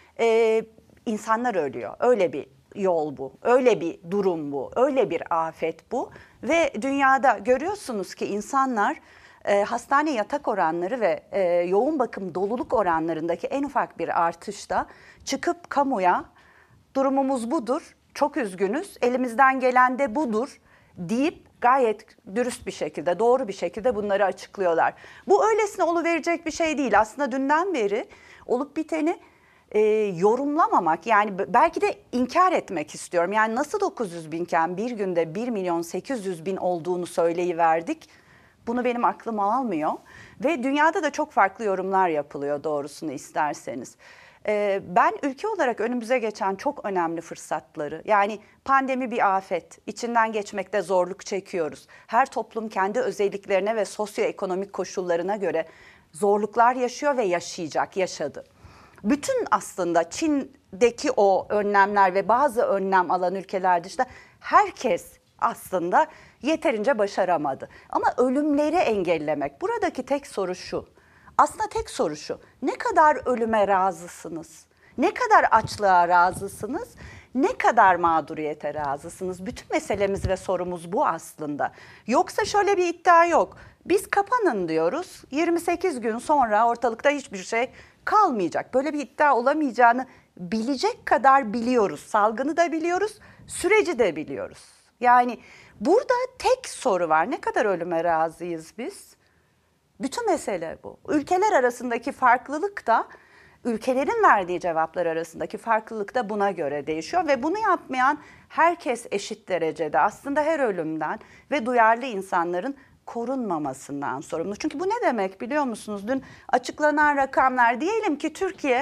insanlar ölüyor. Öyle bir yol bu, öyle bir durum bu, öyle bir afet bu. Ve dünyada görüyorsunuz ki insanlar hastane yatak oranları ve yoğun bakım doluluk oranlarındaki en ufak bir artışta çıkıp kamuya durumumuz budur, çok üzgünüz, elimizden gelen de budur deyip gayet dürüst bir şekilde, doğru bir şekilde bunları açıklıyorlar. Bu öylesine oluverecek bir şey değil. Aslında dünden beri olup biteni yorumlamamak, yani belki de inkar etmek istiyorum. Yani nasıl 900 binken bir günde 1.800.000 olduğunu söyleyiverdik, bunu benim aklım almıyor. Ve dünyada da çok farklı yorumlar yapılıyor doğrusunu isterseniz. Ben ülke olarak önümüze geçen çok önemli fırsatları, yani pandemi bir afet, içinden geçmekte zorluk çekiyoruz. Her toplum kendi özelliklerine ve sosyoekonomik koşullarına göre zorluklar yaşıyor ve yaşadı. Bütün aslında Çin'deki o önlemler ve bazı önlem alan ülkeler dışında herkes aslında yeterince başaramadı. Ama ölümleri engellemek, buradaki tek soru şu. Aslında tek soru şu: ne kadar ölüme razısınız? Ne kadar açlığa razısınız? Ne kadar mağduriyete razısınız? Bütün meselemiz ve sorumuz bu aslında. Yoksa şöyle bir iddia yok. Biz kapanın diyoruz. 28 gün sonra ortalıkta hiçbir şey kalmayacak. Böyle bir iddia olamayacağını bilecek kadar biliyoruz. Salgını da biliyoruz, süreci de biliyoruz. Yani burada tek soru var: ne kadar ölüme razıyız biz? Bütün mesele bu. Ülkeler arasındaki farklılık da, ülkelerin verdiği cevaplar arasındaki farklılık da buna göre değişiyor. Ve bunu yapmayan herkes eşit derecede aslında her ölümden ve duyarlı insanların korunmamasından sorumlu. Çünkü bu ne demek biliyor musunuz? Dün açıklanan rakamlar, diyelim ki Türkiye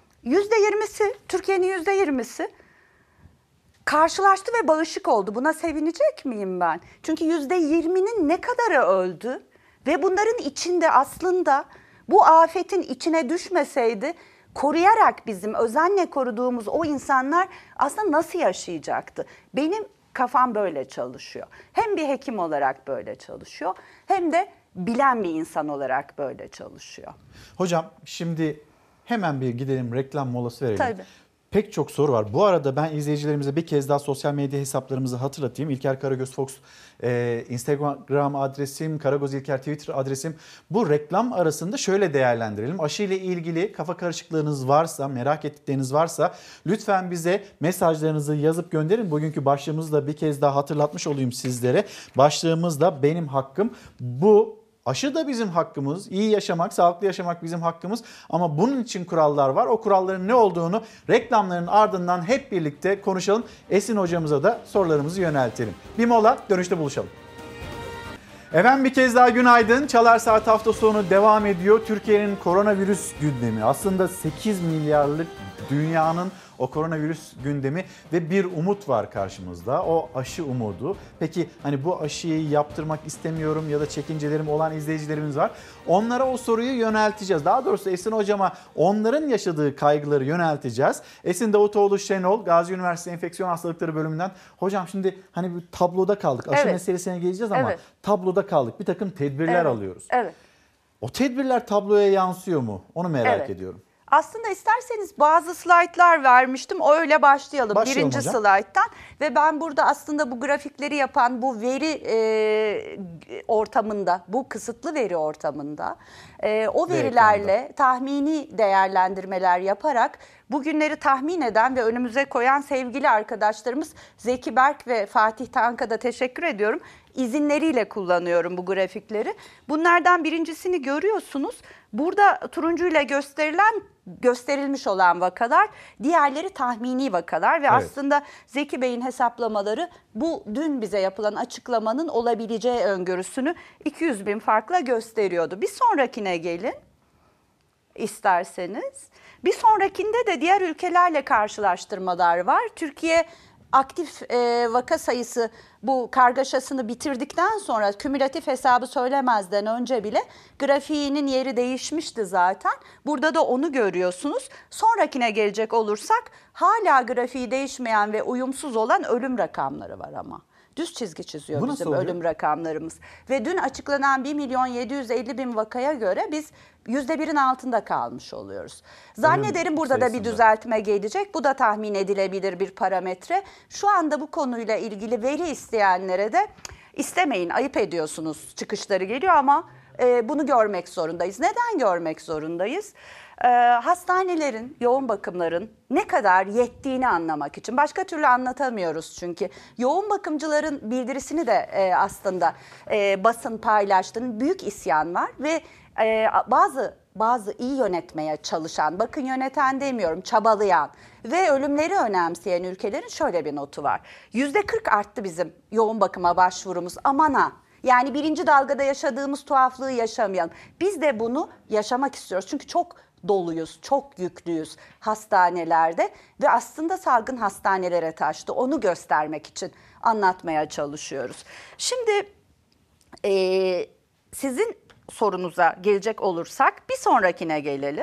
Türkiye'nin %20'si karşılaştı ve bağışık oldu. Buna sevinecek miyim ben? Çünkü %20'nin ne kadarı öldü ve bunların içinde aslında bu afetin içine düşmeseydi, koruyarak bizim özenle koruduğumuz o insanlar aslında nasıl yaşayacaktı? Benim kafam böyle çalışıyor. Hem bir hekim olarak böyle çalışıyor, hem de bilen bir insan olarak böyle çalışıyor. Hocam şimdi hemen bir gidelim, reklam molası verelim. Tabii. Pek çok soru var. Bu arada ben izleyicilerimize bir kez daha sosyal medya hesaplarımızı hatırlatayım. İlker Karagöz Fox Instagram adresim, Karagöz İlker Twitter adresim. Bu reklam arasında şöyle değerlendirelim. Aşı ile ilgili kafa karışıklığınız varsa, merak ettikleriniz varsa lütfen bize mesajlarınızı yazıp gönderin. Bugünkü başlığımızı da bir kez daha hatırlatmış olayım sizlere. Başlığımız da benim hakkım. Bu aşı da bizim hakkımız, iyi yaşamak, sağlıklı yaşamak bizim hakkımız, ama bunun için kurallar var. O kuralların ne olduğunu reklamların ardından hep birlikte konuşalım. Esin hocamıza da sorularımızı yöneltelim. Bir mola, dönüşte buluşalım. Efendim bir kez daha günaydın. Çalar Saat hafta sonu devam ediyor. Türkiye'nin koronavirüs gündemi. Aslında 8 milyarlık dünyanın o koronavirüs gündemi ve bir umut var karşımızda. O aşı umudu. Peki hani bu aşıyı yaptırmak istemiyorum ya da çekincelerim olan izleyicilerimiz var. Onlara o soruyu yönelteceğiz. Daha doğrusu Esin hocama onların yaşadığı kaygıları yönelteceğiz. Esin Davutoğlu Şenol, Gazi Üniversitesi Enfeksiyon Hastalıkları bölümünden. Hocam şimdi hani bir tabloda kaldık. Aşı meselesine geleceğiz ama tabloda kaldık. Bir takım tedbirler alıyoruz. Evet. O tedbirler tabloya yansıyor mu? Onu merak ediyorum. Aslında isterseniz bazı slaytlar vermiştim. Öyle başlayalım. Başlayalım Birinci hocam. slayttan. Ve ben burada aslında bu grafikleri yapan bu veri ortamında, bu kısıtlı veri ortamında o verilerle tahmini değerlendirmeler yaparak bugünleri tahmin eden ve önümüze koyan sevgili arkadaşlarımız Zeki Berk ve Fatih Tank'a da teşekkür ediyorum. İzinleriyle kullanıyorum bu grafikleri. Bunlardan birincisini görüyorsunuz. Burada turuncuyla gösterilmiş olan vakalar, diğerleri tahmini vakalar ve Evet. aslında Zeki Bey'in hesaplamaları bu dün bize yapılan açıklamanın olabileceği öngörüsünü 200 bin farkla gösteriyordu. Bir sonrakine gelin isterseniz. Bir sonrakinde de diğer ülkelerle karşılaştırmalar var. Türkiye aktif vaka sayısı bu kargaşasını bitirdikten sonra kümülatif hesabı söylemezden önce bile grafiğinin yeri değişmişti zaten. Burada da onu görüyorsunuz. Sonrakine gelecek olursak hala grafiği değişmeyen ve uyumsuz olan ölüm rakamları var ama. Düz çizgi çiziyor Bu nasıl bizim oluyor? ölüm rakamlarımız. Ve dün açıklanan 1.750.000 vakaya göre biz %1'in altında kalmış oluyoruz. Zannederim burada da bir sayısında. düzeltme gelecek. Bu da tahmin edilebilir bir parametre. Şu anda bu konuyla ilgili veri isteyenlere de istemeyin, ayıp ediyorsunuz çıkışları geliyor ama bunu görmek zorundayız. Neden görmek zorundayız? Hastanelerin, yoğun bakımların ne kadar yettiğini anlamak için. Başka türlü anlatamıyoruz çünkü. Yoğun bakımcıların bildirisini de aslında basın paylaştığının büyük isyan var ve bazı iyi yönetmeye çalışan, bakın yöneten demiyorum, çabalayan ve ölümleri önemseyen ülkelerin şöyle bir notu var. %40 arttı bizim yoğun bakıma başvurumuz. Aman ha. Yani birinci dalgada yaşadığımız tuhaflığı yaşamayalım. Biz de bunu yaşamak istiyoruz. Çünkü çok doluyuz, çok yüklüyüz hastanelerde ve aslında salgın hastanelere taştı. Onu göstermek için anlatmaya çalışıyoruz. Şimdi sizin sorunuza gelecek olursak bir sonrakine gelelim.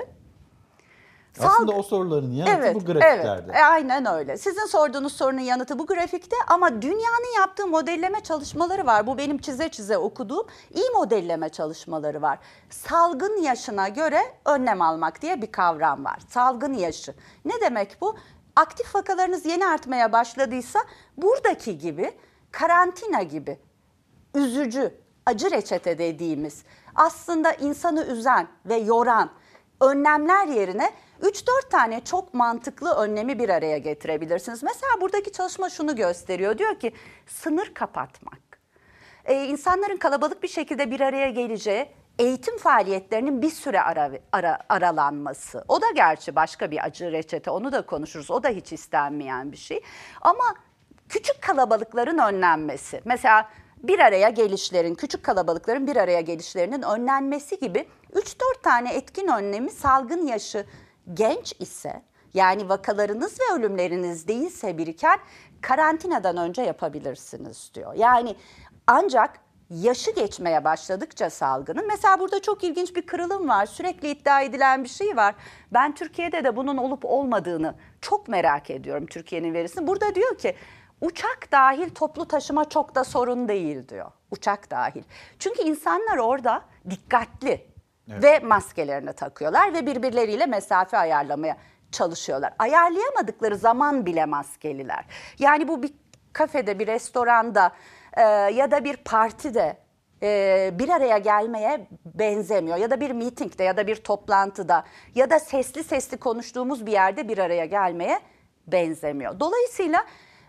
Aslında o soruların yanıtı bu grafiklerde. Evet, aynen öyle. Sizin sorduğunuz sorunun yanıtı bu grafikte ama dünyanın yaptığı modelleme çalışmaları var. Bu benim çize çize okuduğum iyi modelleme çalışmaları var. Salgın yaşına göre önlem almak diye bir kavram var. Salgın yaşı. Ne demek bu? Aktif vakalarınız yeni artmaya başladıysa buradaki gibi karantina gibi üzücü, acı reçete dediğimiz aslında insanı üzen ve yoran önlemler yerine 3-4 tane çok mantıklı önlemi bir araya getirebilirsiniz. Mesela buradaki çalışma şunu gösteriyor. Diyor ki sınır kapatmak, insanların kalabalık bir şekilde bir araya geleceği eğitim faaliyetlerinin bir süre aralanması. O da gerçi başka bir acı reçete, onu da konuşuruz. O da hiç istenmeyen bir şey. Ama küçük kalabalıkların önlenmesi, mesela bir araya gelişlerin, küçük kalabalıkların bir araya gelişlerinin önlenmesi gibi 3-4 tane etkin önlemi salgın yaşı genç ise, yani vakalarınız ve ölümleriniz değilse biriken karantinadan önce yapabilirsiniz diyor. Yani ancak yaşı geçmeye başladıkça salgının, mesela burada çok ilginç bir kırılım var, sürekli iddia edilen bir şey var. Ben Türkiye'de de bunun olup olmadığını çok merak ediyorum, Türkiye'nin verisini. Burada diyor ki uçak dahil toplu taşıma çok da sorun değil diyor. Uçak dahil. Çünkü insanlar orada dikkatli ve maskelerini takıyorlar ve birbirleriyle mesafe ayarlamaya çalışıyorlar. Ayarlayamadıkları zaman bile maskeliler. Yani bu bir kafede, bir restoranda ya da bir partide bir araya gelmeye benzemiyor. Ya da bir mitingde ya da bir toplantıda ya da sesli sesli konuştuğumuz bir yerde bir araya gelmeye benzemiyor. Dolayısıyla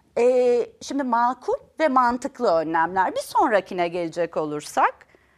şimdi makul ve mantıklı önlemler. Bir sonrakine gelecek olursak,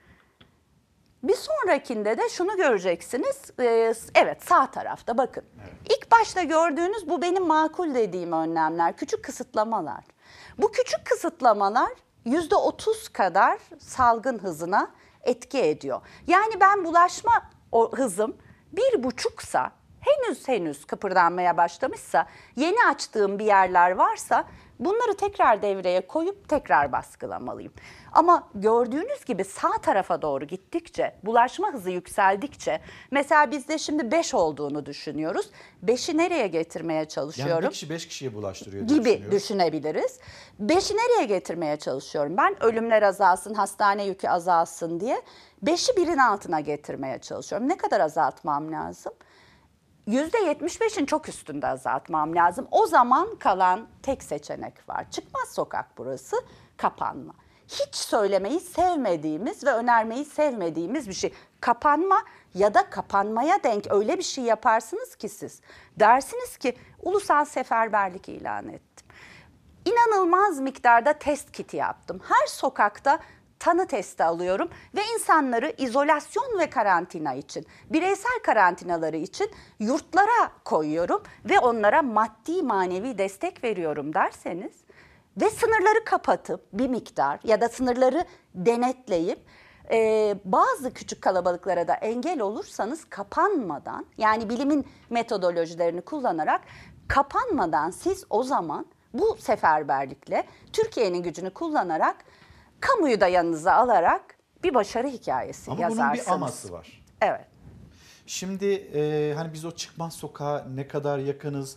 bir sonrakinde de şunu göreceksiniz. Evet, sağ tarafta bakın. Evet. İlk başta gördüğünüz bu benim makul dediğim önlemler, küçük kısıtlamalar. Bu küçük kısıtlamalar %30 kadar salgın hızına etki ediyor. Yani ben bulaşma hızım 1,5'sa, henüz kıpırdanmaya başlamışsa, yeni açtığım bir yerler varsa bunları tekrar devreye koyup tekrar baskılamalıyım. Ama gördüğünüz gibi sağ tarafa doğru gittikçe, bulaşma hızı yükseldikçe, mesela bizde şimdi 5 olduğunu düşünüyoruz. 5'i nereye getirmeye çalışıyorum? Yani bir kişi 5 kişiye bulaştırıyor gibi düşünebiliriz. 5'i nereye getirmeye çalışıyorum? Ben ölümler azalsın, hastane yükü azalsın diye 5'i 1'in altına getirmeye çalışıyorum. Ne kadar azaltmam lazım? %75'in çok üstünde azaltmam lazım. O zaman kalan tek seçenek var. Çıkmaz sokak burası, kapanma. Hiç söylemeyi sevmediğimiz ve önermeyi sevmediğimiz bir şey. Kapanma ya da kapanmaya denk öyle bir şey yaparsınız ki siz. Dersiniz ki ulusal seferberlik ilan ettim. İnanılmaz miktarda test kiti yaptım. Her sokakta tanı testi alıyorum ve insanları izolasyon ve karantina için, bireysel karantinaları için yurtlara koyuyorum ve onlara maddi manevi destek veriyorum derseniz ve sınırları kapatıp bir miktar ya da sınırları denetleyip bazı küçük kalabalıklara da engel olursanız kapanmadan, yani bilimin metodolojilerini kullanarak kapanmadan siz o zaman bu seferberlikle Türkiye'nin gücünü kullanarak kamuyu da yanınıza alarak bir başarı hikayesi yazarsınız. Ama bunun bir aması var. Evet. Şimdi hani biz o çıkmaz sokağa ne kadar yakınız?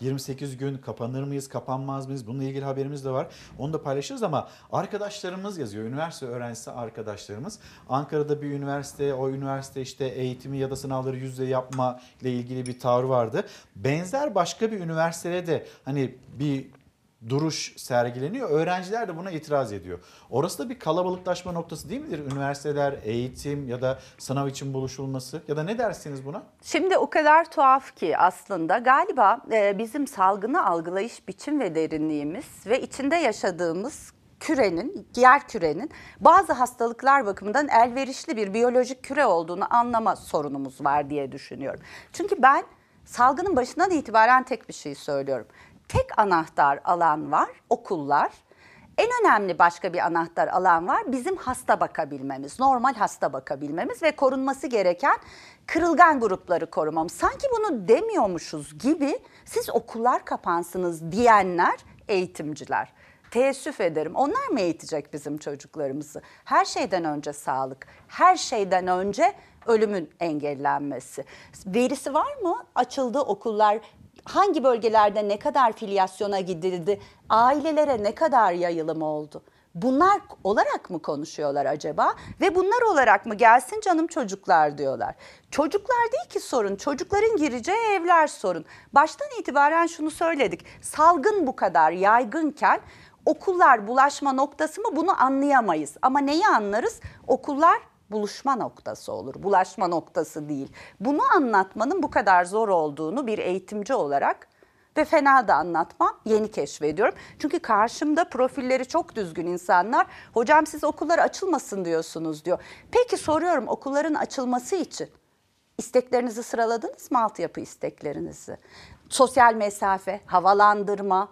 28 gün kapanır mıyız, kapanmaz mıyız? Bununla ilgili haberimiz de var. Onu da paylaşırız ama arkadaşlarımız yazıyor. Üniversite öğrencisi arkadaşlarımız. Ankara'da bir üniversite, o üniversite işte eğitimi ya da sınavları yüz yüze yapma ile ilgili bir tavır vardı. Benzer başka bir üniversitede de hani bir duruş sergileniyor. Öğrenciler de buna itiraz ediyor. Orası da bir kalabalıklaşma noktası değil midir? Üniversiteler, eğitim ya da sınav için buluşulması ya da ne dersiniz buna? Şimdi o kadar tuhaf ki aslında galiba bizim salgını algılayış biçim ve derinliğimiz ve içinde yaşadığımız kürenin, yer kürenin bazı hastalıklar bakımından elverişli bir biyolojik küre olduğunu anlama sorunumuz var diye düşünüyorum. Çünkü ben salgının başından itibaren tek bir şey söylüyorum. Tek anahtar alan var, okullar. En önemli başka bir anahtar alan var, bizim hasta bakabilmemiz, normal hasta bakabilmemiz ve korunması gereken kırılgan grupları korumamız. Sanki bunu demiyormuşuz gibi siz okullar kapansınız diyenler eğitimciler. Teessüf ederim. Onlar mı eğitecek bizim çocuklarımızı? Her şeyden önce sağlık, her şeyden önce ölümün engellenmesi. Verisi var mı? Açıldı okullar. Hangi bölgelerde ne kadar filyasyona gidildi, ailelere ne kadar yayılım oldu? Bunlar olarak mı konuşuyorlar acaba? Ve bunlar olarak mı gelsin canım çocuklar diyorlar. Çocuklar değil ki sorun, çocukların gireceği evler sorun. Baştan itibaren şunu söyledik, salgın bu kadar yaygınken okullar bulaşma noktası mı bunu anlayamayız. Ama neyi anlarız? Okullar buluşma noktası olur, bulaşma noktası değil. Bunu anlatmanın bu kadar zor olduğunu bir eğitimci olarak ve fena da anlatmam yeni keşfediyorum. Çünkü karşımda profilleri çok düzgün insanlar, hocam siz okullar açılmasın diyorsunuz diyor. Peki soruyorum, okulların açılması için isteklerinizi sıraladınız mı, altyapı isteklerinizi? Sosyal mesafe, havalandırma,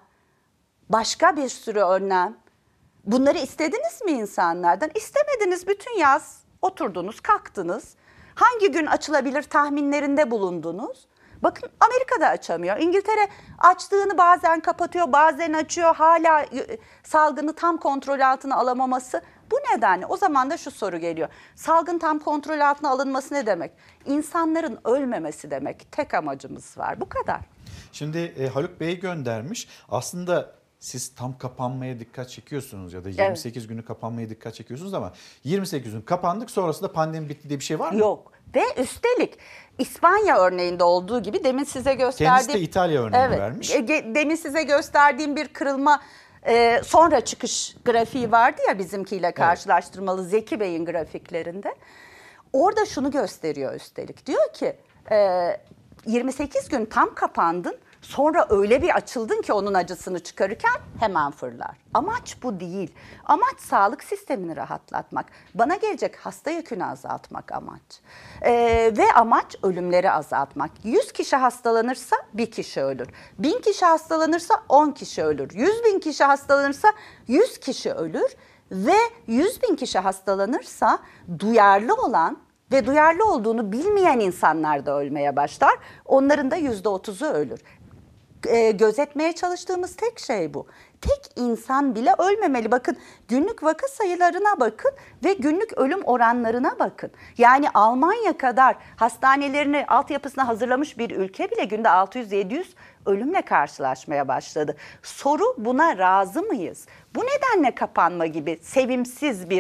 başka bir sürü önlem. Bunları istediniz mi insanlardan? İstemediniz, bütün yaz oturdunuz, kalktınız. Hangi gün açılabilir tahminlerinde bulundunuz? Bakın Amerika'da açamıyor. İngiltere açtığını bazen kapatıyor, bazen açıyor. Hala salgını tam kontrol altına alamaması. Bu nedenle o zaman da şu soru geliyor. Salgın tam kontrol altına alınması ne demek? İnsanların ölmemesi demek. Tek amacımız var. Bu kadar. Şimdi Haluk Bey göndermiş. Aslında siz tam kapanmaya dikkat çekiyorsunuz ya da 28 günü kapanmaya dikkat çekiyorsunuz ama 28 gün kapandık, sonrasında pandemi bitti diye bir şey var mı? Yok. Ve üstelik İspanya örneğinde olduğu gibi demin size gösterdiğim... Kendisi de İtalya örneğini vermiş. Demin size gösterdiğim bir kırılma sonra çıkış grafiği vardı ya bizimkiyle karşılaştırmalı, evet. Zeki Bey'in grafiklerinde. Orada şunu gösteriyor üstelik. Diyor ki 28 gün tam kapandın. Sonra öyle bir açıldın ki onun acısını çıkarırken hemen fırlar. Amaç bu değil. Amaç sağlık sistemini rahatlatmak. Bana gelecek hasta yükünü azaltmak amaç. Ve amaç ölümleri azaltmak. 100 kişi hastalanırsa 1 kişi ölür. 1000 kişi hastalanırsa 10 kişi ölür. 100.000 kişi hastalanırsa 100 kişi ölür. Ve 100.000 kişi hastalanırsa duyarlı olan ve duyarlı olduğunu bilmeyen insanlar da ölmeye başlar. Onların da %30'u ölür. Gözetmeye çalıştığımız tek şey bu. Tek insan bile ölmemeli. Bakın günlük vaka sayılarına bakın ve günlük ölüm oranlarına bakın. Yani Almanya kadar hastanelerini, altyapısını hazırlamış bir ülke bile günde 600-700 ölümle karşılaşmaya başladı. Soru, buna razı mıyız? Bu nedenle kapanma gibi sevimsiz bir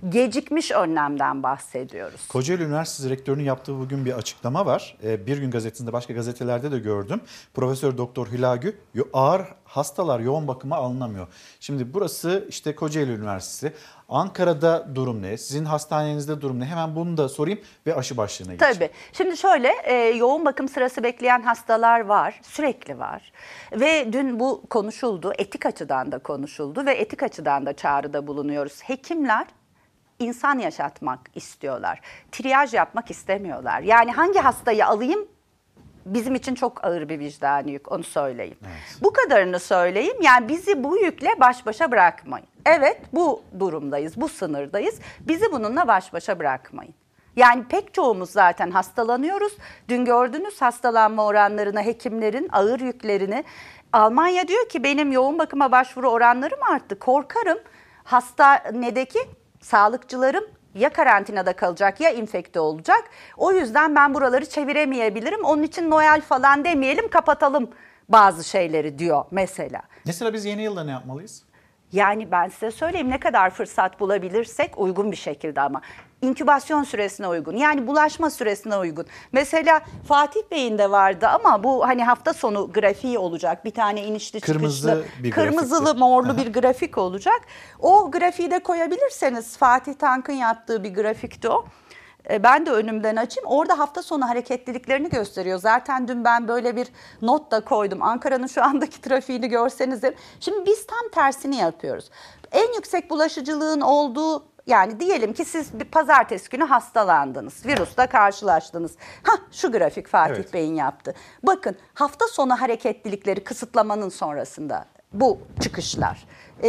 gecikmiş önlemden bahsediyoruz. Kocaeli Üniversitesi Rektörü'nün yaptığı bugün bir açıklama var. Bir Gün gazetesinde, başka gazetelerde de gördüm. Profesör Doktor Hülagü, ağır hastalar yoğun bakıma alınamıyor. Şimdi burası işte Kocaeli Üniversitesi. Ankara'da durum ne? Sizin hastanenizde durum ne? Hemen bunu da sorayım ve aşı başlığına geçeyim. Tabii. Şimdi şöyle, yoğun bakım sırası bekleyen hastalar var, sürekli var. Ve dün bu konuşuldu, etik açıdan da konuşuldu ve etik açıdan da çağrıda bulunuyoruz. Hekimler insan yaşatmak istiyorlar. Triyaj yapmak istemiyorlar. Yani hangi hastayı alayım? Bizim için çok ağır bir vicdani yük, onu söyleyeyim. Evet. Bu kadarını söyleyeyim. Yani bizi bu yükle baş başa bırakmayın. Evet, bu durumdayız, bu sınırdayız. Bizi bununla baş başa bırakmayın. Yani pek çoğumuz zaten hastalanıyoruz. Dün gördünüz hastalanma oranlarını, hekimlerin ağır yüklerini. Almanya diyor ki benim yoğun bakıma başvuru oranlarım arttı. Korkarım hastanedeki sağlıkçılarım ya karantinada kalacak ya infekte olacak. O yüzden ben buraları çeviremeyebilirim. Onun için Noel falan demeyelim, kapatalım bazı şeyleri diyor mesela. Mesela biz yeni yılda ne yapmalıyız? Yani ben size söyleyeyim, ne kadar fırsat bulabilirsek uygun bir şekilde ama. İnkübasyon süresine uygun, yani bulaşma süresine uygun. Mesela Fatih Bey'in de vardı ama bu hani hafta sonu grafiği olacak. Bir tane inişli çıkışlı, kırmızılı morlu bir grafik olacak. O grafiği de koyabilirseniz, Fatih Tank'ın yaptığı bir grafikti o. Ben de önümden açayım. Orada hafta sonu hareketliliklerini gösteriyor. Zaten dün ben böyle bir not da koydum. Ankara'nın şu andaki trafiğini görseniz. Şimdi biz tam tersini yapıyoruz. En yüksek bulaşıcılığın olduğu, yani diyelim ki siz bir pazartesi günü hastalandınız. Virüsle karşılaştınız. Şu grafik Fatih Bey'in yaptı. Bakın hafta sonu hareketlilikleri kısıtlamanın sonrasında bu çıkışlar.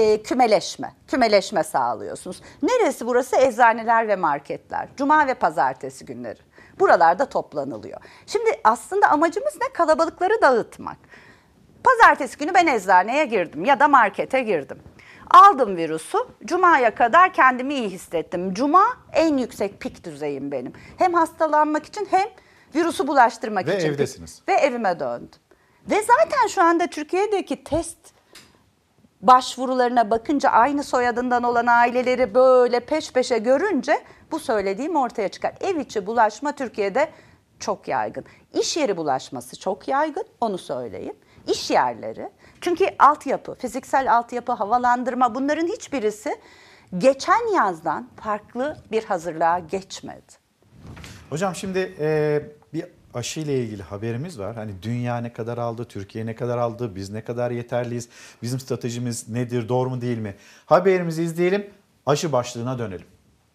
Kümeleşme sağlıyorsunuz. Neresi burası? Eczaneler ve marketler. Cuma ve pazartesi günleri. Buralarda toplanılıyor. Şimdi aslında amacımız ne? Kalabalıkları dağıtmak. Pazartesi günü ben eczaneye girdim ya da markete girdim. Aldım virüsü. Cuma'ya kadar kendimi iyi hissettim. Cuma en yüksek pik düzeyim benim. Hem hastalanmak için hem virüsü bulaştırmak için. Ve evdesiniz. Ve evime döndüm. Ve zaten şu anda Türkiye'deki test başvurularına bakınca aynı soyadından olan aileleri böyle peş peşe görünce bu söylediğim ortaya çıkar. Ev içi bulaşma Türkiye'de çok yaygın. İş yeri bulaşması çok yaygın, onu söyleyeyim. İş yerleri, çünkü altyapı, fiziksel altyapı, havalandırma, bunların hiçbirisi geçen yazdan farklı bir hazırlığa geçmedi. Hocam şimdi bir aşı ile ilgili haberimiz var. Hani dünya ne kadar aldı, Türkiye ne kadar aldı, biz ne kadar yeterliyiz, bizim stratejimiz nedir, doğru mu değil mi? Haberimizi izleyelim, aşı başlığına dönelim.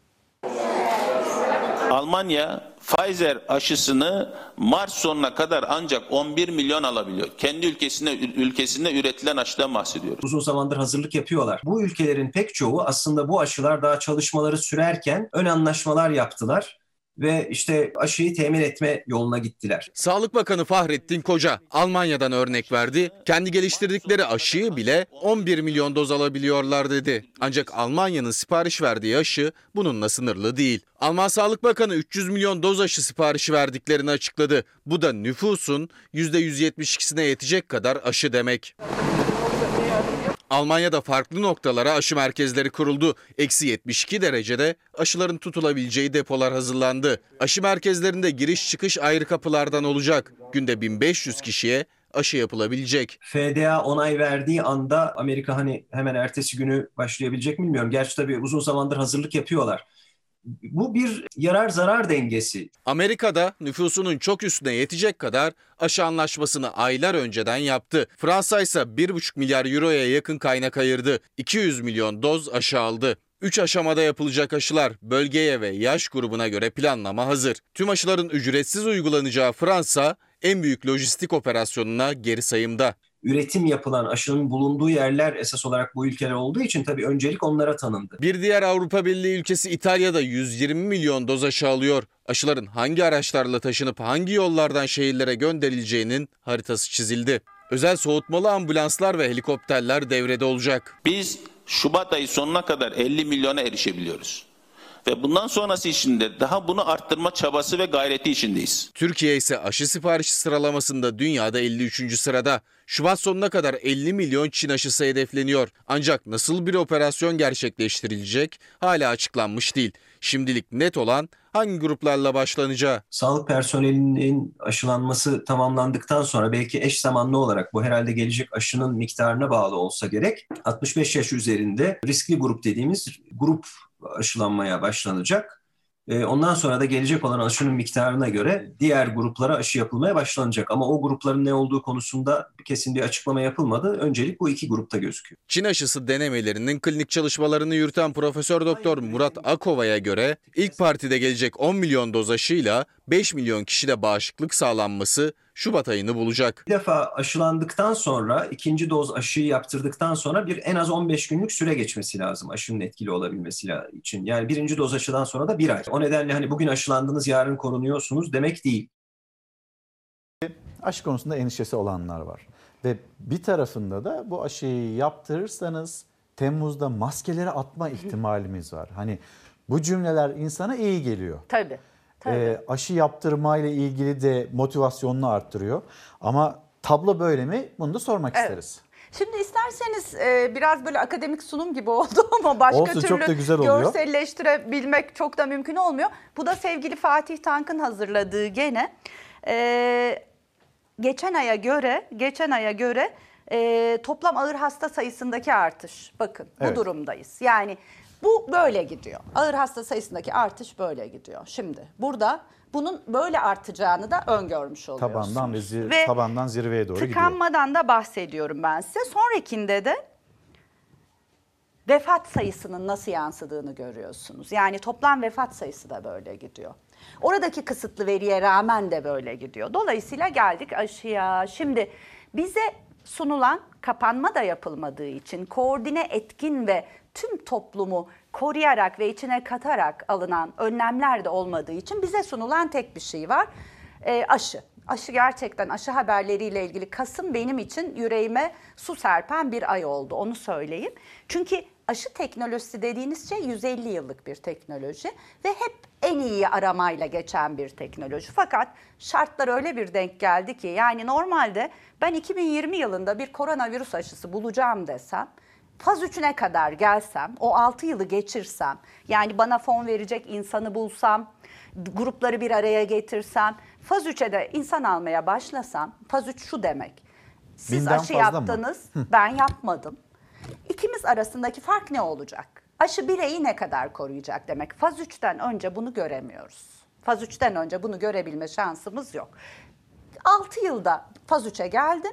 Almanya Pfizer aşısını Mart sonuna kadar ancak 11 milyon alabiliyor. Kendi ülkesinde üretilen aşıdan bahsediyoruz. Uzun zamandır hazırlık yapıyorlar. Bu ülkelerin pek çoğu aslında bu aşılar daha çalışmaları sürerken ön anlaşmalar yaptılar ve işte aşıyı temin etme yoluna gittiler. Sağlık Bakanı Fahrettin Koca Almanya'dan örnek verdi. Kendi geliştirdikleri aşıyı bile 11 milyon doz alabiliyorlar dedi. Ancak Almanya'nın sipariş verdiği aşı bununla sınırlı değil. Alman Sağlık Bakanı 300 milyon doz aşı siparişi verdiklerini açıkladı. Bu da nüfusun %172'sine yetecek kadar aşı demek. Almanya'da farklı noktalara aşı merkezleri kuruldu. -72 derecede aşıların tutulabileceği depolar hazırlandı. Aşı merkezlerinde giriş çıkış ayrı kapılardan olacak. Günde 1500 kişiye aşı yapılabilecek. FDA onay verdiği anda Amerika hani hemen ertesi günü başlayabilecek mi bilmiyorum. Gerçi tabii uzun zamandır hazırlık yapıyorlar. Bu bir yarar zarar dengesi. Amerika'da nüfusunun çok üstüne yetecek kadar aşı anlaşmasını aylar önceden yaptı. Fransa ise 1,5 milyar euroya yakın kaynak ayırdı. 200 milyon doz aşı aldı. 3 aşamada yapılacak aşılar bölgeye ve yaş grubuna göre planlama hazır. Tüm aşıların ücretsiz uygulanacağı Fransa en büyük lojistik operasyonuna geri sayımda. Üretim yapılan aşının bulunduğu yerler esas olarak bu ülkeler olduğu için tabii öncelik onlara tanındı. Bir diğer Avrupa Birliği ülkesi İtalya'da 120 milyon doz aşı alıyor. Aşıların hangi araçlarla taşınıp hangi yollardan şehirlere gönderileceğinin haritası çizildi. Özel soğutmalı ambulanslar ve helikopterler devrede olacak. Biz Şubat ayı sonuna kadar 50 milyona erişebiliyoruz. ve bundan sonrası için de daha bunu arttırma çabası ve gayreti içindeyiz. Türkiye ise aşı siparişi sıralamasında dünyada 53. sırada. Şubat sonuna kadar 50 milyon Çin aşısı hedefleniyor. Ancak nasıl bir operasyon gerçekleştirilecek hala açıklanmış değil. Şimdilik net olan hangi gruplarla başlanacağı. Sağlık personelinin aşılanması tamamlandıktan sonra belki eş zamanlı olarak bu herhalde gelecek aşının miktarına bağlı olsa gerek 65 yaş üzerinde riskli grup dediğimiz grup aşılanmaya başlanacak. Ondan sonra da gelecek olan aşının miktarına göre diğer gruplara aşı yapılmaya başlanacak. Ama o grupların ne olduğu konusunda kesin bir açıklama yapılmadı. Öncelik bu iki grupta gözüküyor. Çin aşısı denemelerinin klinik çalışmalarını yürüten Profesör Doktor Murat Akova'ya göre ilk partide gelecek 10 milyon doz aşıyla 5 milyon kişide bağışıklık sağlanması Şubat ayını bulacak. Bir defa aşılandıktan sonra ikinci doz aşıyı yaptırdıktan sonra en az 15 günlük süre geçmesi lazım aşının etkili olabilmesi için. Yani birinci doz aşıdan sonra da 1 ay. O nedenle hani bugün aşılandınız yarın korunuyorsunuz demek değil. Aşı konusunda endişesi olanlar var. Ve bir tarafında da bu aşıyı yaptırırsanız Temmuz'da maskeleri atma ihtimalimiz var. Hani bu cümleler insana iyi geliyor. Tabii. Aşı yaptırmayla ilgili de motivasyonunu arttırıyor. Ama tablo böyle mi? Bunu da sormak isteriz. Şimdi isterseniz biraz böyle akademik sunum gibi oldu ama başka olsun, türlü çok da güzel oluyor. Görselleştirebilmek çok da mümkün olmuyor. Bu da sevgili Fatih Tank'ın hazırladığı gene geçen aya göre toplam ağır hasta sayısındaki artış. Bakın bu durumdayız. Yani bu böyle gidiyor. Ağır hasta sayısındaki artış böyle gidiyor. Şimdi burada bunun böyle artacağını da öngörmüş oluyorsunuz. Tabandan zirveye doğru gidiyor. Tıkanmadan da bahsediyorum ben size. Sonrakinde de vefat sayısının nasıl yansıdığını görüyorsunuz. Yani toplam vefat sayısı da böyle gidiyor. Oradaki kısıtlı veriye rağmen de böyle gidiyor. Dolayısıyla geldik aşıya. Şimdi bize sunulan kapanma da yapılmadığı için koordine, etkin ve tüm toplumu koruyarak ve içine katarak alınan önlemler de olmadığı için bize sunulan tek bir şey var. Aşı. Aşı gerçekten aşı haberleriyle ilgili Kasım benim için yüreğime su serpen bir ay oldu, onu söyleyeyim. Çünkü aşı teknolojisi dediğiniz şey 150 yıllık bir teknoloji ve hep en iyi aramayla geçen bir teknoloji. Fakat şartlar öyle bir denk geldi ki yani normalde ben 2020 yılında bir koronavirüs aşısı bulacağım desem, faz 3'üne kadar gelsem, o 6 yılı geçirsem, yani bana fon verecek insanı bulsam, grupları bir araya getirsem, faz 3'e de insan almaya başlasam, faz 3 şu demek: siz Binden aşı fazla yaptınız, ben yapmadım. İkimiz arasındaki fark ne olacak? Aşı bireyi ne kadar koruyacak demek. Faz 3'ten önce bunu göremiyoruz. Faz 3'ten önce bunu görebilme şansımız yok. 6 yılda faz 3'e geldim.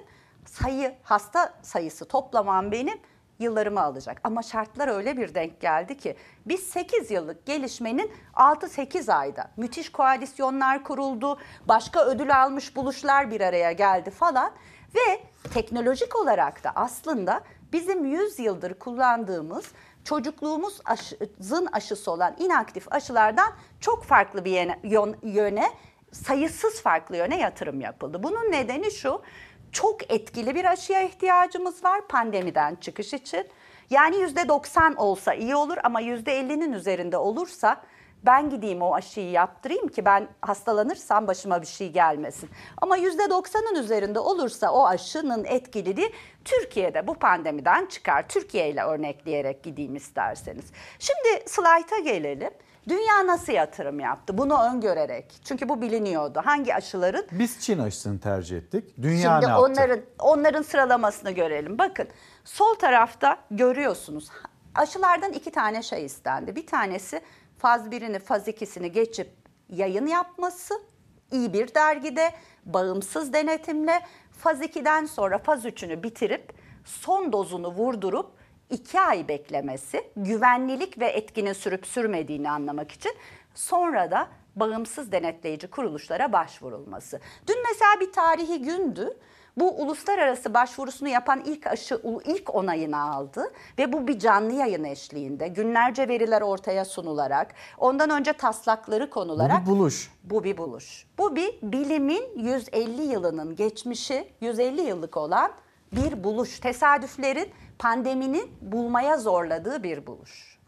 Hasta sayısı toplamam benim yıllarımı alacak. Ama şartlar öyle bir denk geldi ki biz 8 yıllık gelişmenin 6-8 ayda müthiş koalisyonlar kuruldu. Başka ödül almış buluşlar bir araya geldi falan. Ve teknolojik olarak da aslında bizim 100 yıldır kullandığımız çocukluğumuzun aşısı olan inaktif aşılardan çok farklı bir yöne, sayısız farklı yöne yatırım yapıldı. Bunun nedeni şu: çok etkili bir aşıya ihtiyacımız var pandemiden çıkış için. Yani %90 olsa iyi olur ama %50'nin üzerinde olursa ben gideyim o aşıyı yaptırayım ki ben hastalanırsam başıma bir şey gelmesin. Ama %90'ın üzerinde olursa o aşının etkililiği Türkiye'de bu pandemiden çıkar. Türkiye ile örnekleyerek gideyim isterseniz. Şimdi slayta gelelim. Dünya nasıl yatırım yaptı? Bunu öngörerek. Çünkü bu biliniyordu. Hangi aşıların? Biz Çin aşısını tercih ettik. Dünya Şimdi ne yaptı? onların sıralamasını görelim. Bakın sol tarafta görüyorsunuz. Aşılardan 2 tane şey istendi. Bir tanesi faz 1'ini, faz 2'sini geçip yayın yapması, iyi bir dergide, bağımsız denetimle, faz 2'den sonra faz 3'ünü bitirip son dozunu vurdurup 2 ay beklemesi, güvenlilik ve etkinin sürüp sürmediğini anlamak için, sonra da bağımsız denetleyici kuruluşlara başvurulması. Dün mesela bir tarihi gündü. Bu uluslararası başvurusunu yapan ilk aşı ilk onayını aldı ve bu bir canlı yayın eşliğinde günlerce veriler ortaya sunularak, ondan önce taslakları konularak. Bu bir buluş. Bu bir buluş. Bu bir bilimin 150 yılının geçmişi, 150 yıllık olan bir buluş. Tesadüflerin pandeminin bulmaya zorladığı bir buluş.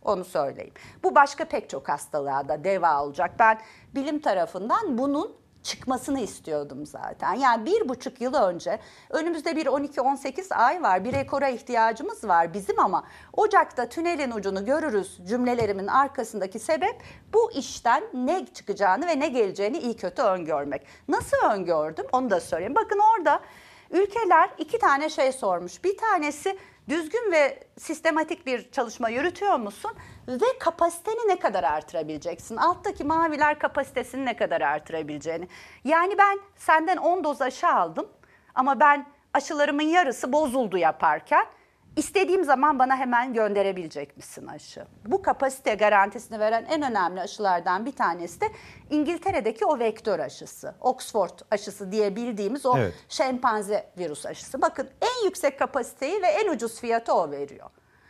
Onu söyleyeyim. Bu başka pek çok hastalığa da deva olacak. Ben bilim tarafından bunun çıkmasını istiyordum zaten. Yani 1,5 yıl önce, önümüzde bir 12-18 ay var, bir rekora ihtiyacımız var bizim, ama Ocak'ta tünelin ucunu görürüz cümlelerimin arkasındaki sebep bu işten ne çıkacağını ve ne geleceğini iyi kötü öngörmek. Nasıl öngördüm onu da söyleyeyim. Bakın orada ülkeler 2 tane şey sormuş. Bir tanesi düzgün ve sistematik bir çalışma yürütüyor musun ve kapasiteni ne kadar artırabileceksin? Alttaki maviler kapasitesini ne kadar artırabileceğini. Yani ben senden 10 doz aşı aldım ama ben aşılarımın yarısı bozuldu yaparken istediğim zaman bana hemen gönderebilecek misin aşı? Bu kapasite garantisini veren en önemli aşılardan bir tanesi de İngiltere'deki o vektör aşısı. Oxford aşısı diye bildiğimiz o şempanze virüs aşısı. Bakın en yüksek kapasiteyi ve en ucuz fiyatı o veriyor.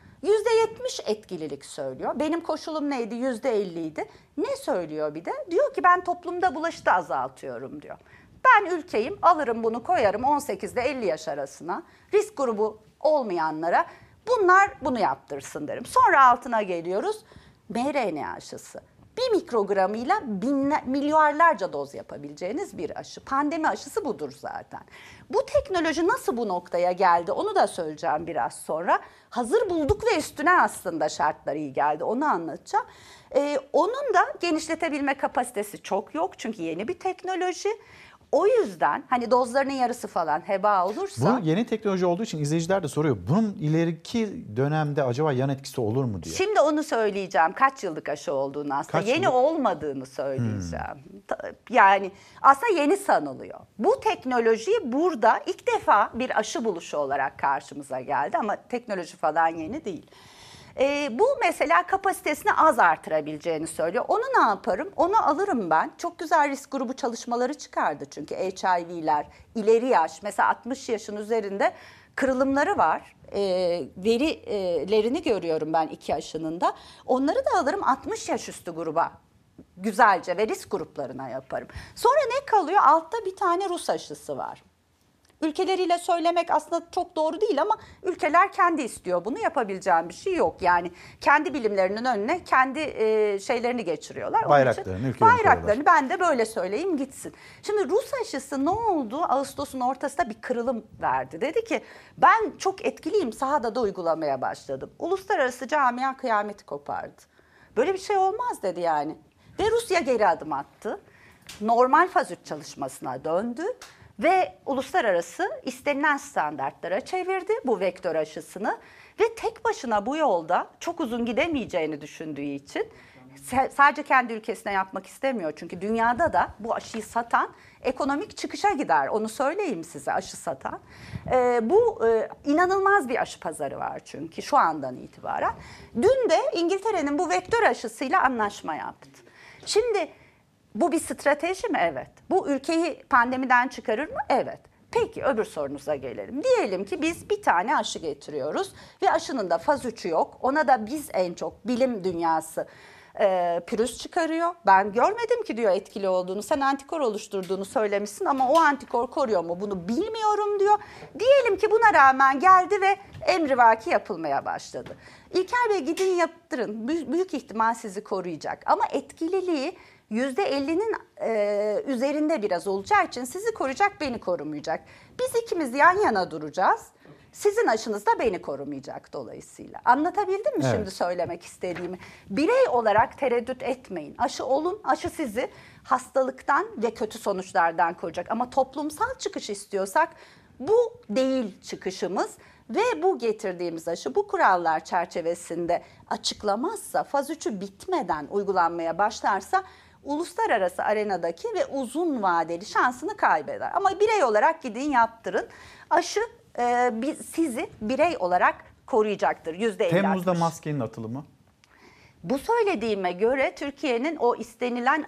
%70 etkililik söylüyor. Benim koşulum neydi? %50 idi. Ne söylüyor bir de? Diyor ki ben toplumda bulaşı da azaltıyorum diyor. Ben ülkeyim, alırım bunu koyarım 18 ile 50 yaş arasına. Risk grubu olmayanlara bunlar bunu yaptırsın derim. Sonra altına geliyoruz. mRNA aşısı. 1 mikrogramıyla milyarlarca doz yapabileceğiniz bir aşı. Pandemi aşısı budur zaten. Bu teknoloji nasıl bu noktaya geldi onu da söyleyeceğim biraz sonra. Hazır bulduk ve üstüne aslında şartlar iyi geldi, onu anlatacağım. Onun da genişletebilme kapasitesi çok yok çünkü yeni bir teknoloji. O yüzden hani dozlarının yarısı falan heba olursa... Bu yeni teknoloji olduğu için izleyiciler de soruyor. Bunun ileriki dönemde acaba yan etkisi olur mu diye. Şimdi onu söyleyeceğim. Kaç yıllık aşı olduğunu aslında. Yeni olmadığını söyleyeceğim. Yani aslında yeni sanılıyor. Bu teknoloji burada ilk defa bir aşı buluşu olarak karşımıza geldi ama teknoloji falan yeni değil. Bu mesela kapasitesini az artırabileceğini söylüyor. Onu ne yaparım? Onu alırım ben. Çok güzel risk grubu çalışmaları çıkardı çünkü HIV'ler, ileri yaş, mesela 60 yaşın üzerinde kırılımları var. Verilerini görüyorum ben 2 aşının da. Onları da alırım 60 yaş üstü gruba güzelce ve risk gruplarına yaparım. Sonra ne kalıyor? Altta bir tane Rus aşısı var. Ülkeleriyle söylemek aslında çok doğru değil ama ülkeler kendi istiyor bunu, yapabileceğim bir şey yok. Yani kendi bilimlerinin önüne kendi şeylerini geçiriyorlar. Bayraklarını ben de böyle söyleyeyim gitsin. Şimdi Rus aşısı ne oldu? Ağustos'un ortasında bir kırılım verdi. Dedi ki ben çok etkiliyim, sahada da uygulamaya başladım. Uluslararası camia kıyameti kopardı. Böyle bir şey olmaz dedi yani. Ve Rusya geri adım attı. Normal faz 3 çalışmasına döndü. Ve uluslararası istenilen standartlara çevirdi bu vektör aşısını. Ve tek başına bu yolda çok uzun gidemeyeceğini düşündüğü için sadece kendi ülkesine yapmak istemiyor. Çünkü dünyada da bu aşıyı satan ekonomik çıkışa gider. Onu söyleyeyim size, aşı satan. İnanılmaz bir aşı pazarı var çünkü şu andan itibaren. Dün de İngiltere'nin bu vektör aşısıyla anlaşma yaptı. Şimdi... Bu bir strateji mi? Evet. Bu ülkeyi pandemiden çıkarır mı? Evet. Peki öbür sorunuza gelelim. Diyelim ki biz bir tane aşı getiriyoruz ve aşının da faz 3'ü yok. Ona da biz en çok bilim dünyası pürüz çıkarıyor. Ben görmedim ki diyor etkili olduğunu. Sen antikor oluşturduğunu söylemişsin ama o antikor koruyor mu bunu bilmiyorum diyor. Diyelim ki buna rağmen geldi ve emrivaki yapılmaya başladı. İlker Bey gidin yaptırın. Büyük ihtimal sizi koruyacak ama etkililiği %50'nin üzerinde biraz olacağı için sizi koruyacak, beni korumayacak. Biz ikimiz yan yana duracağız. Sizin aşınız da beni korumayacak dolayısıyla. Anlatabildim mi şimdi söylemek istediğimi? Birey olarak tereddüt etmeyin. Aşı olun, aşı sizi hastalıktan ve kötü sonuçlardan koruyacak. Ama toplumsal çıkış istiyorsak bu değil çıkışımız. Ve bu getirdiğimiz aşı bu kurallar çerçevesinde açıklamazsa, faz 3'ü bitmeden uygulanmaya başlarsa uluslararası arenadaki ve uzun vadeli şansını kaybeder. Ama birey olarak gidin yaptırın. Aşı sizi birey olarak koruyacaktır %50-60. Temmuz'da maskenin atılımı? Bu söylediğime göre Türkiye'nin o istenilen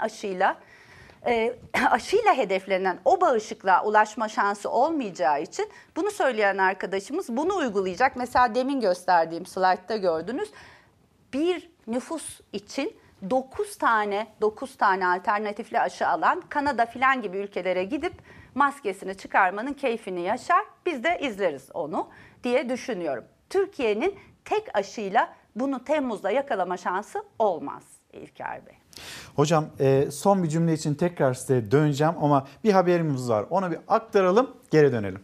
aşıyla hedeflenen o bağışıklığa ulaşma şansı olmayacağı için bunu söyleyen arkadaşımız bunu uygulayacak. Mesela demin gösterdiğim slaytta gördünüz. Bir nüfus için 9 tane alternatifli aşı alan Kanada filan gibi ülkelere gidip maskesini çıkarmanın keyfini yaşar. Biz de izleriz onu diye düşünüyorum. Türkiye'nin tek aşıyla bunu Temmuz'da yakalama şansı olmaz İlker Bey. Hocam son bir cümle için tekrar size döneceğim ama bir haberimiz var. Onu bir aktaralım, geri dönelim.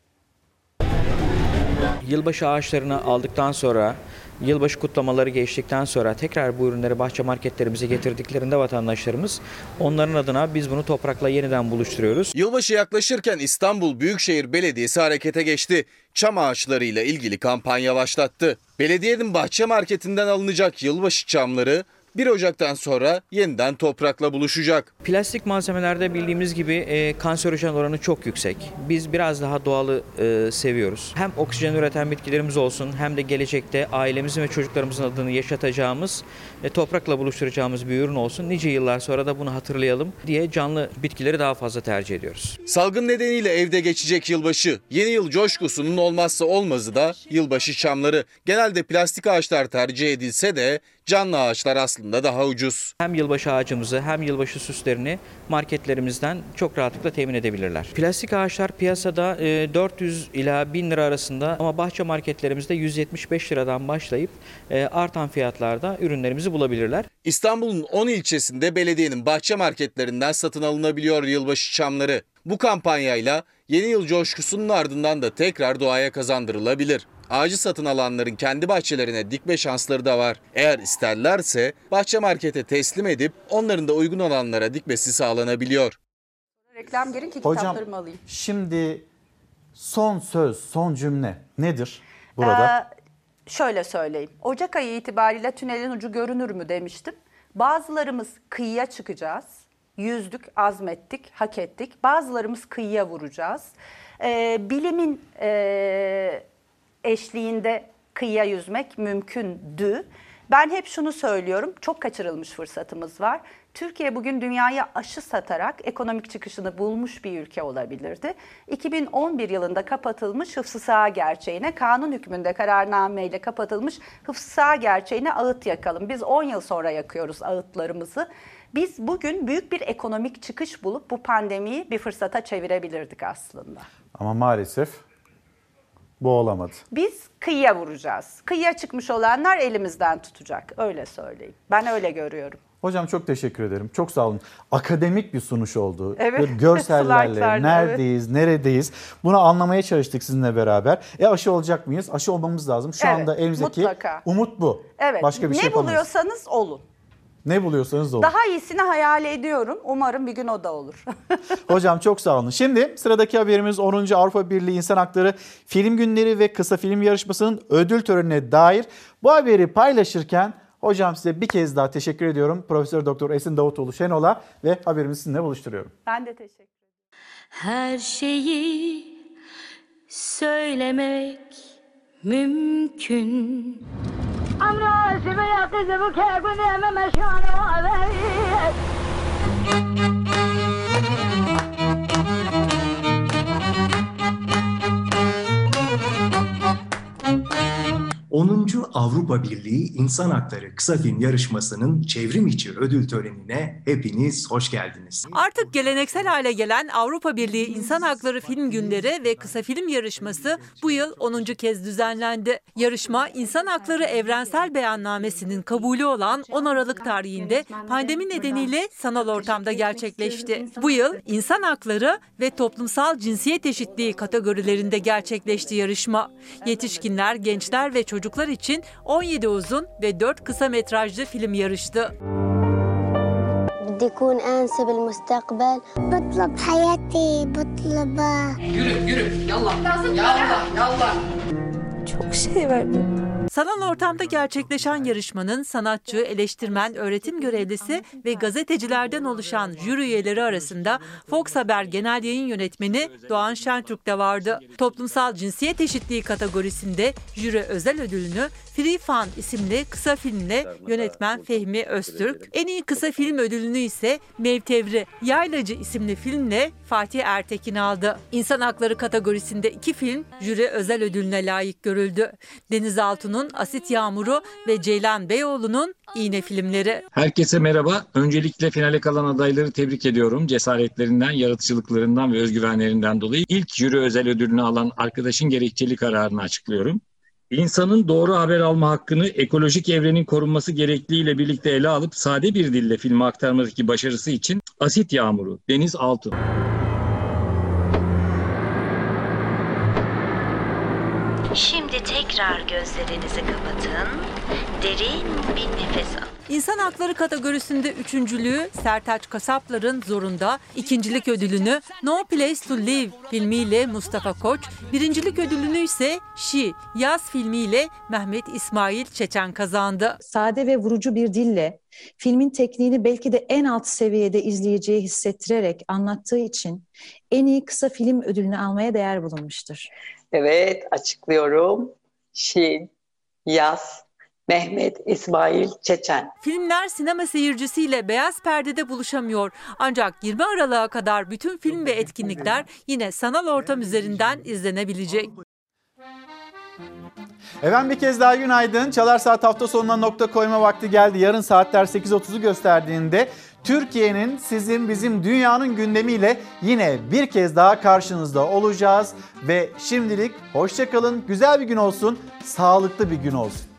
Yılbaşı ağaçlarını aldıktan sonra, yılbaşı kutlamaları geçtikten sonra tekrar bu ürünleri bahçe marketlerimize getirdiklerinde vatandaşlarımız, onların adına biz bunu toprakla yeniden buluşturuyoruz. Yılbaşı yaklaşırken İstanbul Büyükşehir Belediyesi harekete geçti. Çam ağaçlarıyla ilgili kampanya başlattı. Belediyenin bahçe marketinden alınacak yılbaşı çamları 1 Ocak'tan sonra yeniden toprakla buluşacak. Plastik malzemelerde bildiğimiz gibi kanserojen oranı çok yüksek. Biz biraz daha doğalı seviyoruz. Hem oksijen üreten bitkilerimiz olsun hem de gelecekte ailemizin ve çocuklarımızın adını yaşatacağımız, toprakla buluşturacağımız bir ürün olsun. Nice yıllar sonra da bunu hatırlayalım diye canlı bitkileri daha fazla tercih ediyoruz. Salgın nedeniyle evde geçecek yılbaşı. Yeni yıl coşkusunun olmazsa olmazı da yılbaşı çamları. Genelde plastik ağaçlar tercih edilse de canlı ağaçlar aslında daha ucuz. Hem yılbaşı ağacımızı hem yılbaşı süslerini marketlerimizden çok rahatlıkla temin edebilirler. Plastik ağaçlar piyasada 400 ila 1000 lira arasında ama bahçe marketlerimizde 175 liradan başlayıp artan fiyatlarda ürünlerimizi bulabilirler. İstanbul'un 10 ilçesinde belediyenin bahçe marketlerinden satın alınabiliyor yılbaşı çamları. Bu kampanyayla yeni yıl coşkusunun ardından da tekrar doğaya kazandırılabilir. Ağacı satın alanların kendi bahçelerine dikme şansları da var. Eğer isterlerse bahçe markete teslim edip onların da uygun alanlara dikmesi sağlanabiliyor. Reklam girin ki Hocam, kitaplarımı alayım. Şimdi son söz, son cümle nedir burada? Şöyle söyleyeyim. Ocak ayı itibariyle tünelin ucu görünür mü demiştim. Bazılarımız kıyıya çıkacağız. Yüzdük, azmettik, hak ettik. Bazılarımız kıyıya vuracağız. Bilimin eşliğinde kıyıya yüzmek mümkündü. Ben hep şunu söylüyorum, çok kaçırılmış fırsatımız var. Türkiye bugün dünyaya aşı satarak ekonomik çıkışını bulmuş bir ülke olabilirdi. 2011 yılında kapatılmış hıfzı saha gerçeğine, kanun hükmünde kararnameyle kapatılmış hıfzı saha gerçeğine ağıt yakalım. Biz 10 yıl sonra yakıyoruz ağıtlarımızı. Biz bugün büyük bir ekonomik çıkış bulup bu pandemiyi bir fırsata çevirebilirdik aslında. Ama maalesef bu olamadı. Biz kıyıya vuracağız. Kıyıya çıkmış olanlar elimizden tutacak. Öyle söyleyeyim. Ben öyle görüyorum. Hocam çok teşekkür ederim. Çok sağ olun. Akademik bir sunuş oldu. Evet. Böyle görsellerle Slaytlarla, neredeyiz, neredeyiz bunu anlamaya çalıştık sizinle beraber. Aşı olacak mıyız? Aşı olmamız lazım. Şu anda elimizdeki mutlaka. Umut bu. Evet. Başka bir şey ne yapamayız. buluyorsanız olun. Ne buluyorsanız olun. Daha iyisini hayal ediyorum. Umarım bir gün o da olur. Hocam çok sağ olun. Şimdi sıradaki haberimiz 10. Avrupa Birliği İnsan Hakları Film Günleri ve Kısa Film Yarışması'nın ödül törenine dair bu haberi paylaşırken hocam size bir kez daha teşekkür ediyorum. Profesör Doktor Esin Davutoğlu Şenol'a ve haberimizi sizinle buluşturuyorum. Ben de teşekkür ederim. Her şeyi söylemek mümkün. Avrupa Birliği İnsan Hakları Kısa Film Yarışması'nın çevrim içi ödül törenine hepiniz hoş geldiniz. Artık geleneksel hale gelen Avrupa Birliği İnsan Hakları Film Günleri ve Kısa Film Yarışması bu yıl 10. kez düzenlendi. Yarışma, İnsan Hakları Evrensel Beyannamesi'nin kabulü olan 10 Aralık tarihinde pandemi nedeniyle sanal ortamda gerçekleşti. Bu yıl insan hakları ve toplumsal cinsiyet eşitliği kategorilerinde gerçekleşti yarışma. Yetişkinler, gençler ve çocuklar için 17 uzun ve 4 kısa metrajlı film yarıştı. بدي يكون أنسب المستقبل بطلب حياتي بطلبها Yürü yallah yallah. Çok şey verdim. Sanal ortamda gerçekleşen yarışmanın sanatçı, eleştirmen, öğretim görevlisi ve gazetecilerden oluşan jüri üyeleri arasında Fox Haber Genel Yayın Yönetmeni Doğan Şentürk de vardı. Toplumsal cinsiyet eşitliği kategorisinde jüri özel ödülünü Free Fun isimli kısa filmle yönetmen Fehmi Öztürk, en iyi kısa film ödülünü ise Mevtevri Yaylacı isimli filmle Fatih Ertekin aldı. İnsan hakları kategorisinde 2 film jüri özel ödülüne layık görüldü. Deniz Altun'un Asit Yağmuru ve Ceylan Beyoğlu'nun İğne filmleri. Herkese merhaba. Öncelikle finale kalan adayları tebrik ediyorum. Cesaretlerinden, yaratıcılıklarından ve özgüvenlerinden dolayı ilk jüri özel ödülünü alan arkadaşın gerekçeli kararını açıklıyorum. İnsanın doğru haber alma hakkını ekolojik evrenin korunması gerekliliğiyle birlikte ele alıp sade bir dille filme aktarmadaki başarısı için Asit Yağmuru, Deniz Altun. Şimdi tekrar gözlerinizi kapatın. Derin bir nefes alın. İnsan hakları kategorisinde üçüncülüğü Sertaç Kasaplar'ın Zorunda, ikincilik ödülünü No Place to Live filmiyle Mustafa Koç, birincilik ödülünü ise She, Yaz filmiyle Mehmet İsmail Çeçen kazandı. Sade ve vurucu bir dille filmin tekniğini belki de en alt seviyede izleyiciye hissettirerek anlattığı için en iyi kısa film ödülünü almaya değer bulunmuştur. Evet, açıklıyorum. She, Yaz, Mehmet İsmail Çeçen. Filmler sinema seyircisiyle beyaz perdede buluşamıyor. Ancak 20 Aralık'a kadar bütün film ve etkinlikler yine sanal ortam üzerinden izlenebilecek. Efendim bir kez daha günaydın. Çalar Saat hafta sonuna nokta koyma vakti geldi. Yarın saatler 8.30'u gösterdiğinde Türkiye'nin, sizin, bizim, dünyanın gündemiyle yine bir kez daha karşınızda olacağız. Ve şimdilik hoşça kalın, güzel bir gün olsun, sağlıklı bir gün olsun.